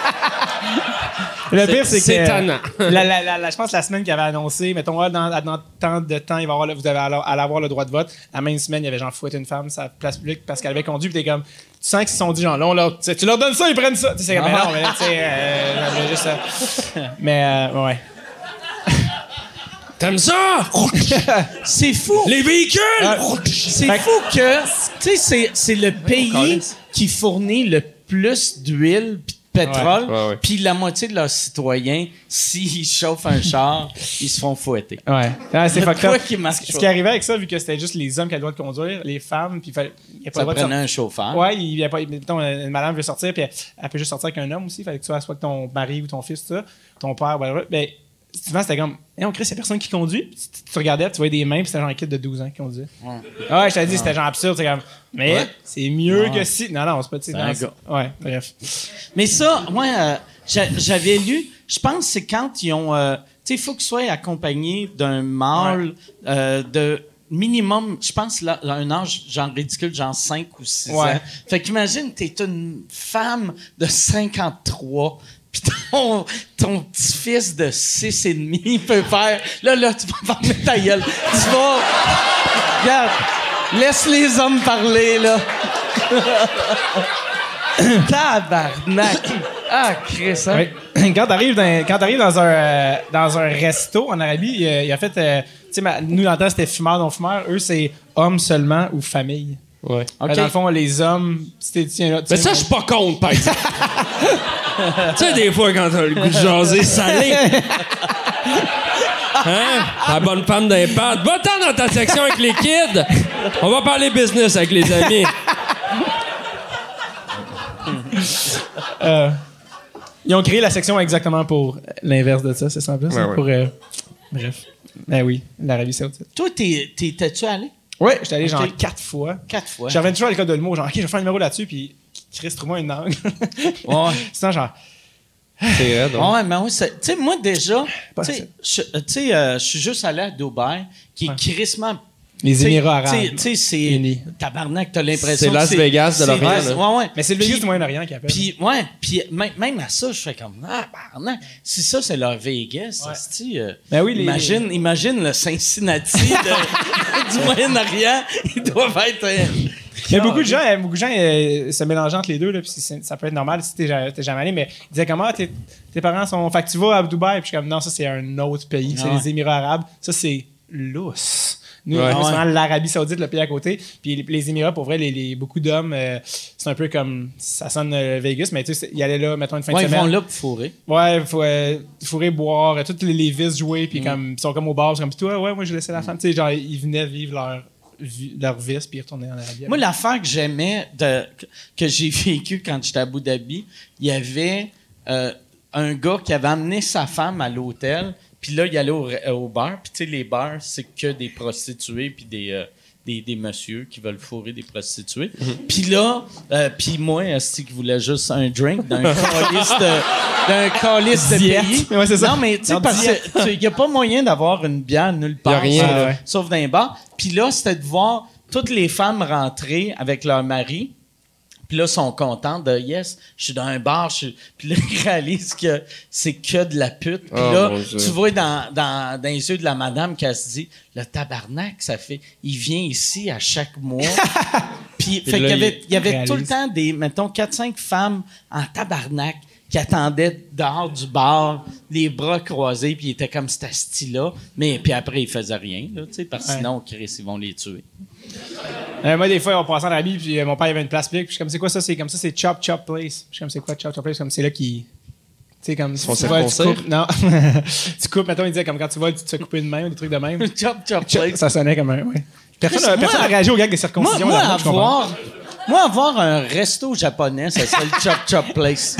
Le pire, c'est que. c'est tannant. la, la, la, la- je pense que la semaine qu'il avait annoncé, mettons, ah, dans, dans tant de temps, il va avoir le- vous allez alors- allez avoir le droit de vote. La même semaine, il y avait genre fouetté une femme sur la place publique parce qu'elle avait conduit, puis t'es comme. Tu sens qu'ils se sont dit, genre, là, on leur- tu sais, tu leur donnes ça, ils prennent ça. Tu sais, c'est comme, mais non, mais là, tu sais, euh, j'avais juste ça. Mais, euh, ouais. T'aimes ça? C'est fou. Les véhicules! C'est Fait que- fou que, tu sais, c'est, c'est le pays Calisse. qui fournit le plus d'huile pis de pétrole, Ouais, ouais, ouais. puis la moitié de leurs citoyens, s'ils chauffent un char, ils se font fouetter. Ouais. Ah, c'est Il y a fucked de quoi up. qui marche Ce pas. qui arrivait avec ça, vu que c'était juste les hommes qui avaient le droit de conduire, les femmes, puis il fallait- il y a pas Ça le droit de prenait sortir. un chauffeur. Ouais, il y a pas. Mettons, une madame veut sortir, puis elle, elle peut juste sortir avec un homme aussi. Fallait que tu sois soit que ton mari ou ton fils, tout ça, ton père, whatever. Ben, souvent, c'était comme, hey, on crée, c'est personne qui conduit. Puis tu, tu regardais, tu voyais des mains, puis c'était genre un kid de douze ans qui conduisait. Ouais. Ah ouais, je t'ai dit, c'était genre absurde. C'est comme, mais Ouais. c'est mieux Ouais. que si. Non, non, c'est pas, tu sais, C'est non, un c'est- gars. Ouais, bref. Mais ça, moi, euh, j'a- j'avais lu, je pense que c'est quand ils ont... euh, tu sais, il faut qu'ils soient accompagnés d'un mâle euh, de minimum, je pense, là, à un âge genre ridicule, genre cinq ou six Ouais. ans. Fait qu'imagine, t'es une femme de cinquante-trois, puis ton, ton petit-fils de six et demi peut faire... Là, là, tu vas fermer ta gueule. Tu vas... Regarde, laisse les hommes parler, là. Tabarnak! Ah, Chris, hein? Ouais. Quand t'arrives dans, quand t'arrives dans un euh, dans un resto en Arabie, il, a- il a fait, euh, tu sais, ma- nous dans le temps c'était fumeur non fumeur, eux c'est hommes seulement ou famille. Ouais. OK. Fait, Dans le fond, les hommes, c'était tiens là. Mais ça, je suis pas contre, par exemple. Tu sais, des fois, quand t'as le goût de jaser salé. Hein? La bonne femme d'impact. Va-t'en dans ta section avec les kids. On va parler business avec les amis. Euh, ils ont créé la section exactement pour l'inverse de ça, c'est ça en plus. Ouais, ouais. Pour, euh, bref. Ben oui, l'Arabie Saoudite. Toi, t'es, t'es, t'es-tu allé? Ouais, j'étais allé Ok. genre quatre fois. Quatre fois. J'avais toujours à l'école de l'humour, genre, OK, je vais faire un numéro là-dessus, puis Chris, trouve-moi une langue. Ouais. Sinon, genre, C'est vrai, donc. Ouais, mais oui, c'est- tu sais, moi, déjà, Pas tu sais, je tu sais, euh, je suis juste allé à Dubaï, qui est Ouais. crissement. les tu sais, Émirats tu sais- arabes. Tu sais, c'est. Unis. Tabarnak, t'as l'impression. C'est que Las Vegas de c'est- l'Orient, Ouais, là. ouais, ouais. Mais c'est le Vegas Puis- du Moyen-Orient qui appelle. Puis, ouais, puis même, même à ça, je fais comme, ah, tabarnak, si ça, c'est leur Vegas, Ouais. esti, euh, Ben oui, les- imagine, imagine le Cincinnati de- du Moyen-Orient, ils doivent être. euh, Il y a beaucoup de gens, beaucoup de gens euh, se mélangent entre les deux, là, puis c'est- ça peut être normal si t'es ja- t'es jamais allé, mais ils disaient comment tes, tes parents sont. Fait que tu vas à Dubaï, puis je suis comme non, ça c'est un autre pays, c'est Ah ouais. les Émirats Arabes, ça c'est lousse. Nous, Ouais. nous, c'est Ouais. vraiment l'Arabie Saoudite, le pays à côté. Puis les, les Émirats, pour vrai, les, les- beaucoup d'hommes, euh, c'est un peu comme. Ça sonne euh, Vegas, mais tu sais, ils allaient là, mettons, une fin Ouais, de ils semaine. vont là pour fourrer. Ouais, faut, euh, fourrer, boire, euh, toutes les, les vices jouer, Mm. puis comme, ils sont comme au bar, c'est comme, puis toi, ouais, moi, je laissais la femme. Tu sais, genre, ils venaient vivre leur, vi- leur vice, puis ils retournaient en Arabie. Moi, l'affaire que j'aimais, de, que j'ai vécu quand j'étais à Abu Dhabi, il y avait euh, un gars qui avait amené sa femme à l'hôtel, puis là, il allait au, au bar. Puis tu sais, les bars, c'est que des prostituées, puis des, euh, des, des messieurs qui veulent fourrer des prostituées. Puis là, euh, puis moi, c'est qui voulait juste un drink d'un calice de, d'un calice de Diète. pays. Ouais, c'est ça. Non, mais tu sais, Non, parce diète. qu'il n'y a pas moyen d'avoir une bière nulle part. rien, sauf, là. Ouais. sauf dans les bars. Puis là, c'était de voir toutes les femmes rentrer avec leur mari. Puis là, ils sont contents de « Yes, je suis dans un bar. je suis- » Puis là, ils réalisent que c'est que de la pute. Puis Oh, là, mon Dieu. tu vois dans, dans, dans les yeux de la madame qu'elle se dit « Le tabarnak, ça fait... Il vient ici à chaque mois. » Puis fait qu'il y là, avait, il y avait réalise. tout le temps des, mettons, quatre cinq femmes en tabarnak qui attendaient dehors du bar, les bras croisés, puis ils étaient comme cet asti-là. Mais puis après, ils faisaient rien, là, tu sais, parce que Ouais. sinon, Chris, ils vont les tuer. Euh, moi, des fois, on passait en Arabie, puis euh, mon père il avait une place publique, puis je suis comme, c'est quoi ça? C'est comme ça, c'est Chop Chop Place. Je suis comme, c'est quoi Chop Chop Place? Comme c'est là qui. Tu sais, comme. font tu voles, tu circoncire? coupes. Non. tu coupes, mettons, il disait, comme quand tu voles, tu te fais couper une main ou des trucs de même. Chop, chop, Chop, place. ça sonnait comme un. Ouais. Personne Chris, n'a moi- réagi au gag de Moi, circoncision. moi, là, je comprends. avoir, moi, avoir un resto japonais, ça serait le Chop Chop Place.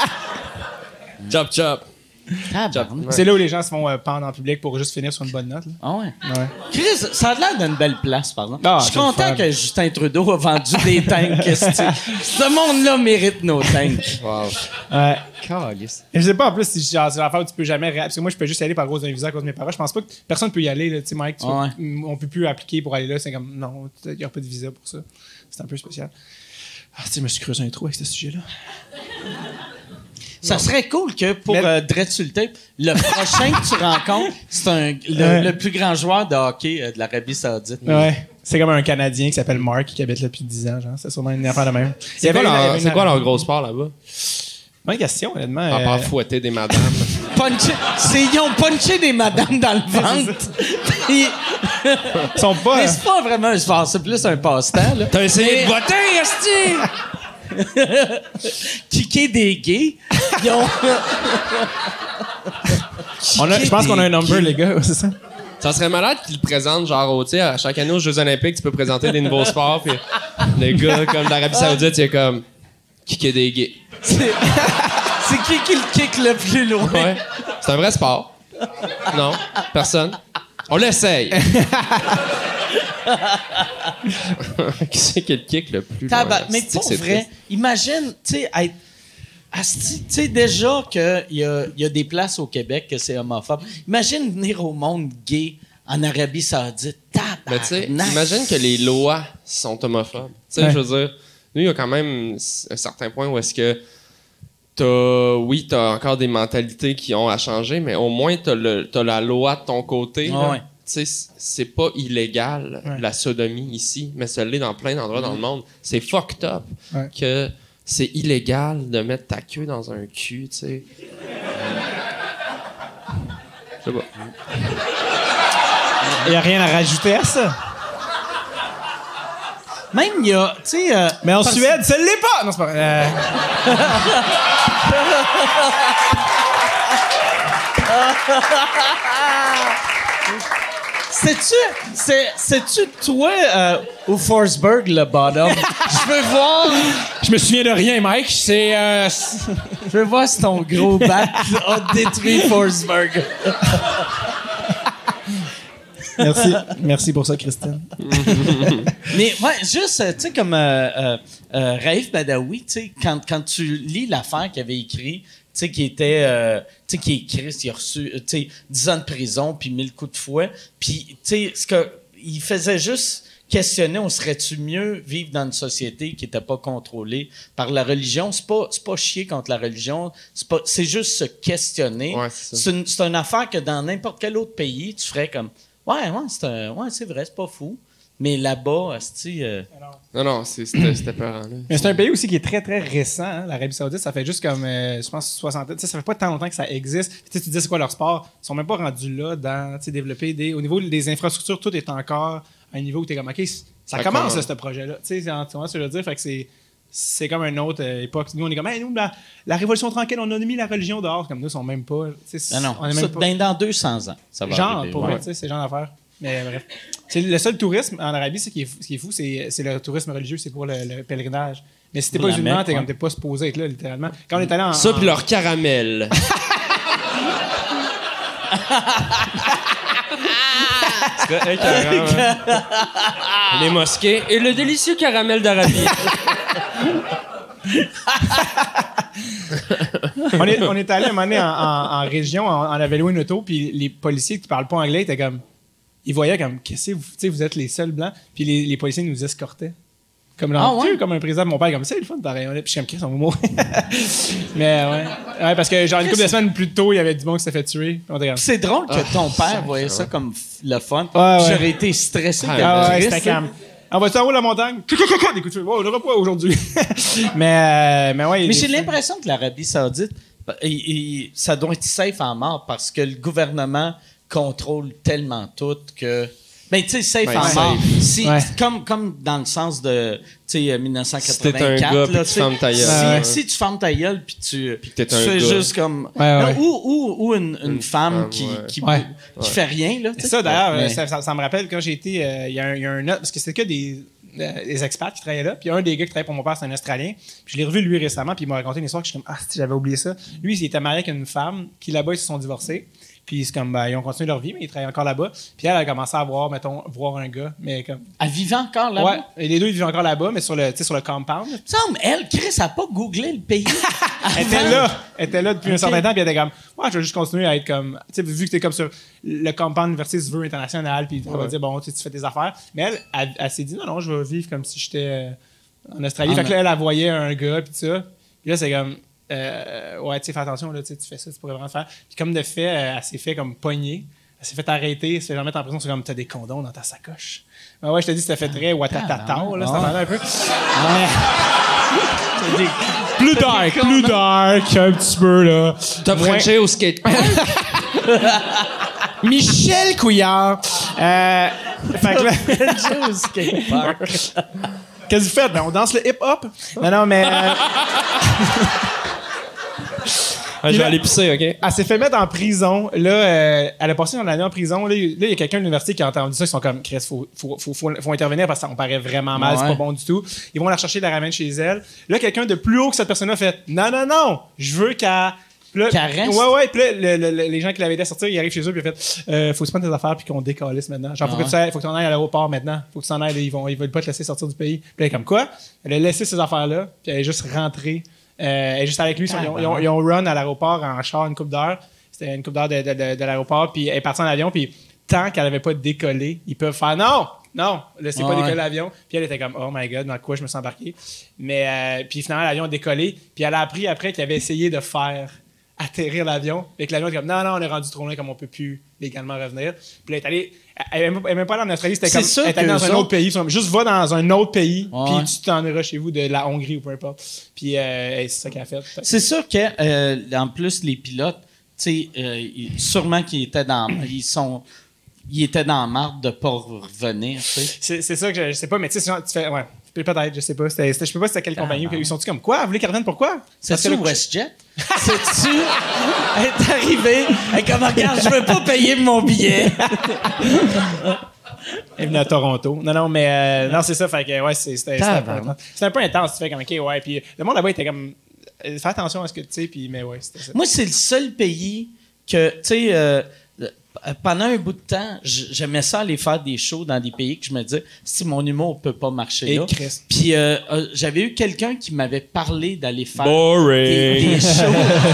Chop, chop. Tabarnak. C'est là où les gens se font euh, pendre en public pour juste finir sur une bonne note. Là. Ah ouais. Ouais. Chris, ça a l'air d'une belle place, par exemple. Ah, Je suis c'est le content fun. que Justin Trudeau a vendu des tanks. esti. Ce monde-là mérite nos tanks. Wow. Ouais. Calice. Et je sais pas en plus si genre, c'est l'affaire où tu peux jamais ré- parce que moi je peux juste y aller par cause d'un visa à cause de mes parents. Je pense pas que personne peut y aller là, tu sais Mike, tu Ouais. peux- on peut plus appliquer pour aller là, c'est comme non, il y a pas de visa pour ça. C'est un peu spécial. Ah, tu sais, je me suis creusé un trou avec ce sujet-là. Ça serait cool que pour Mais- euh, Dredd sur le tape, le prochain que tu rencontres, c'est un, le, Ouais. le plus grand joueur de hockey euh, de l'Arabie Saoudite. Ouais. C'est comme un Canadien qui s'appelle Mark qui habite là depuis dix ans, genre. C'est sûrement une affaire de même. Il y C'est avait quoi, une- il y leur, avait c'est une- quoi leur gros sport là-bas? Bonne question, honnêtement. À euh, part fouetter des madames. Puncher- c'est- ils ont punché des madames dans le ventre. Puis- Ils sont pas. mais c'est pas vraiment un sport, c'est plus un passe-temps. Là. T'as essayé de voter, esti? Kicker des gays. Ils ont... on a- je pense qu'on a un number, les gars, c'est ça? Ça serait malade qu'ils le présentent, genre, au- tu sais, à chaque année aux Jeux Olympiques, tu peux présenter des nouveaux sports, puis le gars, comme d'Arabie Saoudite, il est comme, kicker des gays. C'est c'est qui qui le kick le plus loin? Ouais. C'est un vrai sport. Non, personne. On l'essaye. Qui c'est qui le kick le plus loin? Tabac. Mais Asti que pour c'est vrai, triste. imagine, tu sais, être. Asti, tu sais, déjà qu'il y a, il y a des places au Québec que c'est homophobe. Imagine venir au monde gay en Arabie Saoudite. Mais tu sais, Tabarnak. imagine que les lois sont homophobes. Tu sais, Ouais. je veux dire, nous, il y a quand même un certain point où est-ce que t'as, oui, t'as encore des mentalités qui ont à changer, mais au moins t'as, le, t'as la loi de ton côté. là. Ouais. Tu sais, c'est pas illégal, Ouais. la sodomie ici, mais ça l'est dans plein d'endroits dans le monde. C'est fucked up Ouais. que c'est illégal de mettre ta queue dans un cul, tu sais. Je sais pas. Il n'y a rien à rajouter à ça. Même il y a, tu sais. euh, Mais en parce- Suède, ça l'est pas! Non, c'est pas vrai. Euh, C'est-tu, c'est, c'est-tu toi euh, ou Forsberg le bottom? Je veux voir, je me souviens de rien, Mike. C'est. euh, je veux voir si ton gros bat a détruit Forsberg. Merci. Merci pour ça, Christine. Mais ouais, juste, euh, tu sais, comme euh, euh, euh, Raif Badawi, tu sais, quand, quand tu lis l'affaire qu'il avait écrit, tu sais, qui était, euh, tu sais, qui est écrit, il a reçu, euh, tu sais, dix ans de prison, puis mille coups de fouet, puis, tu sais, ce que, il faisait juste questionner, on serait-tu mieux vivre dans une société qui n'était pas contrôlée par la religion? C'est pas, c'est pas chier contre la religion, c'est pas, c'est juste se questionner. Ouais, c'est ça. C'est une, c'est une affaire que dans n'importe quel autre pays, tu ferais comme, ouais, ouais, c'est un, ouais, c'est vrai, c'est pas fou. Mais là-bas, asti, euh, Non, non, c'est- c'était c'était peurant, là. Mais c'est un pays aussi qui est très, très récent. Hein, l'Arabie Saoudite, ça fait juste comme, euh, je pense, soixante ans. Tu sais, ça fait pas tant longtemps que ça existe. Puis, tu sais, tu dis c'est quoi leur sport? Ils sont même pas rendus là dans, tu sais, développer des... Au niveau des infrastructures, tout est encore à un niveau où t'es comme, OK, ça, Ça commence, commence. là, ce projet-là. Tu sais, tu vois ce que je veux dire? Fait que c'est... C'est comme une autre euh, époque. Nous, on est comme, hey, nous, la, la Révolution tranquille, on a mis la religion dehors. Comme nous, ils sont même pas. tu sais, non, non. on est Ça, même pas. ben, dans deux cents ans, ça va Genre, arriver, pour ouais. vrai, tu sais, c'est genre d'affaires. Mais bref. C'est le seul tourisme en Arabie, ce qui est fou, ce qui est fou c'est, c'est le tourisme religieux, c'est pour le, le pèlerinage. Mais si t'es Pour pas la musulman, Mecque, t'es ouais. comme t'es pas supposé être là, littéralement. Quand on est allé en. Ça, en- puis leur caramel. C'est écœurant, hein. Les mosquées et le délicieux caramel d'Arabie. on, est, on est allé un moment donné en, en, en région, on, on avait loué une auto, puis les policiers qui parlent pas anglais étaient comme. Ils voyaient comme, qu'est-ce que vous, tu sais, vous êtes les seuls blancs, puis les, les policiers nous escortaient. Comme, Ah ouais? comme un président de mon père, comme ça, le fun, pareil. Puis je suis comme, Chris, on va mourir. Mais ouais. Ouais, parce que genre une couple de semaines plus tôt, il y avait du monde qui s'est fait tuer. Puis on était comme, C'est drôle que Ah, ton père ça, voyait ça comme f- le fun. Ouais, ouais. J'aurais été stressé. Ah, qu'il Ah ouais, triste, c'était calme. On va-tu en haut de la montagne? Des coups de feu. Oh, on n'aura pas aujourd'hui. mais, euh, mais ouais. il y a Mais des- j'ai l'impression que l'Arabie Saoudite, il- il- ça doit être safe en mort parce que le gouvernement contrôle tellement tout que. Ben, tu sais, safe Ben, en safe. mort. Si, Ouais. Comme, comme dans le sens de, tu sais, mille neuf cent Si quatre-vingt-quatre. t'es un gars, puis là, tu tu sais, fermes ta gueule. si, Ouais. si tu fermes ta gueule puis tu, Puis que t'es tu un fais gars. juste comme. Ouais, ouais. Non, ou, ou, ou une, une Une femme, femme, qui, ouais. qui, Ouais. qui Ouais. fait rien, là. tu C'est sais. ça, d'ailleurs, Mais- euh, ça, ça- ça me rappelle quand j'ai été. euh, Il y, a un- il y a un autre. Parce que c'était que des, euh, des expats qui travaillaient là. Puis un des gars qui travaillait pour mon père, c'est un Australien. Puis je l'ai revu lui récemment. Puis il m'a raconté une histoire que je suis comme, ah, si j'avais oublié ça. Lui, il était marié avec une femme qui là-bas, ils se sont divorcés. Puis c'est comme, ben, ils ont continué leur vie, mais ils travaillaient encore là-bas. Puis elle a commencé à voir, mettons, voir un gars. Mais comme. Elle vivait encore là-bas. Ouais, et les deux, ils vivent encore là-bas, mais sur le, tu sais, sur le compound. Il me semble, elle, Chris, a pas googlé le pays. Elle était Avant. là. Elle était là depuis un Ok. certain temps, puis elle était comme, ouais, je vais juste continuer à être comme, tu sais, vu que t'es comme sur le compound versus vœux international, puis on va Ouais. dire, bon, tu sais, tu fais tes affaires. Mais elle, elle, elle s'est dit, non, non, je vais vivre comme si j'étais euh, en Australie. Ah, fait que mais- là, elle, elle voyait un gars, puis tout ça. Puis là, c'est comme, euh, ouais, tu sais, fais attention, là, tu sais, tu fais ça, tu pourrais vraiment le faire. Puis comme de fait, euh, elle s'est fait comme pogner. Elle s'est fait arrêter, elle s'est fait remettre en prison, c'est comme, t'as des condoms dans ta sacoche. Ben ouais, je te dis, ça fait très watatata, là, ça Ah. m'a un peu. Mais- plus dark, plus dark, un petit peu, là. T'as Moins- frenché au skate. Michel Couillard. Euh, fait que là, Joe Skatepark. qu'est-ce que vous faites? Ben, on danse le hip-hop? Non, non, mais... euh, Ah, je vais aller pisser, OK? elle s'est fait mettre en prison. Là, euh, elle a passé une année en prison. Là, il là, il y a quelqu'un de l'université qui a entendu ça. Ils sont comme, Chris, faut, faut, faut, faut, faut intervenir parce que ça me paraît vraiment mal. C'est Ouais. pas bon du tout. Ils vont la chercher, la ramènent chez elle. Là, quelqu'un de plus haut que cette personne-là fait, non, non, non, je veux qu'elle... Puis là- Qu'elle reste? Ouais, ouais. Puis là, le- le- le- les gens qui l'avaient aidé à sortir, ils arrivent chez eux, puis ils ont fait, euh, faut se prendre tes affaires, puis qu'on décalisse maintenant. Genre, faut Ah que tu ailles- faut que tu en ailles à l'aéroport maintenant. Faut que tu en ailles, ils vont, ils veulent pas te laisser sortir du pays. Puis là, elle est comme quoi? Elle a laissé ces affaires-là, puis elle est juste rentrée. Euh, elle est juste avec lui. Ils ont, ils ont- ils ont run à l'aéroport en char une coupe d'heure. C'était une coupe d'heure de, de, de, de l'aéroport, puis elle est partie en avion, puis tant qu'elle avait pas décollé, ils peuvent faire non! Non, laissez Ah pas ouais. décoller l'avion. Puis elle était comme, oh my god, dans quoi je me suis embarqué. Mais, euh, puis finalement, l'avion a décollé. Puis elle a appris après qu'il avait essayé de faire atterrir l'avion. Et que l'avion était comme, non, non, on est rendu trop loin, comme on peut plus légalement revenir. Puis là, elle est allée, elle est même- elle est même pas allée en Australie, c'était C'est comme, sûr elle est allée qu'eux dans un autres- autre pays. Ils sont comme, juste va dans un autre pays, Ouais. puis tu t'en iras chez vous de la Hongrie ou peu importe. Puis euh, c'est ça qu'elle a fait. Fait que- C'est sûr que, euh, en plus, les pilotes, tu sais, euh, ils- sûrement qu'ils étaient dans. Ils sont. Ils étaient dans la marde de pas revenir, tu sais. C'est, c'est ça que je, je sais pas, mais tu sais, sinon, tu fais, ouais, peut-être, je sais pas. C'était, c'était- je sais pas c'était quelle Ah, compagnie. non. Ils sont-ils comme quoi? Vous voulez qu'elle revienne pourquoi? Parce C'est-tu que le- WestJet? C'est-tu. Elle est arrivée. Elle est comme, regarde, je veux pas payer mon billet. Elle est venue à Toronto. Non, non, mais euh, non, c'est ça. Fait que, ouais, c'est- c'était, c'était un peu Tabarnak. intense. C'était un peu intense. Tu fais comme, OK, ouais. Puis le monde là-bas était comme, euh, fais attention à ce que tu sais. Puis, mais ouais, c'était ça. Moi, c'est le seul pays que, tu sais, euh, euh, pendant un bout de temps, j- j'aimais ça aller faire des shows dans des pays que je me disais, si mon humour peut pas marcher Et là. Christ. Puis euh, euh, j'avais eu quelqu'un qui m'avait parlé d'aller faire Boring. des, des shows.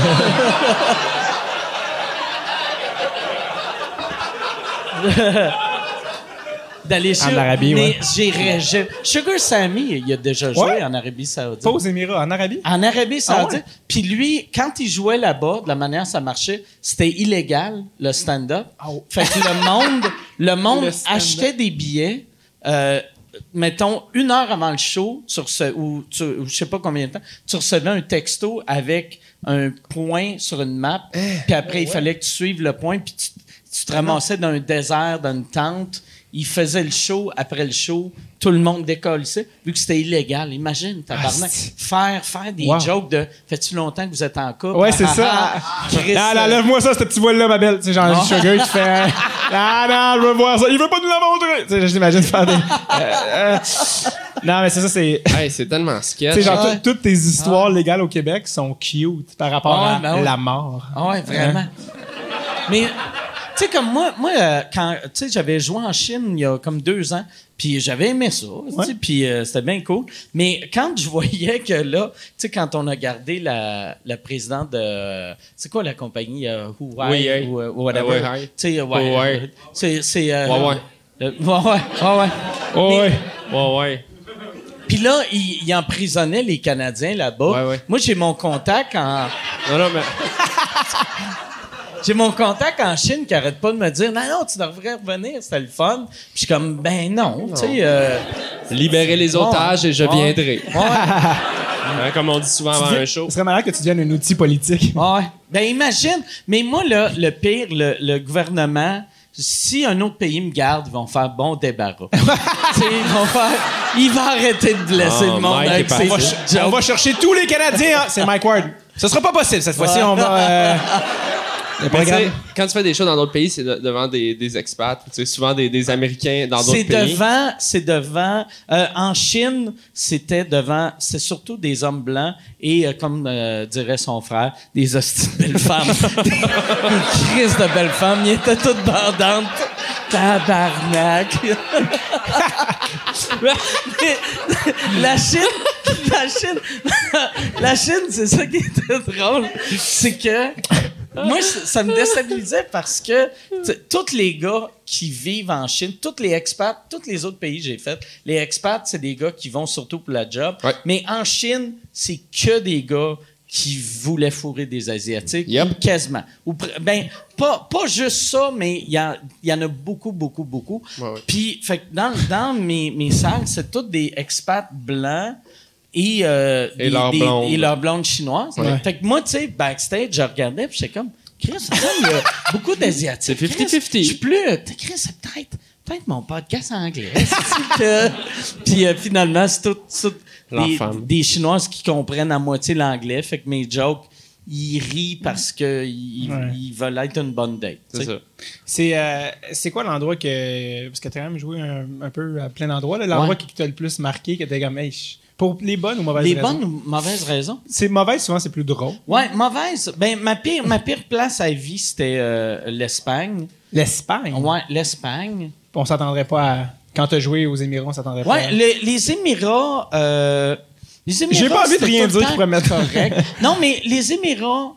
d'aller sur. En Arabie, mais ouais. j'irais. je- Sugar Sammy, il a déjà joué Ouais. en Arabie Saoudite. Pas aux Émirats, en Arabie? En Arabie Saoudite. Ah ouais? Puis lui, quand il jouait là-bas, de la manière dont ça marchait, c'était illégal, le stand-up. Oh. Fait que le monde, le monde Le stand-up. achetait des billets euh, mettons, une heure avant le show, tu rece- ou, tu, ou je sais pas combien de temps, tu recevais un texto avec un point sur une map, puis après, il fallait que tu suives le point, puis tu, tu te ramassais dans un désert, dans une tente. Il faisait le show, après le show, tout le monde décollissait, vu que c'était illégal. Imagine, tabarnak, Ah, faire, faire des wow. jokes de « Fais-tu longtemps que vous êtes en couple? » Ouais, c'est Ah, ça. ah, ah, Chris, Ah, là, euh, lève-moi ça, ce petit voile-là, ma belle. Tu sais, genre, Ah. Sugar qui fait. Ah, non, je veux voir ça. Il veut pas nous la montrer. Tu sais, je l'imagine faire des. Euh, euh. Non, mais c'est ça, c'est. Hey, c'est tellement sketch. Tu sais, genre, Ouais. tout- toutes tes histoires légales au Québec sont cute par rapport Ouais, à ben ouais. la mort. Ah ouais, vraiment. Mais, tu sais, comme moi, moi euh, quand, tu sais, j'avais joué en Chine il y a comme deux ans, puis j'avais aimé ça, tu sais, puis euh, c'était bien cool. Mais quand je voyais que là, tu sais, quand on a gardé la, la présidente de, c'est quoi la compagnie, euh, Huawei Oui, hey. ou, euh, whatever, Huawei. tu sais, ouais, Huawei. euh, c'est, c'est, euh, Huawei. euh, Huawei, Huawei. Oh, Mais- ouais. Ouais, ouais. Puis là, il, il emprisonnait les Canadiens là-bas. Ouais, ouais. Moi, j'ai mon contact en... Non, non, mais. J'ai mon contact en Chine qui arrête pas de me dire « Non, non, tu devrais revenir, c'était le fun. » Puis je suis comme « Ben non, tu sais... euh, Libérer les otages et je Ouais. viendrai. Ouais, Hein, comme on dit souvent avant un show. Ce serait malade que tu deviennes un outil politique. ouais. Ben imagine, mais moi, là, le pire, le, le gouvernement, si un autre pays me garde, ils vont faire bon débarras. Tu sais, ils vont faire... Il va arrêter de blesser Oh, le monde Mike avec est ses parti. jokes. On va chercher tous les Canadiens. hein. C'est Mike Ward. Ce sera pas possible cette fois-ci. Ouais. On va. Euh... le Mais tu sais, programme. quand tu fais des shows dans d'autres pays, c'est de- devant des, des expats, tu sais, souvent des, des Américains dans d'autres C'est pays. devant, c'est devant. euh, en Chine, c'était devant. C'est surtout des hommes blancs et, euh, comme euh, dirait son frère, des hosties de belles femmes. Une crise de belles femmes. Ils étaient toutes bandantes. Tabarnak. Mais la Chine, la Chine, la Chine, c'est ça qui était drôle, c'est que moi, ça ça me déstabilisait parce que tu sais, tous les gars qui vivent en Chine, tous les expats, tous les autres pays que j'ai fait, les expats, c'est des gars qui vont surtout pour la job. Ouais. Mais en Chine, c'est que des gars qui voulaient fourrer des Asiatiques, Yep. ou quasiment. Ou pr- ben, pas, pas juste ça, mais il y, en- il y en a beaucoup, beaucoup, beaucoup. Ouais, ouais. Puis, fait que dans, dans mes, mes salles, c'est tous des expats blancs et, euh, Et des- leurs des- blondes. et leurs blondes chinoises. Ouais. Fait que moi, tu sais, backstage, je regardais, puis j'étais comme, Chris, ça sonne, il y a beaucoup d'Asiatiques. C'est Chris, fifty-fifty. Je suis plus, euh, t'es Chris, c'est peut-être, peut-être mon podcast anglais. C'est que- Puis euh, finalement, c'est tout, tout Leur des, femme. des Chinoises qui comprennent à moitié l'anglais. Fait que mes jokes, ils rient parce qu'ils ils, Ouais. ils veulent être une bonne date. C'est tu sais. ça. C'est euh, c'est quoi l'endroit que. Parce que t'as quand même joué un, un peu à plein d'endroits. là, L'endroit Ouais. qui t'a le plus marqué, que t'es comme. Hey, je- pour les bonnes ou mauvaises Les raisons? bonnes ou mauvaises raisons? C'est mauvais, souvent, c'est plus drôle. Ouais, mauvaise. Ben, ma pire, ma pire place à vie, c'était euh, l'Espagne. L'Espagne. Ouais, l'Espagne. On s'attendrait pas à. Quand t'as joué aux Émirats, on s'attendrait pas Ouais, à. le- les Émirats. Euh, les Émirats. J'ai pas envie de c'était rien tout le dire temps qui pourrait mettre- correct. Non, mais les Émirats,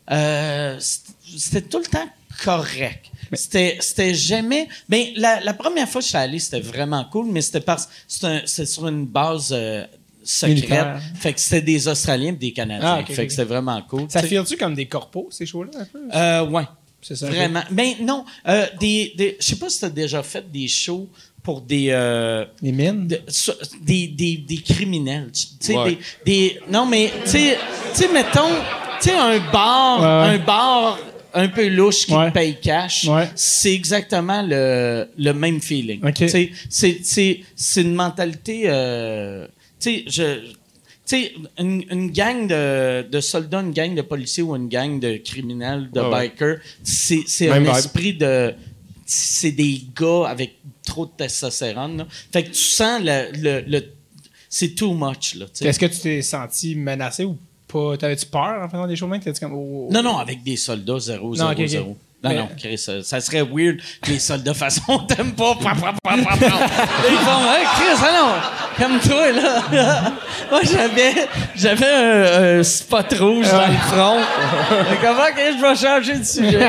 euh, c'était c'était tout le temps correct. C'était, c'était jamais. Ben, la, la première fois que je suis allé, c'était vraiment cool, mais c'était parce c'était, un- c'était sur une base euh, secrète. Militaire. Fait que c'était des Australiens et des Canadiens. Ah, ok, fait ok. que c'était vraiment cool. Ça tu sais. file-tu comme des corpos, ces shows-là, un peu? Euh, ouais. C'est ça. un peu? Vraiment. Ben non, euh, des, des, je sais pas si tu as déjà fait des shows pour des, euh, Les mines? de- so- des, des, des criminels. Tu sais, Ouais. des, des, non, mais, tu sais, tu sais, mettons, tu sais, un bar, Ouais, ouais. un bar un peu louche qui Ouais. te paye cash, Ouais. c'est exactement le, le même feeling. Ok. Tu sais, c'est, c'est, c'est une mentalité, euh, tu sais, je... Tu sais, une, une gang de, de soldats, une gang de policiers ou une gang de criminels, de Ouais, ouais. bikers, c'est, c'est un Même vibe. esprit de... C'est des gars avec trop de testostérone. Là. Fait que tu sens le... le, le c'est too much. Là, tu sais. Est-ce que tu t'es senti menacé ou pas? T'avais-tu peur en faisant des shows même? T'étais comme. oh, oh. Non, non, avec des soldats, zéro, Non, zéro, ok, ok. zéro. Non, Mais- non, Chris, ça, ça serait weird que les soldats fassent « On t'aime pas! » Pa, pa, pa, pa, pa. Là, ils font « Hey, Chris, ah non! Comme toi, là! » Moi, j'avais, j'avais un, un spot rouge dans le front. Fait que, comment que je vais changer de sujet?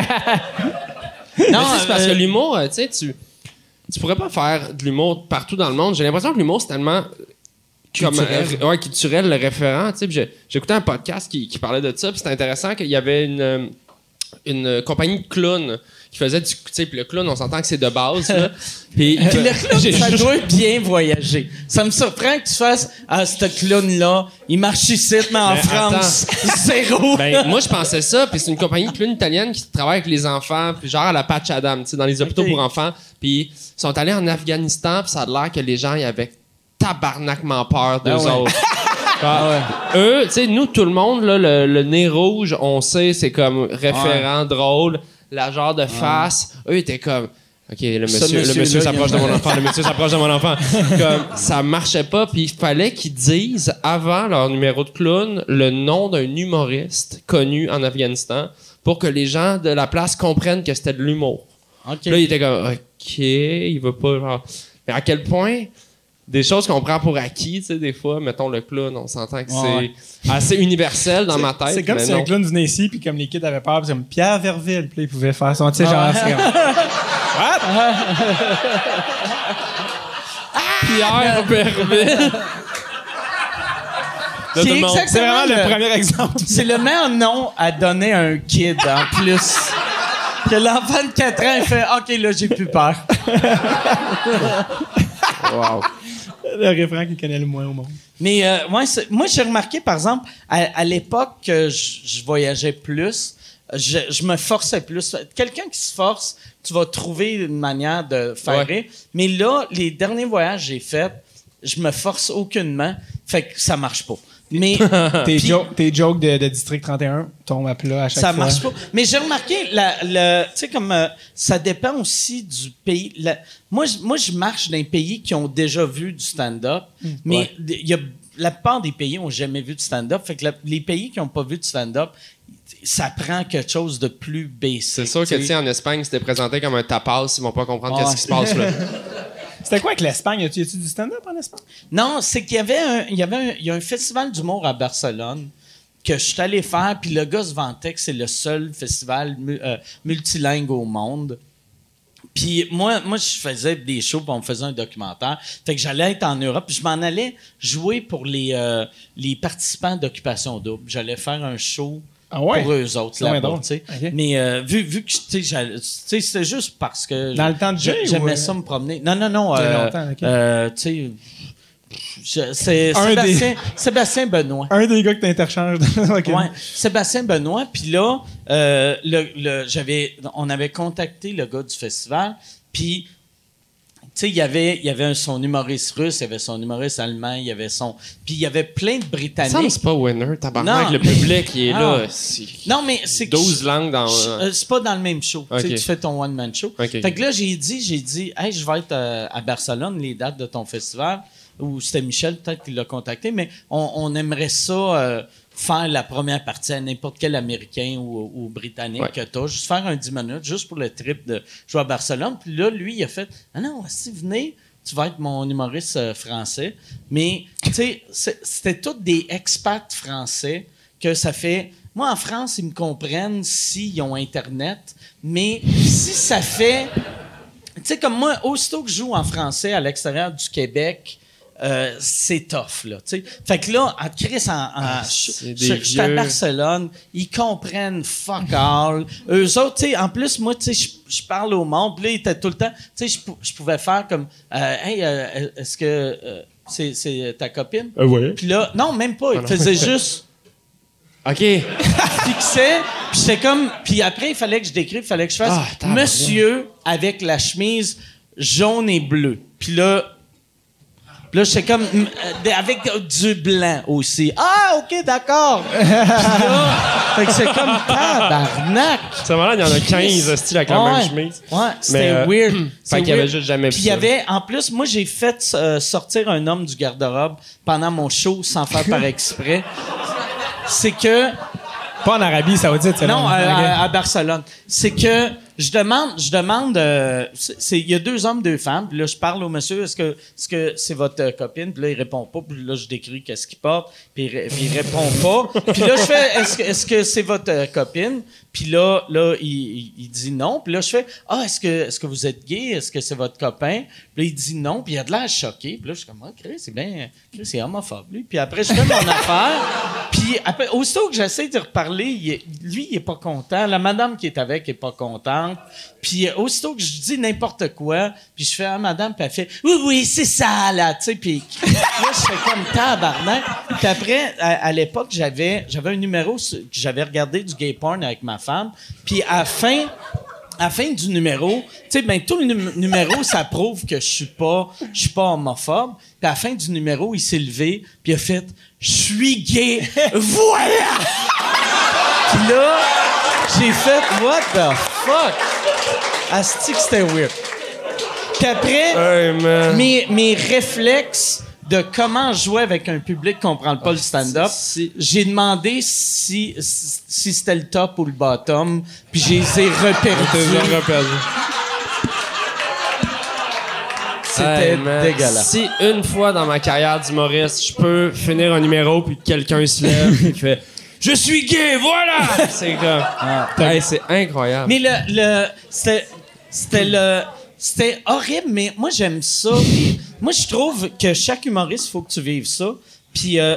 Non, Non, c'est parce euh, que l'humour, euh, tu sais, tu, tu pourrais pas faire de l'humour partout dans le monde. J'ai l'impression que l'humour, c'est tellement comme, Culturel. euh, ouais, culturel, le référent. Tu sais, puis j'ai- j'ai écouté un podcast qui, qui parlait de ça, puis c'était intéressant qu'il y avait une, euh, une compagnie de clowns qui faisait du... Tu sais, puis le clown, on s'entend que c'est de base, là. Puis Puis le clown, ça doit bien voyager. Ça me surprend que tu fasses « Ah, ce clown-là, il marche ici, mais en Mais France, zéro! Ben, moi, je pensais ça, puis c'est une compagnie de clowns italienne qui travaille avec les enfants, puis genre à la Patch Adam, tu sais, dans les hôpitaux Ok. pour enfants. Puis ils sont allés en Afghanistan, puis ça a l'air que les gens, ils avaient tabarnakement peur d'eux Ah ouais. autres. Ah, eux, tu sais, nous, tout le monde, là, le, le nez rouge, on sait, c'est comme référent drôle, la genre de face. Eux, ils étaient comme... OK, le monsieur, Ce le monsieur-là, monsieur il s'approche de aime- mon enfant, le monsieur s'approche de mon enfant. Comme, ça marchait pas, puis il fallait qu'ils disent, avant leur numéro de clown, le nom d'un humoriste connu en Afghanistan pour que les gens de la place comprennent que c'était de l'humour. OK. Là, il était comme, OK, il veut pas, genre... Mais à quel point... Des choses qu'on prend pour acquis, tu sais, des fois, mettons le clown, on s'entend que Ouais. c'est assez universel dans ma tête. C'est comme mais si non. un clown venait ici, puis comme les kids avaient peur, puis c'est comme Pierre Verville, puis là, il pouvait faire son, tu sais, genre, c'est comme... Pierre Verville. C'est C'est exactement vraiment le le- premier exemple. C'est le meilleur nom à donner à un kid, en plus. Que l'enfant de quatre ans, il fait « OK, là, j'ai plus peur. Wow. Le référent qu'il connaît le moins au monde. » Mais euh, ouais, c'est- moi, j'ai remarqué, par exemple, à, à l'époque que je je voyageais plus, je, je me forçais plus. Quelqu'un qui se force, tu vas trouver une manière de faire Ouais. rire. Mais là, les derniers voyages que j'ai faits, je me force aucunement, fait que ça marche pas. Mais Tes, Puis- jo- tes jokes de, de District trente et un tombent à plat à chaque ça fois. marche pas. Mais j'ai remarqué, la, le, tu sais, comme euh, ça dépend aussi du pays. La- moi, je- moi, je marche dans des pays qui ont déjà vu du stand-up, mais Ouais. d- il y a, la plupart des pays ont jamais vu de stand-up. Fait que la- les pays qui ont pas vu de stand-up, ça prend quelque chose de plus basic. C'est sûr que, tu sais, en Espagne, c'était présenté comme un tapas, ils vont pas comprendre Ouais. qu'est-ce qui se passe, là. C'était quoi avec l'Espagne? Y a-tu y a-tu du stand-up en Espagne? Non, c'est qu'il y avait un, il y avait un, il y a un festival d'humour à Barcelone que je suis allé faire, puis le gars se vantait que c'est le seul festival mu- euh, multilingue au monde. Puis moi, moi, je faisais des shows, puis on me faisait un documentaire. Fait que j'allais être en Europe, puis je m'en allais jouer pour les, euh, les participants d'Occupation Double. J'allais faire un show Ah ouais? pour eux autres C'est bien là-bas, drôle. tu sais. Ok. Mais euh, vu, vu que, tu sais, j'allais- tu sais, c'était juste parce que... Dans le temps de j'a- jeu, J'aimais ou, euh, ça me promener. Non, non, non. Il y a euh, longtemps, ok. euh, tu sais... je- C'est Un Sébastien, Sébastien Benoît. Un des gars que t'interchanges. Ok. Ouais, Sébastien Benoît. Puis là, euh, le, le- j'avais, on avait contacté le gars du festival. Puis, tu sais, il y avait, il y avait un- son humoriste russe, il y avait son humoriste allemand, il y avait son... Puis il y avait plein de Ça me Britanniques. c'est pas winner, tabarnak, Non, le mais- public, il est Ah. là. c'est Non, mais c'est que... douze langues dans... Je- euh, c'est pas dans le même show. Tu sais, Ok. Tu fais ton one-man show. Ok. Fait que là, j'ai dit, j'ai dit, hey, je vais être euh, à Barcelone, les dates de ton festival. Ou c'était Michel, peut-être, qui l'a contacté, mais on, on aimerait ça euh, faire la première partie à n'importe quel Américain ou, ou Britannique Ouais. que t'as. Juste faire un dix minutes, juste pour le trip de jouer à Barcelone. Puis là, lui, il a fait, ah non, si venez, tu vas être mon humoriste euh, français. Mais, tu sais, c'est- c'était tous des expats français que ça fait. Moi, en France, ils me comprennent s'ils ont Internet, mais si ça fait. Tu sais, comme moi, aussitôt que je joue en français à l'extérieur du Québec, euh, c'est tough, là. tu sais. Fait que là, en Chris, en, en, je c'est je- des je suis à vieux. Barcelone, ils comprennent fuck all. Eux autres, tu sais, en plus, moi, tu sais, je- je parle au monde, puis là, ils étaient tout le temps. Tu sais, je pou- je pouvais faire comme, euh, hey, euh, est-ce que euh, c'est c'est ta copine? Euh, ouais. Puis là, non, même pas. Ils faisaient juste OK. fixer, puis c'était comme... Puis après, il fallait que je décrive, il fallait que je fasse Ah, tabarnak. monsieur avec la chemise jaune et bleue. Puis là... Puis là, j'étais comme... mm, euh, avec du blanc aussi. Ah, OK, d'accord. Puis là, fait que c'est comme tabarnak. Ça m'a l'air, il y en a quinze, style avec la Ouais. même chemise. Ouais, c'était Mais, euh, weird. Fait C'était qu'il y avait weird. juste jamais Puis vu il y ça. avait, en plus, moi, j'ai fait euh, sortir un homme du garde-robe pendant mon show sans faire par exprès. C'est que... Pas en Arabie Saoudite, c'est Non, là. à, Ok. à- à Barcelone. C'est que je demande, je demande, euh, c'est- c'est- il y a deux hommes, deux femmes. Puis là, je parle au monsieur, est-ce que, est-ce que c'est votre euh, copine? Puis là, il répond pas. Puis là, je décris qu'est-ce qu'il porte. Puis il, ré- puis il répond pas. Puis là, je fais, est-ce que, est-ce que c'est votre euh, copine? Puis là, là, il, il- il dit non. Puis là, je fais, ah, est-ce que, est-ce que vous êtes gay? Est-ce que c'est votre copain? Puis là, il dit non. Puis il a de l'air choqué. Puis là, je suis comme, ah, Chris, c'est bien, Chris, c'est homophobe, lui. Puis après, je fais mon affaire. Puis, après, aussitôt que j'essaie de reparler, il est- lui, il est pas content. La madame qui est avec est pas contente. Puis, euh, aussitôt que je dis n'importe quoi, puis je fais « Ah, madame », puis elle fait « Oui, oui, c'est ça, là », tu sais. Puis là, je fais comme tabarnak. Puis après, à, à l'époque, j'avais, j'avais un numéro sur- que j'avais regardé du gay porn avec ma femme. Puis, à la fin... À la fin du numéro, tu sais, ben tout le num- numéro, ça prouve que je suis pas, je suis pas homophobe. Puis à la fin du numéro, il s'est levé, puis il a fait, je suis gay, voilà. Puis là, j'ai fait, what the fuck. Asti que c'était weird. Puis après, Hey, man. mes, mes réflexes de comment jouer avec un public qui comprend pas le stand-up, si- j'ai demandé si, si, si c'était le top ou le bottom, puis j'ai les ai reperdus. C'était Hey, man. dégueulasse. Si une fois dans ma carrière d'humoriste, je peux finir un numéro puis que quelqu'un se lève et qui fait « Je suis gay, voilà! » C'est comme... Hey, c'est incroyable. Mais le, le c'était, c'était le, c'était horrible, mais moi j'aime ça. Puis moi je trouve que chaque humoriste, faut que tu vives ça. Puis euh,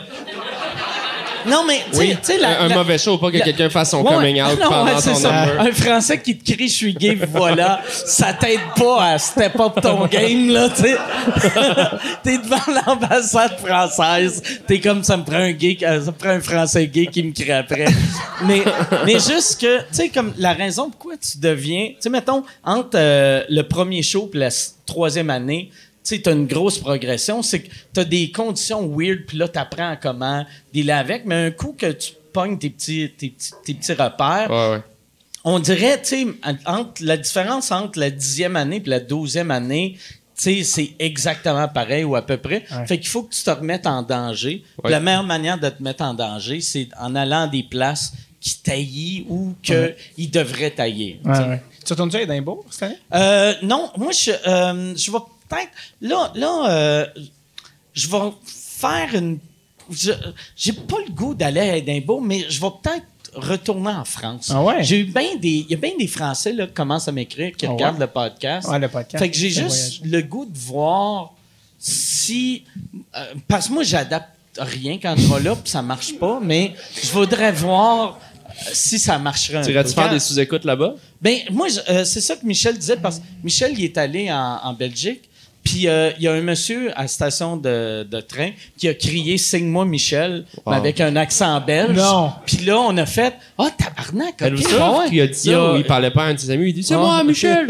non mais tu sais, Oui, tu sais la- un, un la- mauvais show, pas que la- quelqu'un fasse son Ouais, coming out non, pendant ouais, c'est ton ça. number. Un Français qui te crie « Je suis gay, voilà », ça t'aide pas à step up ton game, là, tu sais. T'es devant l'ambassade française, t'es comme « Ça me prend un gay, euh, ça me prend un Français gay qui me crie après ». Mais, mais juste que, tu sais, comme la raison pourquoi tu deviens... Tu sais, mettons, entre euh, le premier show et la s- troisième année, tu sais, t'as une grosse progression, c'est que t'as des conditions weird, puis là, t'apprends à comment dealer avec, mais un coup que tu pognes tes petits, tes petits, tes petits repères, Ouais, ouais. on dirait, tu sais, entre la différence entre la dixième année et la douzième année, tu sais, c'est exactement pareil ou à peu près. Ouais. Fait qu'il faut que tu te remettes en danger. Puis Ouais. La meilleure manière de te mettre en danger, c'est en allant à des places qui taillent ou qu'ils devraient tailler. tu sais. Ouais, ouais. Tu retournes-tu à Édimbourg cette année? Euh, non, moi, je, euh, je vais peut-être. Là, là euh, je vais faire une. je- J'ai pas le goût d'aller à Édimbourg, mais je vais peut-être retourner en France. Ah ouais? J'ai eu bien des. Il y a bien des Français là, qui commencent à m'écrire, qui Ah ouais? regardent le podcast. Ouais, le podcast. Fait que j'ai C'est un juste le goût de voir si. euh, parce que moi, j'adapte rien quand je vais là, puis ça marche pas, mais je voudrais voir euh, si ça marcherait un Tu peu. irais-tu faire Quand- des sous-écoutes là-bas? ben, moi, je- euh, c'est ça que Michel disait, parce que Michel, il est allé en, en Belgique, puis euh, il y a un monsieur à la station de, de train qui a crié « Signe-moi Michel Wow. mais avec un accent belge. Non. Puis là, on a fait « Ah, oh, tabarnak, Elle OK, vous ça? ouais. Qui a dit ça? Il y a- Ou il parlait pas à un de ses amis, il dit « C'est Ah. moi, Michel!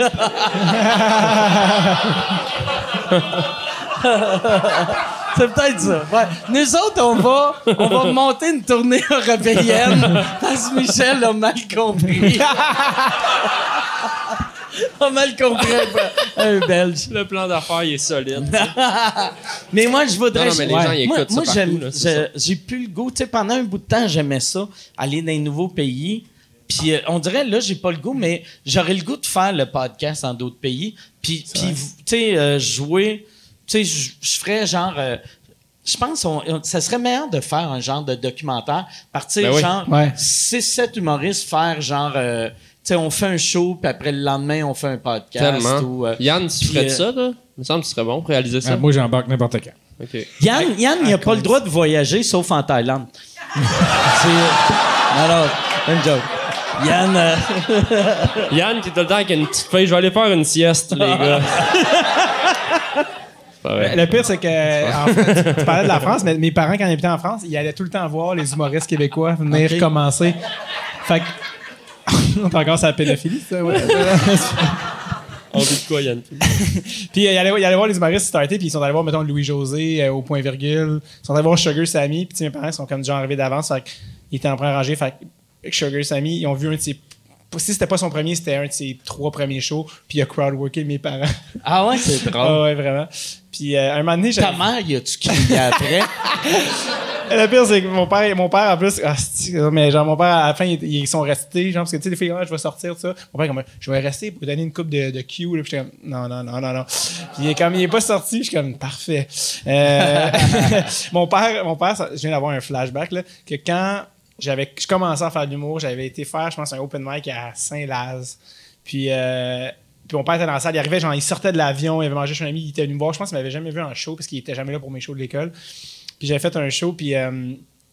C'est peut-être ça. Ouais. Nous autres, on va, on va monter une tournée européenne parce que Michel a mal compris. a mal compris un, un Belge. » Le plan d'affaires, il est solide. Mais moi, je voudrais... Non, non, mais les gens, ils moi, écoutent ça moi, partout, j'aime- là, c'est je- j'ai plus le goût. Tu sais, pendant un bout de temps, j'aimais ça, aller dans un nouveau pays. Puis euh, on dirait, là, j'ai pas le goût, mais j'aurais le goût de faire le podcast dans d'autres pays. Puis, puis tu sais, euh, jouer... Tu sais, je je ferais genre... euh, je pense on, on- ça serait meilleur de faire un genre de documentaire. Partir, Ben oui. genre, Ouais. six sept humoristes, faire genre... euh, tu sais, on fait un show, puis après le lendemain, on fait un podcast. Tellement. Ou, euh, Yann, tu puis, ferais de euh, ça, là? Il me semble que ce serait bon pour réaliser ça. Ah, moi, j'embarque n'importe quand. OK. Yann, Yann, il n'a pas le droit de voyager sauf en Thaïlande. C'est. Non, non, une joke. Yann. euh, Yann qui est tout le temps avec une petite feuille, je vais aller faire une sieste, les gars. C'est pas vrai. Le pire, c'est que en fait, tu, tu parlais de la France, mais mes parents, quand ils habitaient en France, ils allaient tout le temps voir les humoristes québécois venir Ok. commencer. Fait que. On est encore sur la pédophilie, ça, ouais. On dit de quoi, Yann? Puis euh, ils, allaient, ils allaient voir les humoristes starter, puis ils sont allés voir, mettons, Louis-José euh, au point virgule. Ils sont allés voir Sugar Sammy, puis tu sais, mes parents sont comme déjà arrivés d'avance. Fait qu'ils étaient en première rangée. Fait que Sugar Sammy, ils ont vu un de ses. Si c'était pas son premier, c'était un de ses trois premiers shows, puis il a crowdworké mes parents. Ah ouais, c'est drôle. Ah ouais, vraiment. Puis euh, un moment donné, Ta j'avais. mère, y a-tu crié après? Le pire, c'est que mon père, mon père en plus, ah, c'est- mais genre, mon père, à la fin, ils, ils sont restés, genre, parce que tu sais, les filles, ah, je vais sortir, tout ça. Mon père, comme, je vais rester pour donner une coupe de, de Q, là, puis j'étais comme, non, non, non, non, non. Puis il est comme, il est pas sorti, je suis comme, parfait. Euh, mon père, mon père, ça- je viens d'avoir un flashback, là, que quand j'avais, je commençais à faire de l'humour, j'avais été faire, je pense, un open mic à Saint-Laz. Puis, euh, puis mon père était dans la salle, il arrivait, genre, il sortait de l'avion, il avait mangé chez un ami, il était venu me voir, je pense qu'il m'avait jamais vu en show, parce qu'il était jamais là pour mes shows de l'école. Puis j'avais fait un show, puis euh,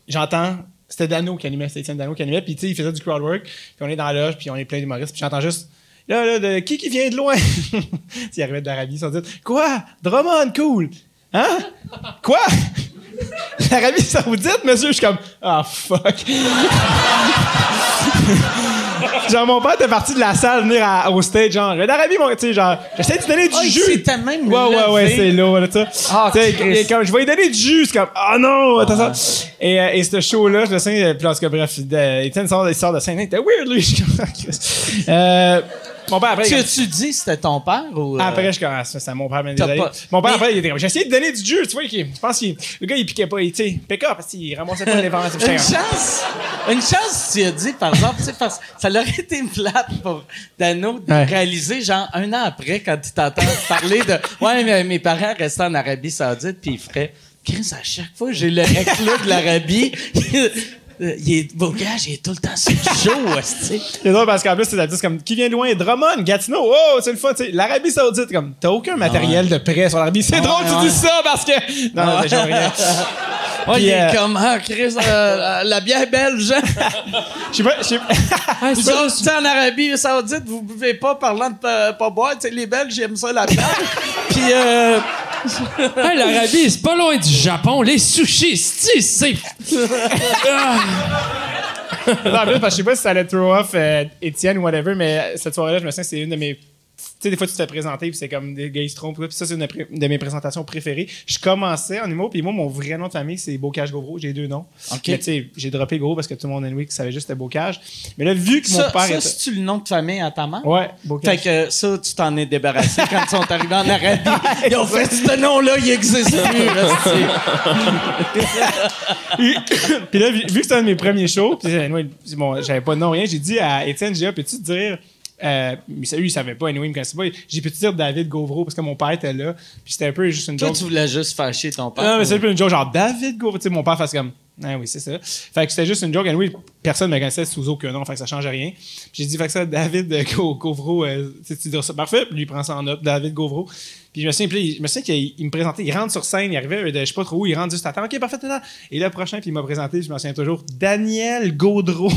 j'entends, c'était Dano qui animait, c'était Étienne Dano qui animait, puis tu sais, il faisait du crowd work, puis on est dans la loge, puis on est plein d'humoristes, puis j'entends juste, là, là, de, qui qui vient de loin? Il arrivait d'Arabie Saoudite. Quoi? Drummond, cool! Hein? Quoi? L'Arabie Saoudite, monsieur? Je suis comme, ah, oh, fuck. Genre, mon père était parti de la salle venir à, au stage, genre, l'Arabie, mon, tu sais, genre, j'essaie de lui donner du Oh, jus. c'était même Ouais, ouais, ouais, levé. c'est lourd, là, ça. Ah, Tu sais, Christ. et comme, je vais lui donner du jus, c'est comme, ah non, attends ça. Et, euh, et ce show-là, je le sais, puis en tout cas, bref, euh, Étienne sort, il sort de scène, il était weird, lui. Je suis comme, ah, Christ. euh, mon père, après, Ce il- que tu dis, c'était ton père ou. euh, après, je commence. Ça, c'est mon père, bien T'as désolé. pas- Mon père, Mais- après, il était comme, j'ai essayé de donner du jus, tu vois, qu'il- je pense que le gars, il piquait pas, il, tu sais, pick up, parce qu'il ramassait pas les informations. Une chance, une chance, tu as dit, par exemple, tu sais, parce que ça aurait été plate pour Dano de Ouais. réaliser, genre, un an après, quand il t'entend parler de ouais, mais mes parents restaient en Arabie Saoudite, puis il ferait, Chris, à chaque fois, j'ai le reclus de l'Arabie. Il est, Bocage, il est tout le temps sur le show, hostie. C'est drôle parce qu'en plus, c'est c'est comme, qui vient de loin? Drummond, Gatineau, oh, c'est le fun, tu sais. L'Arabie Saoudite, comme, t'as aucun matériel de prêt sur l'Arabie. C'est Ah drôle, ouais, tu ouais. dis ça parce que. Non, non, j'ai rien. Ouais, Puis, il est euh, comme, ah, Chris, euh, la bière belge. Je sais pas, je sais pas. Vous autres, tu sais, en Arabie Saoudite, vous buvez pas parlant de pas, pas boire. Tu sais, les Belges, ils aiment ça la bière. Puis, euh, Hey, l'Arabie, c'est pas loin du Japon. Les sushis, c'est... c'est- Ah. Non, en plus, parce que je sais pas si ça allait throw off euh, Étienne ou whatever, mais cette soirée-là, je me souviens que c'est une de mes. Tu sais, des fois, tu te fais présenter, puis c'est comme des gars, ils se trompent, puis ça, c'est une de pré- de mes présentations préférées. Je commençais en humour, puis moi, mon vrai nom de famille, c'est Bocage Gauvreau. J'ai deux noms. OK. Mais tu sais, j'ai droppé Gros parce que tout le monde, anyway, qui savait juste c'était Bocage. Mais là, vu que mon ça, père ça était. c'est-tu le nom de famille à ta mère? Ouais, Bocage. Fait que ça, tu t'en es débarrassé quand ils sont arrivés en Arabie. Ils ont fait ce nom-là, il existe plus. hostie. Puis là, vu, vu que c'était un de mes premiers shows, puis anyway, bon, j'avais pas de nom, rien, j'ai dit à Étienne, j'ai dit, ah, peux-tu te dire. Euh, mais ça, lui, il savait pas, anyway, il me connaissait pas. J'ai pu te dire David Gauvreau parce que mon père était là. Puis c'était un peu juste une Toi, joke. tu voulais juste fâcher ton père. Non, mais c'est un peu une joke, genre David Gauvreau. Tu sais, mon père fasse comme. Ah oui, c'est ça. Fait que c'était juste une joke. Anyway, personne ne me connaissait sous aucun nom, fait que ça change rien. Puis j'ai dit, fait que ça, David Gau- Gauvreau, euh, tu sais, tu dis ça. Parfait. Puis lui, il prend ça en note, David Gauvreau. Puis je me souviens, puis je me souviens qu'il il me présentait, il rentre sur scène, il arrivait, de, je sais pas trop où, il rentre juste à temps. OK, parfait, là. Et là, prochain, puis il m'a présenté, je me souviens toujours, Daniel Gaudreau.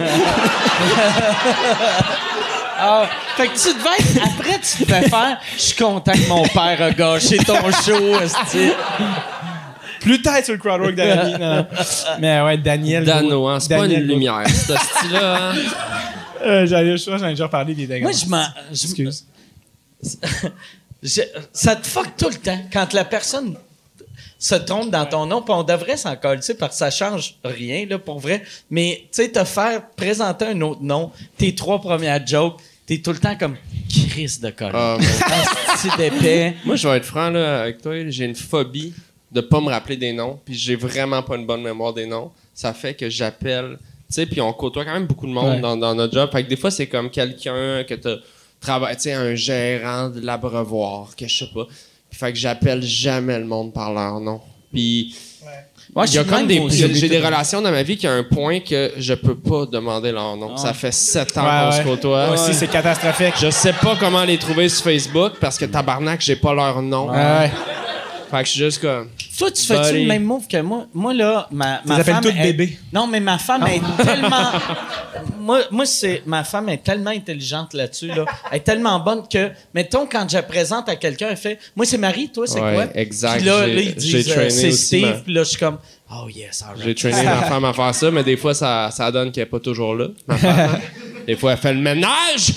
Ah, fait que tu devais être, après, tu devais faire, je suis content que mon père a gâché ton show, hostie. Plus tard sur le crowdwork d'Arabie. Non, non. Mais ouais, Daniel. Dano, hein, c'est pas Daniel une Gaudreau. lumière, ce style-là. Hein. Euh, j'allais, je crois que j'en ai déjà parlé des dégâts. Moi, je m'en. je- Excuse. je- ça te fuck tout le temps quand la personne se trompe dans ton nom, puis on devrait s'en coller, parce que ça change rien, là, pour vrai. Mais, tu sais, te faire présenter un autre nom, tes trois premières jokes, t'es tout le temps comme Chris de colle. Ah, mon- C'est d'épais. Moi, je vais être franc là, avec toi. J'ai une phobie de pas me rappeler des noms. Puis j'ai vraiment pas une bonne mémoire des noms. Ça fait que j'appelle. Tu sais, puis on côtoie quand même beaucoup de monde Ouais. dans, dans notre job. Fait que des fois, c'est comme quelqu'un que t'as travaillé, tu sais, un gérant de l'abreuvoir, que je sais pas. Puis fait que j'appelle jamais le monde par leur nom. Puis Moi, il y a je suis comme même des, aux j'ai yeux. j'ai des relations dans ma vie qui a un point que je peux pas demander leur nom. Ça fait sept ans qu'on se côtoie. Moi aussi, c'est catastrophique. Je sais pas comment les trouver sur Facebook parce que tabarnak, j'ai pas leur nom. Ah ouais. Fait que je suis juste comme. Toi, tu fais-tu Buddy. le même move que moi? Moi, là, ma, ma les appelles femme... toutes est- bébés. Non, mais ma femme est tellement... moi, moi c'est... Ma femme est tellement intelligente là-dessus, là. Elle est tellement bonne que... Mettons, quand je la présente à quelqu'un, elle fait... Moi, c'est Marie, toi, c'est Ouais, quoi? exact. Puis là, J'ai- là, ils j'ai disent... euh, trainé c'est aussi, Steve. ma- Puis là, je suis comme... Oh, yes, all right. J'ai trainé ma femme à faire ça, mais des fois, ça, ça donne qu'elle est pas toujours là. ma femme. Des fois, elle fait le ménage!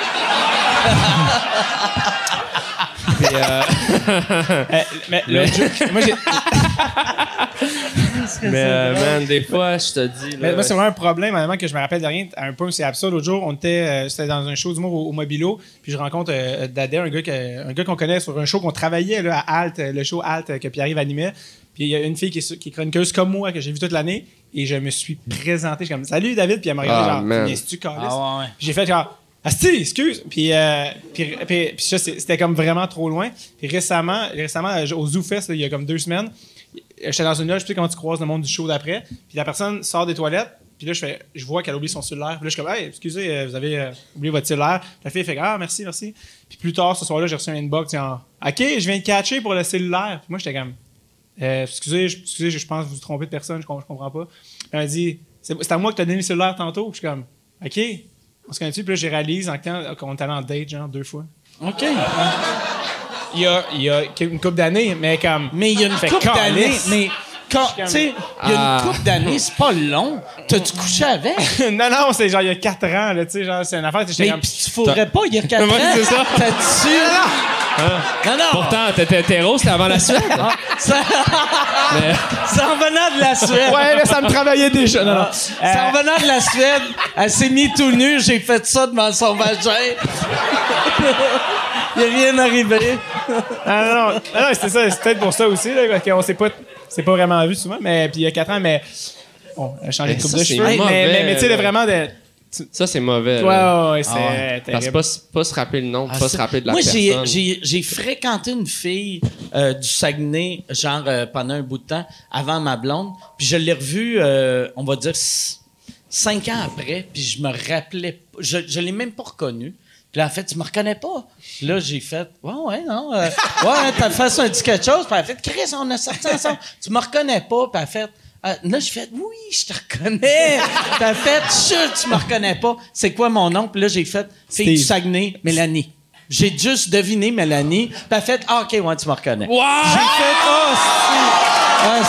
Puis, euh, Euh, mais le joke- moi, j'ai- mais, euh, man, des fois, je te dis. mais Là, moi, c'est vraiment un problème, vraiment, que je me rappelle de rien. À un point où c'est absurde. L'autre jour, on était, euh, c'était dans un show d'humour au, au Mobilo, puis je rencontre euh, Dadé, un gars, que- un gars qu'on connaît sur un show qu'on travaillait là, à Alt, euh, le show Alt euh, que Pierre-Yves animait. Puis il y a une fille qui est, qui est chroniqueuse comme moi, que j'ai vue toute l'année, et je me suis présenté. Je suis comme, salut David, puis elle m'a regardé, Ah, genre, man. viens-tu, câlisse? Ah, ouais, ouais. Puis j'ai fait genre, Asti, excuse. Puis, euh, puis, puis, puis ça, c'est- c'était comme vraiment trop loin. Puis récemment, récemment euh, au ZooFest, là, il y a comme deux semaines, j'étais dans une loge, tu sais, quand tu croises le monde du show d'après, puis la personne sort des toilettes, puis là, je fais, je vois qu'elle oublie son cellulaire. Puis là, je suis comme, hey, excusez, euh, vous avez euh, oublié votre cellulaire. Puis la fille fait, ah, merci, merci. Puis plus tard, ce soir-là, j'ai reçu un inbox, genre, OK, je viens de catcher pour le cellulaire. Puis moi, j'étais comme, euh, excusez, je, excusez, je pense que vous vous trompez de personne, je, je comprends pas. Puis elle m'a dit, c'est, c'est à moi que t'as donné le cellulaire tantôt. Puis je suis comme, OK, on se connaît-tu? Puis là, j'ai réalisé en temps qu'on est allé en date, genre, deux fois. OK. Il y a, il y a une couple d'années, mais comme. Mais il y a une Fait couple d'années, calisse. mais quand, tu sais, il y a Ah. une couple d'années, c'est pas long. T'as-tu couché avec? non, non, c'est genre il y a quatre ans, là, tu sais, genre, c'est une affaire, j'étais Mais comme. pis tu fourrais pas il y a quatre Ouais, ans. c'est ça. T'as-tu? Non, non. Pourtant, t'étais hétéro, c'était avant la Suède. Ça... C'est en venant de la Suède. Ouais, là, ça me travaillait déjà. Non, non. C'est en venant de la Suède. Elle s'est mise tout nue. J'ai fait ça devant son vagin. Il n'y a rien arrivé. Ah, non, non, non, non, c'était ça, c'est peut-être pour ça aussi, là, parce qu'on s'est pas, c'est pas vraiment vu souvent, mais puis il y a quatre ans, mais bon, elle a changé Mais de coupe ça, de c'est cheveux, mais, mauvais, mais, mais tu sais, là. de vraiment de. Ça, c'est mauvais. Ouais, là. ouais, ouais, c'est Ah ouais. terrible. Parce que pas, s- pas se rappeler le nom, Ah, pas c'est- se rappeler de la Moi, j'ai, personne. j'ai, j'ai fréquenté une fille euh, du Saguenay, genre euh, pendant un bout de temps, avant ma blonde. Puis je l'ai revue, euh, on va dire, s- cinq ans après. Puis je me rappelais pas. Je, je l'ai même pas reconnue. Puis là, en fait, tu me reconnais pas. Puis là, j'ai fait, ouais, ouais, non. euh, ouais, t'as fait un petit quelque chose. Puis elle a fait, Chris, on a sorti ensemble. Tu me reconnais pas. Puis elle a fait, ah, là, j'ai fait, oui, je te reconnais. T'as fait, chut, tu me reconnais pas. C'est quoi mon nom? Puis là, j'ai fait, fille du Steve. Saguenay, Mélanie. J'ai juste deviné Mélanie. Puis elle a fait, ah, OK, ouais, tu me reconnais. Wow! J'ai fait, oh, si. Ah,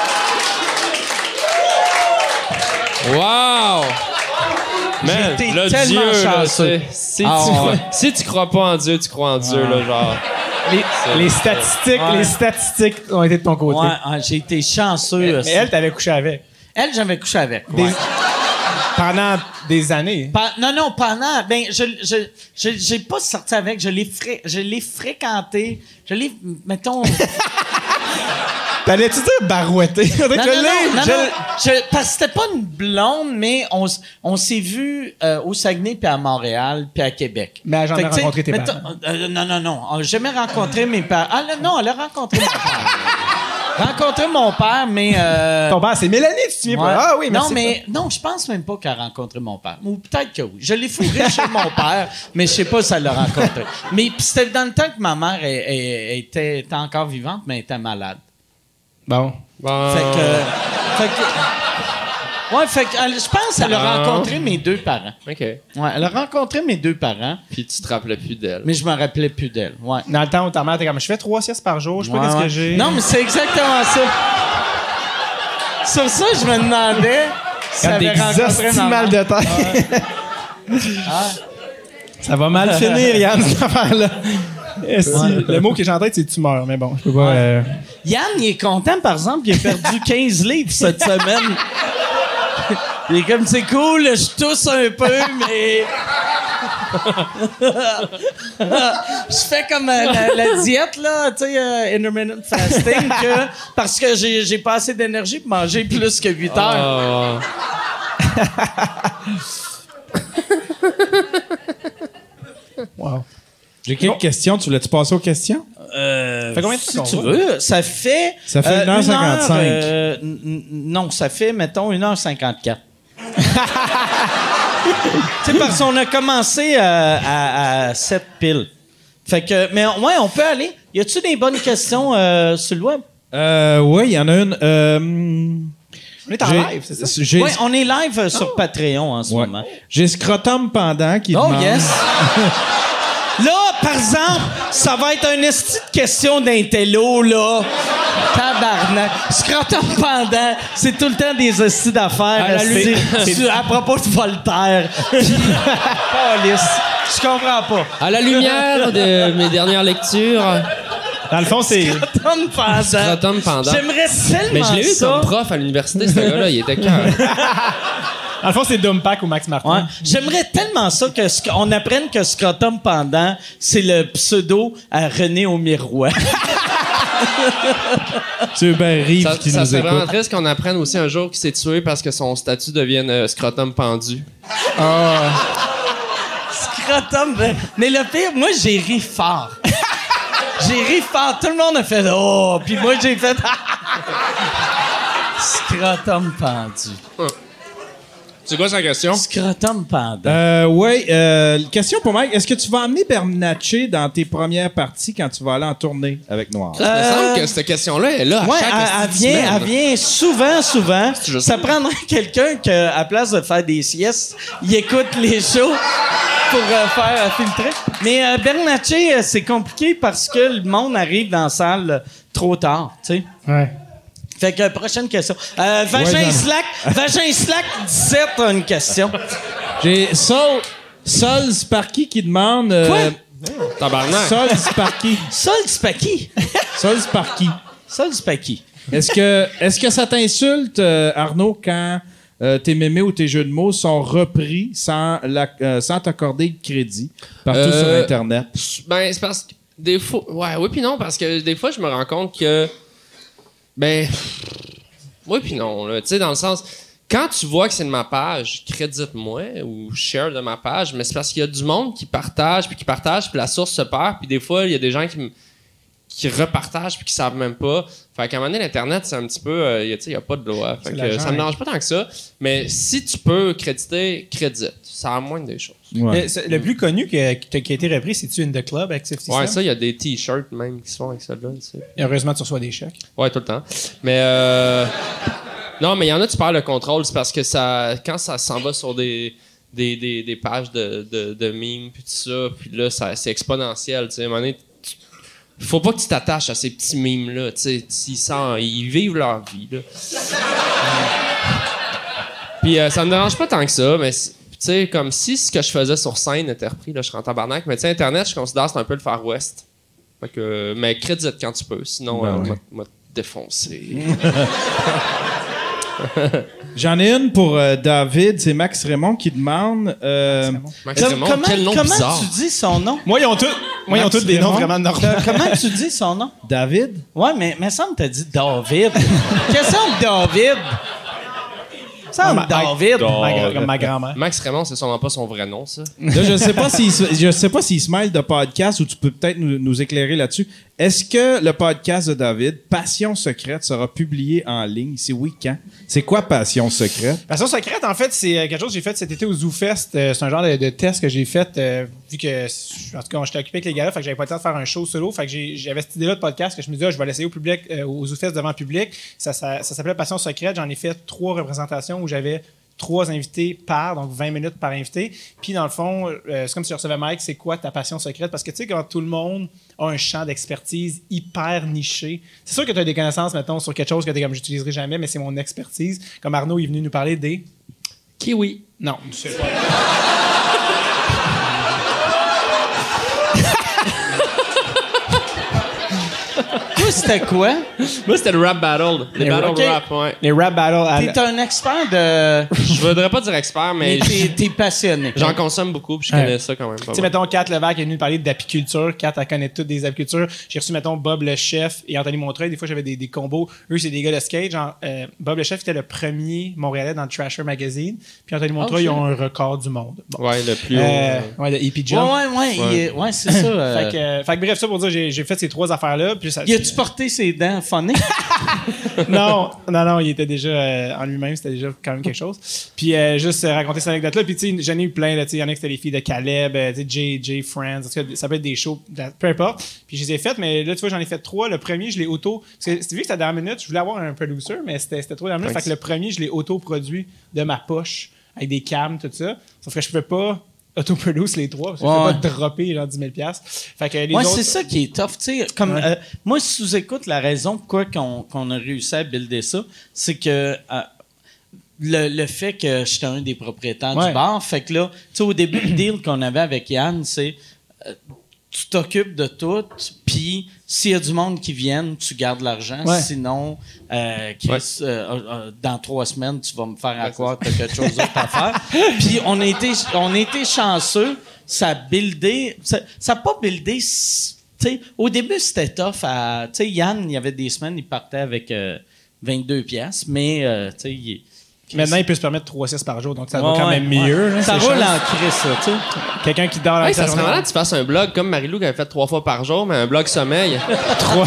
si. Wow! Man, J'étais le tellement Dieu, là, chanceux. tu sais, si, Ah, tu ouais. crois, si tu crois pas en Dieu, tu crois en Dieu, là, genre. Les, les statistiques, Ouais. les statistiques ont été de ton côté. Ouais, ah, j'ai été chanceux. Mais aussi. elle, t'avais couché avec. Elle, j'avais couché avec. Des- ouais. Pendant des années. Pa- non, non, pendant. Ben, je, je, je, j'ai pas sorti avec. Je l'ai, fré- je l'ai fréquenté. Je l'ai, mettons. T'allais-tu dire barouetté? je Non, l'ai, non, non, non, je- non. Je- parce que c'était pas une blonde, mais on, s- on s'est vu euh, au Saguenay, puis à Montréal, puis à Québec. Mais elle a jamais Fait que, tu sais, rencontré tes mettons- parents. euh, non, non, non. On a jamais rencontré mes parents. Ah, là, non, elle a rencontré mon père. rencontré mon père, mais... euh, Ton père, c'est Mélanie, tu te souviens ouais. pas? Ah oui, non, merci. mais non, je pense même pas qu'elle a rencontré mon père. Ou peut-être que oui. Je l'ai fourré chez mon père, mais je sais pas si elle l'a rencontré. Mais puis c'était dans le temps que ma mère elle- elle- elle était, était encore vivante, mais elle était malade. Bon. Bon. Fait que. Fait que. Ouais, fait que. elle- Je pense qu'elle a Ah. rencontré mes deux parents. OK. Ouais, elle a rencontré mes deux parents, Puis tu te rappelais plus d'elle. mais je me rappelais plus d'elle. Ouais. Dans le temps où ta mère était comme, je fais trois siestes par jour, je sais pas Ouais, qu'est-ce ouais. que j'ai. Non, mais c'est exactement ça. Sur ça, je me demandais si Comme elle des avait rencontré hosties ma mal mère. de tête. Ça va mal finir, Yann, cette affaire-là. Esti, le mot que j'ai en tête, c'est tumeur, mais bon, je peux pas. euh, Yann, il est content, par exemple, il a perdu quinze livres cette semaine. Il est comme, c'est cool, je tousse un peu, mais... je fais comme euh, la, la diète, là, tu sais, euh, intermittent fasting, que, parce que j'ai, j'ai pas assez d'énergie pour manger plus que huit heures. Ah. Wow. J'ai quelques questions. Tu voulais-tu passer aux questions? Euh, fait combien de si temps tu qu'on va? veux, ça fait... Ça fait euh, une heure cinquante-cinq. euh, n- n- non, ça fait, mettons, une heure cinquante-quatre. Tu sais, parce qu'on a commencé euh, à, à sept piles. Fait que, mais ouais, on peut aller. Y a-tu des bonnes questions euh, sur le web? Euh, oui, il y en a une. Euh, On est en j'ai- live, c'est ça? j'ai- Oui, on est live euh, sur Patreon en ce ouais. moment. J'ai Scrotum Pendant qui Oh, demande... yes! Là, par exemple, ça va être un esti de question d'intello, là. Tabarnak. Scrotum pendant, c'est tout le temps des estis d'affaires. À la esti. lumière. C'est- à propos de Voltaire. Puis, Calisse. Je comprends pas. À la lumière de mes dernières lectures, Dans le fond, c'est. Scrotum pendant. Scrotum pendant. J'aimerais tellement Mais je l'ai eu ça. comme prof à l'université, ce gars-là, il était cœur. Dans le fond, c'est Dumpack ou Max Martin. Ouais. J'aimerais tellement ça que sc- on apprenne que Scrotum pendant, c'est le pseudo à René au miroir. C'est Hubert Reeves Ça, qui ça nous serait vraiment écoute. triste qu'on apprenne aussi un jour qu'il s'est tué parce que son statut devienne euh, scrotum pendu. Scrotum. ben- Mais le pire, moi, j'ai ri fort. J'ai ri fort. Tout le monde a fait oh, puis moi j'ai fait scrotum pendu. C'est quoi sa question? Scrotum pendant. Euh, oui, euh, question pour Mike. Est-ce que tu vas emmener Bernatchez dans tes premières parties quand tu vas aller en tournée avec Noir? Il me semble que cette question-là est là à Ouais, chaque elle, elle esti de vient, semaine. elle vient souvent, souvent. juste Ça prendrait quelqu'un qui, à place de faire des siestes, il écoute les shows pour euh, faire euh, filtrer. Mais euh, Bernatchez, euh, c'est compliqué parce que le monde arrive dans la salle euh, trop tard, tu sais. Ouais. Fait que, prochaine question. Euh, Vagin Ouais, j'en ai. Slack, Vagin Slack dix-sept a une question. J'ai Sol, Sol Sparky qui demande... euh, Quoi? Tabarnak. Sol Sparky. Sol Spaki. Sol Sparky. Sol Spaki. Est-ce que, est-ce que ça t'insulte, euh, Arnaud, quand euh, tes mémés ou tes jeux de mots sont repris sans, la, euh, sans t'accorder de crédit partout Euh, sur Internet? Ben, c'est parce que des fois. Ouais, oui, puis non, parce que des fois, je me rends compte que. Ben. Oui, puis non, là. Tu sais, dans le sens. Quand tu vois que c'est de ma page, crédite-moi ou share de ma page, mais c'est parce qu'il y a du monde qui partage, puis qui partage, puis la source se perd, puis des fois, il y a des gens qui me qui repartagent puis qui savent même pas. Fait qu'à un moment donné, l'Internet, c'est un petit peu... Euh, y a, tu sais, il n'y a pas de loi. Fait C'est que, l'argent, ça me hein. dérange pas tant que ça. Mais si tu peux créditer, crédite. Ça a moins des choses. Ouais. Le, c'est- le plus connu que- qui a qui a été repris, c'est-tu In The Club avec cinquante Ouais, Cent? ça, il y a des t-shirts même qui se font avec ça là. Tu sais. Et heureusement, tu reçois des chèques. Ouais, tout le temps. Mais... Euh... Non, mais il y en a, tu perds le contrôle. C'est parce que ça, quand ça s'en va sur des... Des, des, des pages de, de, de memes, puis tout ça, puis là, ça, c'est exponentiel. Tu sais, à un moment donné, tu- faut pas que tu t'attaches à ces petits mimes-là. Tu sais, ils, sont- ils vivent leur vie. Là. Puis euh, ça me dérange pas tant que ça, mais tu sais, comme si ce que je faisais sur scène était repris, là, je serais en tabarnak. Mais tu sais, Internet, je considère que c'est un peu le Far West. Fait que, euh, mais crédite quand tu peux, sinon, Ben euh, oui. m'a- m'a défoncé. J'en ai une pour euh, David. C'est Max Raymond qui demande... euh, Max Comme- Raymond, comment quel nom comment bizarre. tu dis son nom? Moi, ils ont tous moi, ils ont Max tous des noms Raymond? vraiment normaux. Euh, comment tu dis son nom? David? Ouais, mais mais ça me t'a dit David. Question de David. Ça me Ma- David. Ma gra- Comme ma grand-mère. Max Raymond, c'est sûrement pas son vrai nom, ça. Là, je sais pas s'il se- je sais pas s'il se mêle de podcast ou tu peux peut-être nous, nous éclairer là-dessus. Est-ce que le podcast de David, Passion secrète, sera publié en ligne? Si oui, quand? C'est quoi Passion secrète? Passion secrète, en fait, c'est euh, quelque chose que j'ai fait cet été au ZooFest. Euh, c'est un genre de, de test que j'ai fait, euh, vu que, en tout cas, j'étais occupé avec les gars-là, fait que j'avais pas le temps de faire un show solo. Fait que j'ai- j'avais cette idée-là de podcast que je me disais, ah, je vais l'essayer au public, euh, au ZooFest devant le public. Ça, ça, ça s'appelait Passion secrète. J'en ai fait trois représentations où j'avais trois invités par, donc vingt minutes par invité. Puis, dans le fond, euh, c'est comme si je recevais Mike, c'est quoi ta passion secrète? Parce que, tu sais, quand tout le monde a un champ d'expertise hyper niché, c'est sûr que tu as des connaissances, mettons, sur quelque chose que tu comme j'utiliserai jamais, mais c'est mon expertise. Comme Arnaud est venu nous parler des... Kiwi. Non, je sais pas. Toi, c'était quoi? Moi, c'était le rap battle. Le Les battle rap- rap, ouais. Les rap battles à T'es un expert de... Je voudrais pas dire expert, mais Mais t'es t'es passionné. j'en consomme beaucoup, puis je Ouais. connais ça quand même. Pas Tu sais, mal. mettons, Kat Levac est venu nous parler d'apiculture. Kat, elle connaît toutes des apicultures. J'ai reçu, mettons, Bob le chef et Anthony Montreuil. Des fois, j'avais des, des combos. Eux, c'est des gars de skate. Genre, euh, Bob le chef était le premier Montréalais dans le Trasher Magazine. Puis Anthony Montreuil, ils ont un record du monde. Bon. Ouais, le plus haut. Euh, euh, ouais, de hippie Ouais, jump. ouais, ouais. il est- ouais, c'est ça. euh. Fait, que, euh, fait que bref, ça pour dire, j'ai, j'ai fait ces trois affaires-là. Puis ça, Y a-tu porté ses dents phoniques? non, non, non, il était déjà euh, en lui-même, c'était déjà quand même quelque chose. Puis euh, juste euh, raconter cette anecdote-là. Puis tu sais, j'en ai eu plein. là, tu sais, Il y en a qui c'était les filles de Caleb, euh, tu sais, J J Friends. En tout cas, ça peut être des shows, de- peu importe. Puis je les ai faites, mais là, tu vois, j'en ai fait trois. Le premier, je l'ai auto. Parce que c'est vu que c'était à la dernière minute, je voulais avoir un producer, mais c'était, c'était trop à la dernière minute. Fait que le premier, je l'ai auto-produit de ma poche avec des cams, tout ça. Sauf que je pouvais pas auto-produce les trois, parce que Ouais. je peux pas dropper genre dix mille dollars. Fait que les Ouais, autres... c'est ça qui est tough. Tu sais, comme, Ouais. euh, moi, si vous écoutez la raison pourquoi qu'on, qu'on a réussi à builder ça, c'est que euh, le, le fait que j'étais un des propriétaires Ouais. du bar, fait que là, tu sais, au début, le deal qu'on avait avec Yann, c'est euh, tu t'occupes de tout, puis s'il y a du monde qui vienne, tu gardes l'argent. Ouais. Sinon, euh, Chris, Ouais. euh, euh, dans trois semaines, tu vas me faire à croire que tu as quelque chose d'autre à faire. Puis on a été, on a été chanceux. Ça a buildé. Ça n'a pas buildé. s- tu sais, au début, c'était tough. à- Tu sais, Yann, il y avait des semaines, il partait avec euh, vingt-deux piastres, mais euh, tu sais, il- Maintenant, il peut se permettre trois six par jour, donc ça Ouais, va quand ouais, même ouais. mieux. là, Ça c'est roule chance. en crise, ça, tu sais. Quelqu'un qui dort Ouais, avec ça sa serait journée. malade que tu fasses un blog comme Marie-Lou qui avait fait trois fois par jour, mais un blog sommeil. Trois.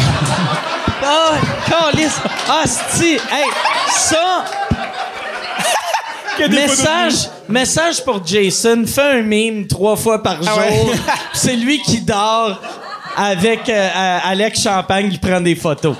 Ah, calice! Ah, c'ti! Hey, ça... Que des message, message pour Jason. Fais un meme trois fois par jour. Ah ouais. C'est lui qui dort avec euh, euh, Alex Champagne qui prend des photos.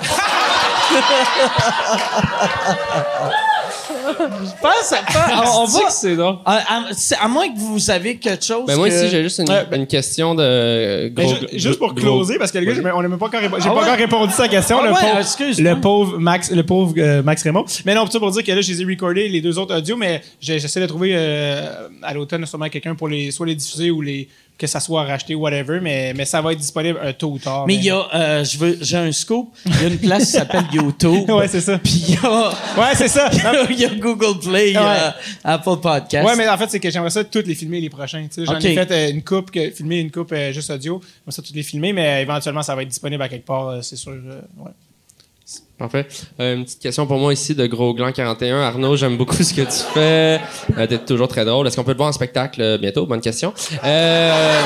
Je pense à, on, on va, que c'est drôle. à, à, c'est- à moins que vous avez quelque chose. Ben moi que- aussi, j'ai juste une, Ouais, ben- une question de euh, Mais gros, ju- juste pour gros- closer, parce que le gars, j'ai- on n'a même pas encore, répo- j'ai Ah pas ouais? encore répondu à sa question. Ah le, ouais, pauvre, excuse-moi. le pauvre Max, le pauvre euh, Max Raymond. Mais non, tout ça pour dire que là, je les ai recordés, les deux autres audios, mais j'ai- j'essaie de trouver euh, à l'automne sûrement quelqu'un pour les, soit les diffuser ou les, que ça soit racheté, whatever, mais, mais ça va être disponible euh, tôt ou tard. Mais il y a, euh, je veux, j'ai un scoop. Il y a une place qui s'appelle YouTube. Ouais, c'est ça. Puis il y a, Ouais, c'est ça. il y a- il y a Google Play, il y a Ouais. Apple Podcast. Ouais, mais en fait, c'est que j'aimerais ça toutes les filmer les prochains. tu sais. J'en Ok. ai fait euh, une coupe, que, filmer une coupe euh, juste audio. J'aimerais ça toutes les filmer, mais éventuellement, ça va être disponible à quelque part, euh, c'est sûr. euh, ouais. Parfait. Euh, une petite question pour moi ici de Gros Gland quarante et un. Arnaud, j'aime beaucoup ce que tu fais. Euh, T'es toujours très drôle. Est-ce qu'on peut te voir en spectacle euh, bientôt? Bonne question. Euh...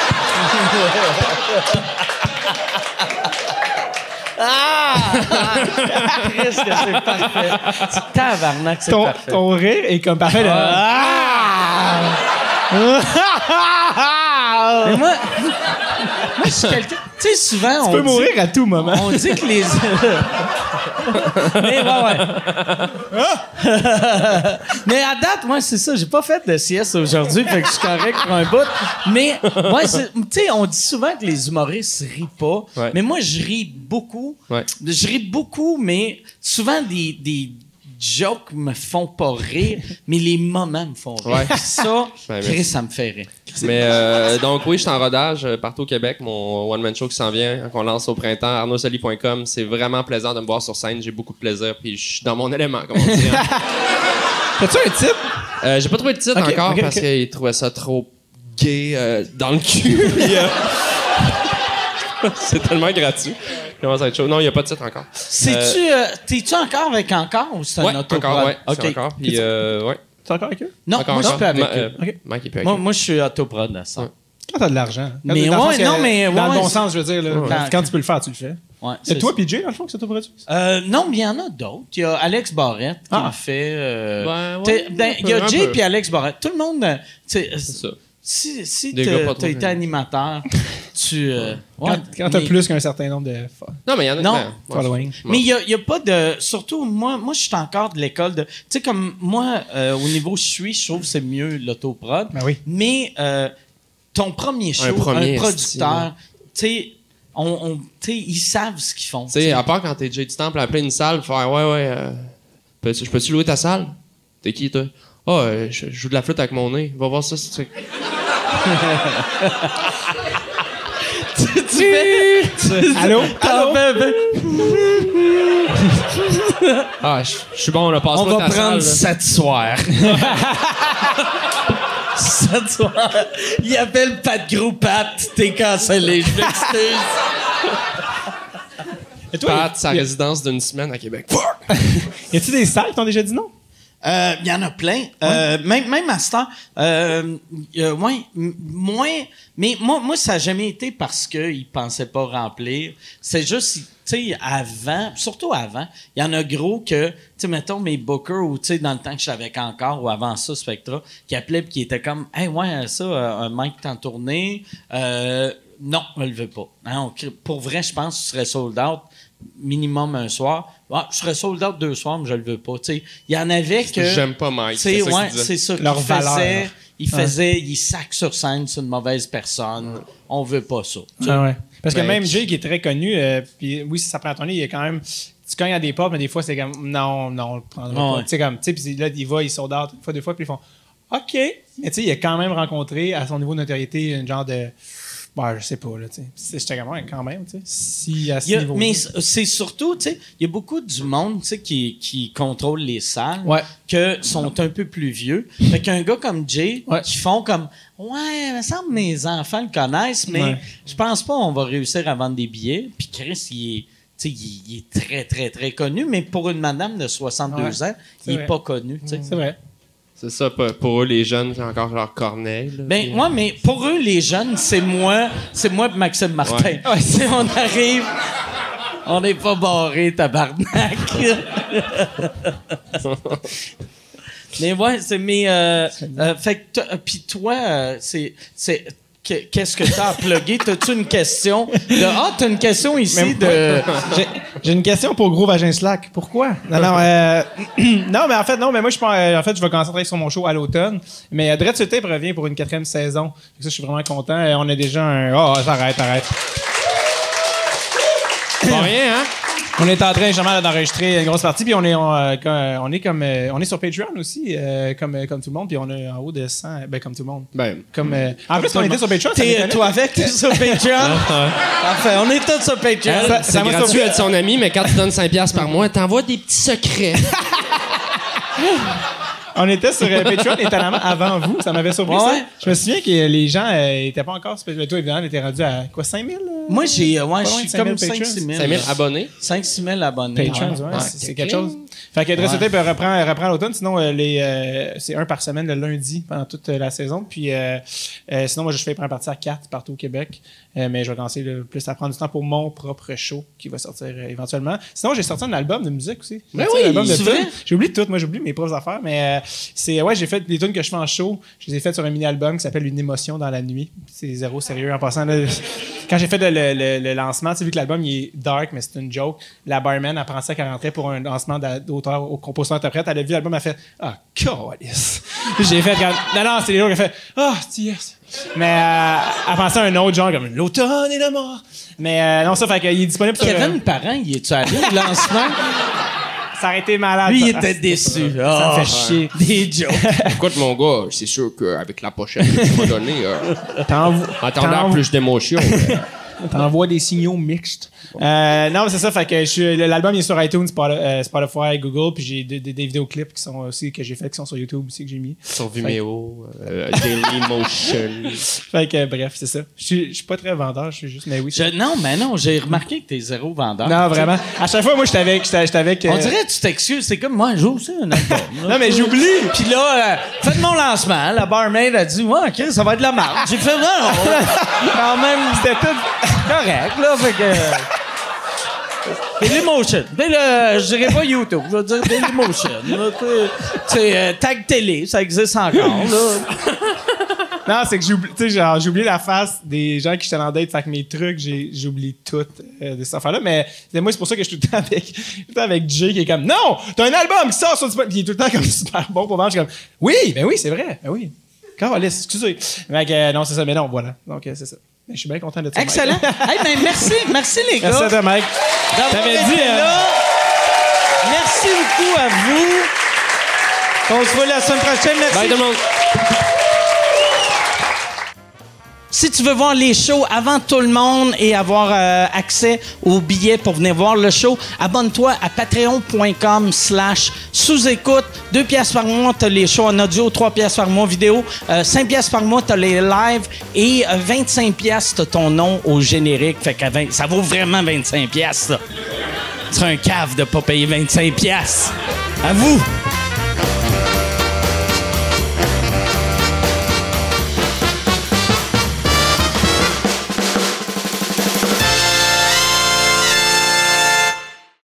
Ah! Christ, que c'est parfait. C'est tabarnak, c'est Ton, parfait. ton rire est comme parfait. là. Ah! Mais moi, moi, je suis quelqu'un. Tu sais, souvent, Tu on peux dit, mourir à tout moment. on dit que les. Mais ouais, ouais. Mais à date, moi, c'est ça. J'ai pas fait de sieste aujourd'hui, fait que je suis correct pour un bout. Mais, ouais, c'est- tu sais, on dit souvent que les humoristes rient pas. Ouais. Mais moi, je ris beaucoup. Ouais. Je ris beaucoup, mais souvent des, des jokes me font pas rire, mais les moments me font rire. Ouais. Ça, Ouais, Chris, mais- ça me fait rire. Mais euh, donc oui, je suis en rodage euh, partout au Québec. Mon one-man show qui s'en vient, qu'on lance au printemps, arnaud soli point com. C'est vraiment plaisant de me voir sur scène. J'ai beaucoup de plaisir. Puis je suis dans mon élément, comme on dit. hein. T'as-tu un titre? Euh, J'ai pas trouvé de titre Ok, encore ok, parce ok. qu'ils trouvaient ça trop gay euh, dans le cul. Puis, euh, c'est tellement gratuit. Comment ça va être chaud? Non, il n'y a pas de titre encore. C'est-tu, euh, t'es-tu encore avec Encore ou c'est Ouais, un autoprod? encore, ouais. OK. C'est encore. Puis, euh, ouais. T'es encore avec eux? Non, encore, moi, je encore. suis pas avec Ma- euh, eux. Ok. Mike est plus avec Moi, eux. moi, je suis autoprod à ça. Ouais. Quand t'as de l'argent. Quand Mais t'es- dans le ouais, sens que- non, mais Dans ouais, le bon c'est- sens, je veux dire. Là, Ouais. quand, quand tu peux le faire, tu le fais. Ouais, C'est toi ça. P J, dans le fond, que c'est toi produit? Euh, non, mais il y en a d'autres. Il y a Alex Barrette qui Ah. le fait. euh, Ben, ouais, t'es- ben, il y un a peu, Jay un peu. puis Alex Barrette. Tout le monde. euh, tu sais, C'est ça. Si, si Des t'as gars pas trop t'as été gênés. animateur, tu. euh, ouais, Quand, quand t'as mais- plus qu'un certain nombre de fo- Non, mais il y en a Non. ben, ouais, following. je- Mais il n'y a, pas de. Surtout, moi, moi je suis encore de l'école de. Tu sais, comme moi, euh, au niveau où je suis, je trouve que c'est mieux l'autoprod. Ben oui. Mais euh, ton premier show, un, premier producteur, tu sais, on, on- tu sais, ils savent ce qu'ils font. Tu sais, à part quand t'es Jay du Temple à appeler une salle, faire ouais, ouais, euh, peux je peux-tu louer ta salle? T'es qui, toi? Ah, euh, je, je joue de la flûte avec mon nez. Va voir ça si tu tu fais. tu- Allô? t'en fais un peu. Ah, je je suis bon, là, passe On pas va ta prendre salle. sept soirs. Sept soirs. Il appelle Pat Gros Pat. T'es cancellé. Je m'excuse. Et toi, Pat, sa résidence d'une semaine à Québec. y a-tu des salles qui t'ont déjà dit non? Euh, Il y en a plein. Euh, même, même à ce temps, euh, euh, ouais, m- moins. Mais moi, moi ça n'a jamais été parce qu'ils ne pensaient pas remplir. C'est juste, tu sais, avant, surtout avant, il y en a gros que, tu sais, mettons mes bookers ou, tu sais, dans le temps que je savais qu'encore ou avant ça, Spectra, qui appelaient et qui étaient comme, hey, ouais, ça, euh, un mic t'en tourné. Euh, non, on le veut pas. Hein, on crie- pour vrai, je pense que tu serais sold out minimum un soir. Ah, je serais sold out deux soirs, mais je le veux pas. Tu sais, il y en avait que. J'aime pas Mike. Tu sais, C'est ça ouais, qu'il disait. c'est ça. Leur qu'il valeur. faisait, il Ouais. faisait, il sac sur scène, c'est une mauvaise personne. On veut pas ça. Ah ouais. Parce que Ben, même tu- Jay, qui est très connu, euh, puis oui, si ça prend à tourner, il y a quand même. Tu cognes à des portes, mais des fois, c'est comme non, non, on le prendra Ah pas. ouais. Tu sais, comme, tu sais, puis là, il va, il sold out une fois, deux fois, puis ils font OK. Mais tu sais, il a quand même rencontré, à son niveau de notoriété, un genre de. Bon, je sais pas, là, tu sais. C'est- J'étais comme, ouais, quand même, tu sais. Si à ce Il y a- niveau mais c'est c'est surtout, tu sais, il y a beaucoup du monde, tu sais, qui, qui contrôle les salles, Ouais. que sont un peu plus vieux. Fait qu'un gars comme Jay, Ouais. qui font comme, ouais, il me semble que mes enfants le connaissent, mais Ouais. je pense pas qu'on va réussir à vendre des billets. Puis Chris, il est, tu sais, il, il est très, très, très connu, mais pour une madame de soixante-deux Ouais. ans, C'est il vrai. est pas connu, tu sais. C'est vrai. C'est ça, pour, pour eux, les jeunes, c'est encore leur Corneille. là, Ben, puis- moi, mais pour eux, les jeunes, c'est moi, c'est moi et Maxime Martin. Ouais. Tu sais, on arrive, on n'est pas barré, tabarnak. Mais ouais, c'est mes. Euh, euh, fait que t- puis toi, euh, c'est c'est que- qu'est-ce que t'as à plugger? T'as-tu une question? De, ah, t'as une question ici Mais- de. J'ai- J'ai une question pour Gros Vagin Slack. Pourquoi? Non, non, euh, non, mais en fait, non, mais moi, je pense, euh, en fait, je vais concentrer sur mon show à l'automne. Mais euh, Dread sur Tape revient pour une quatrième saison. Fait que ça, je suis vraiment content. Euh, on a déjà un. Oh, arrête, arrête. Pas rien, hein? On est en train justement d'enregistrer une grosse partie, puis on est on, euh, comme- on est comme euh, on est sur Patreon aussi, euh, comme euh, comme tout le monde, puis on est en haut de cent, ben comme tout le monde. Ben, Comme euh, en plus, on était sur Patreon. ça T'es, m'étonnait. toi avec, t'es sur Patreon? Parfait, on est tous sur Patreon. elle, ça c'est m'a gratuit sauvé. à son ami, mais quand tu donnes cinq piastres par mois, t'envoies des petits secrets. On était sur euh, Patreon étonnamment avant vous, ça m'avait surpris Ouais, ça. ouais. Je me souviens que les gens euh, étaient pas encore sur Patreon. Toi évidemment, t'étais rendu à quoi cinq mille euh? Moi, j'ai. euh, Ouais, je loin de suis cinq comme mille cinq Patreons. six mille. cinq mille abonnés. cinq six mille abonnés. Patreon, ouais. ouais, Ouais. c'est c'est quelque chose. Fait que Dress Ouais. Tape reprend, reprend à l'automne. Sinon, euh, les, euh, c'est un par semaine le lundi pendant toute euh, la saison. Puis euh, euh, sinon, moi, je fais prendre partie à quatre partout au Québec. Euh, mais je vais commencer le plus à prendre du temps pour mon propre show qui va sortir euh, éventuellement. Sinon, j'ai sorti un album de musique aussi. Mais Tu sais, oui, un album de c'est tunes. vrai? J'ai oublié tout. Moi, j'oublie mes propres affaires. Mais euh, c'est ouais, j'ai fait des tunes que je fais en show. Je les ai faites sur un mini-album qui s'appelle Une émotion dans la nuit. C'est zéro sérieux en passant. Là, quand j'ai fait le, le- le- le lancement, tu sais, vu que l'album il est dark, mais c'est une joke, la barman, elle pensait qu'elle rentrait pour un lancement d'a- d'auteur au compositeur-interprète. Elle a vu l'album, elle a fait Ah, calice. Puis j'ai fait quand. Non, non, c'est les jours qu'elle fait Ah, oh, yes. Mais euh, elle pensait à un autre genre comme L'automne est la mort. Mais euh, non, ça fait qu'il est disponible sur. Kevin euh, Parent, il est-tu allé au lancement? ça aurait été malade. Lui, il ça. était déçu. Ça Ah, me fait chier. Des jokes. Écoute, mon gars, c'est sûr qu'avec la pochette que tu m'as donnée, euh, T'envo- attendant t'envo- plus d'émotion. mais- T'envoies des signaux mixtes. Euh, non, mais c'est ça. Fait que je suis- l'album il est sur iTunes, Spot- euh, Spotify, Google, puis j'ai des, des- des vidéoclips qui sont aussi que j'ai fait qui sont sur YouTube aussi que j'ai mis. Sur Vimeo, euh, Dailymotion. Fait que bref, c'est ça. Je suis, je suis pas très vendeur, je suis juste. Mais oui. Je- non, mais non, j'ai remarqué que t'es zéro vendeur. Non, vraiment. À chaque fois, moi, j'étais avec, j'étais, j'étais avec. euh, On dirait que tu t'excuses. C'est comme moi, j'ai aussi un album. là. Non, mais j'oublie. Puis là, euh, faites mon lancement. La barmaid a dit, ouais, OK, ça va être de la merde. J'ai fait, non, quand même, c'était tout correct, là. Fait que. Dailymotion. Mais là, je dirais pas YouTube, je vais dire Dailymotion. là, tu sais. Tu sais, euh, Tag Télé, ça existe encore, là. Non, c'est que j'oublie, tu sais, genre, j'oublie la face des gens qui j'étais en date. Fait que mes trucs, j'ai, j'oublie tout euh, de cette affaire-là. Mais c'est- moi, c'est pour ça que je suis tout le temps avec, tout le temps avec Jay qui est comme, non, t'as un album qui sort sur Spotify. Puis il est tout le temps comme super bon pour vendre. Je suis comme, oui, ben oui, c'est vrai, ben oui. Calisse, excusez. Fait que, euh, non, c'est ça, mais non, voilà. Donc, euh, c'est ça. Mais je suis bien content de ça. Mike. Excellent. Hey, ben, merci, merci les gars. Merci à toi, Mike. d'avoir T'avais été dit, hein? là. Merci beaucoup à vous. On se voit la semaine prochaine. Merci. Bye tout le monde. Si tu veux voir les shows avant tout le monde et avoir euh, accès aux billets pour venir voir le show, abonne-toi à patreon.com slash sous-écoute. Deux piastres par mois, t'as les shows en audio. Trois piastres par mois vidéo. Euh, cinq piastres par mois, t'as les lives. Et euh, vingt-cinq piastres, t'as ton nom au générique. Fait qu'à vingt, ça vaut vraiment vingt-cinq piastres, là. Tu serais un cave de pas payer vingt-cinq piastres. À vous!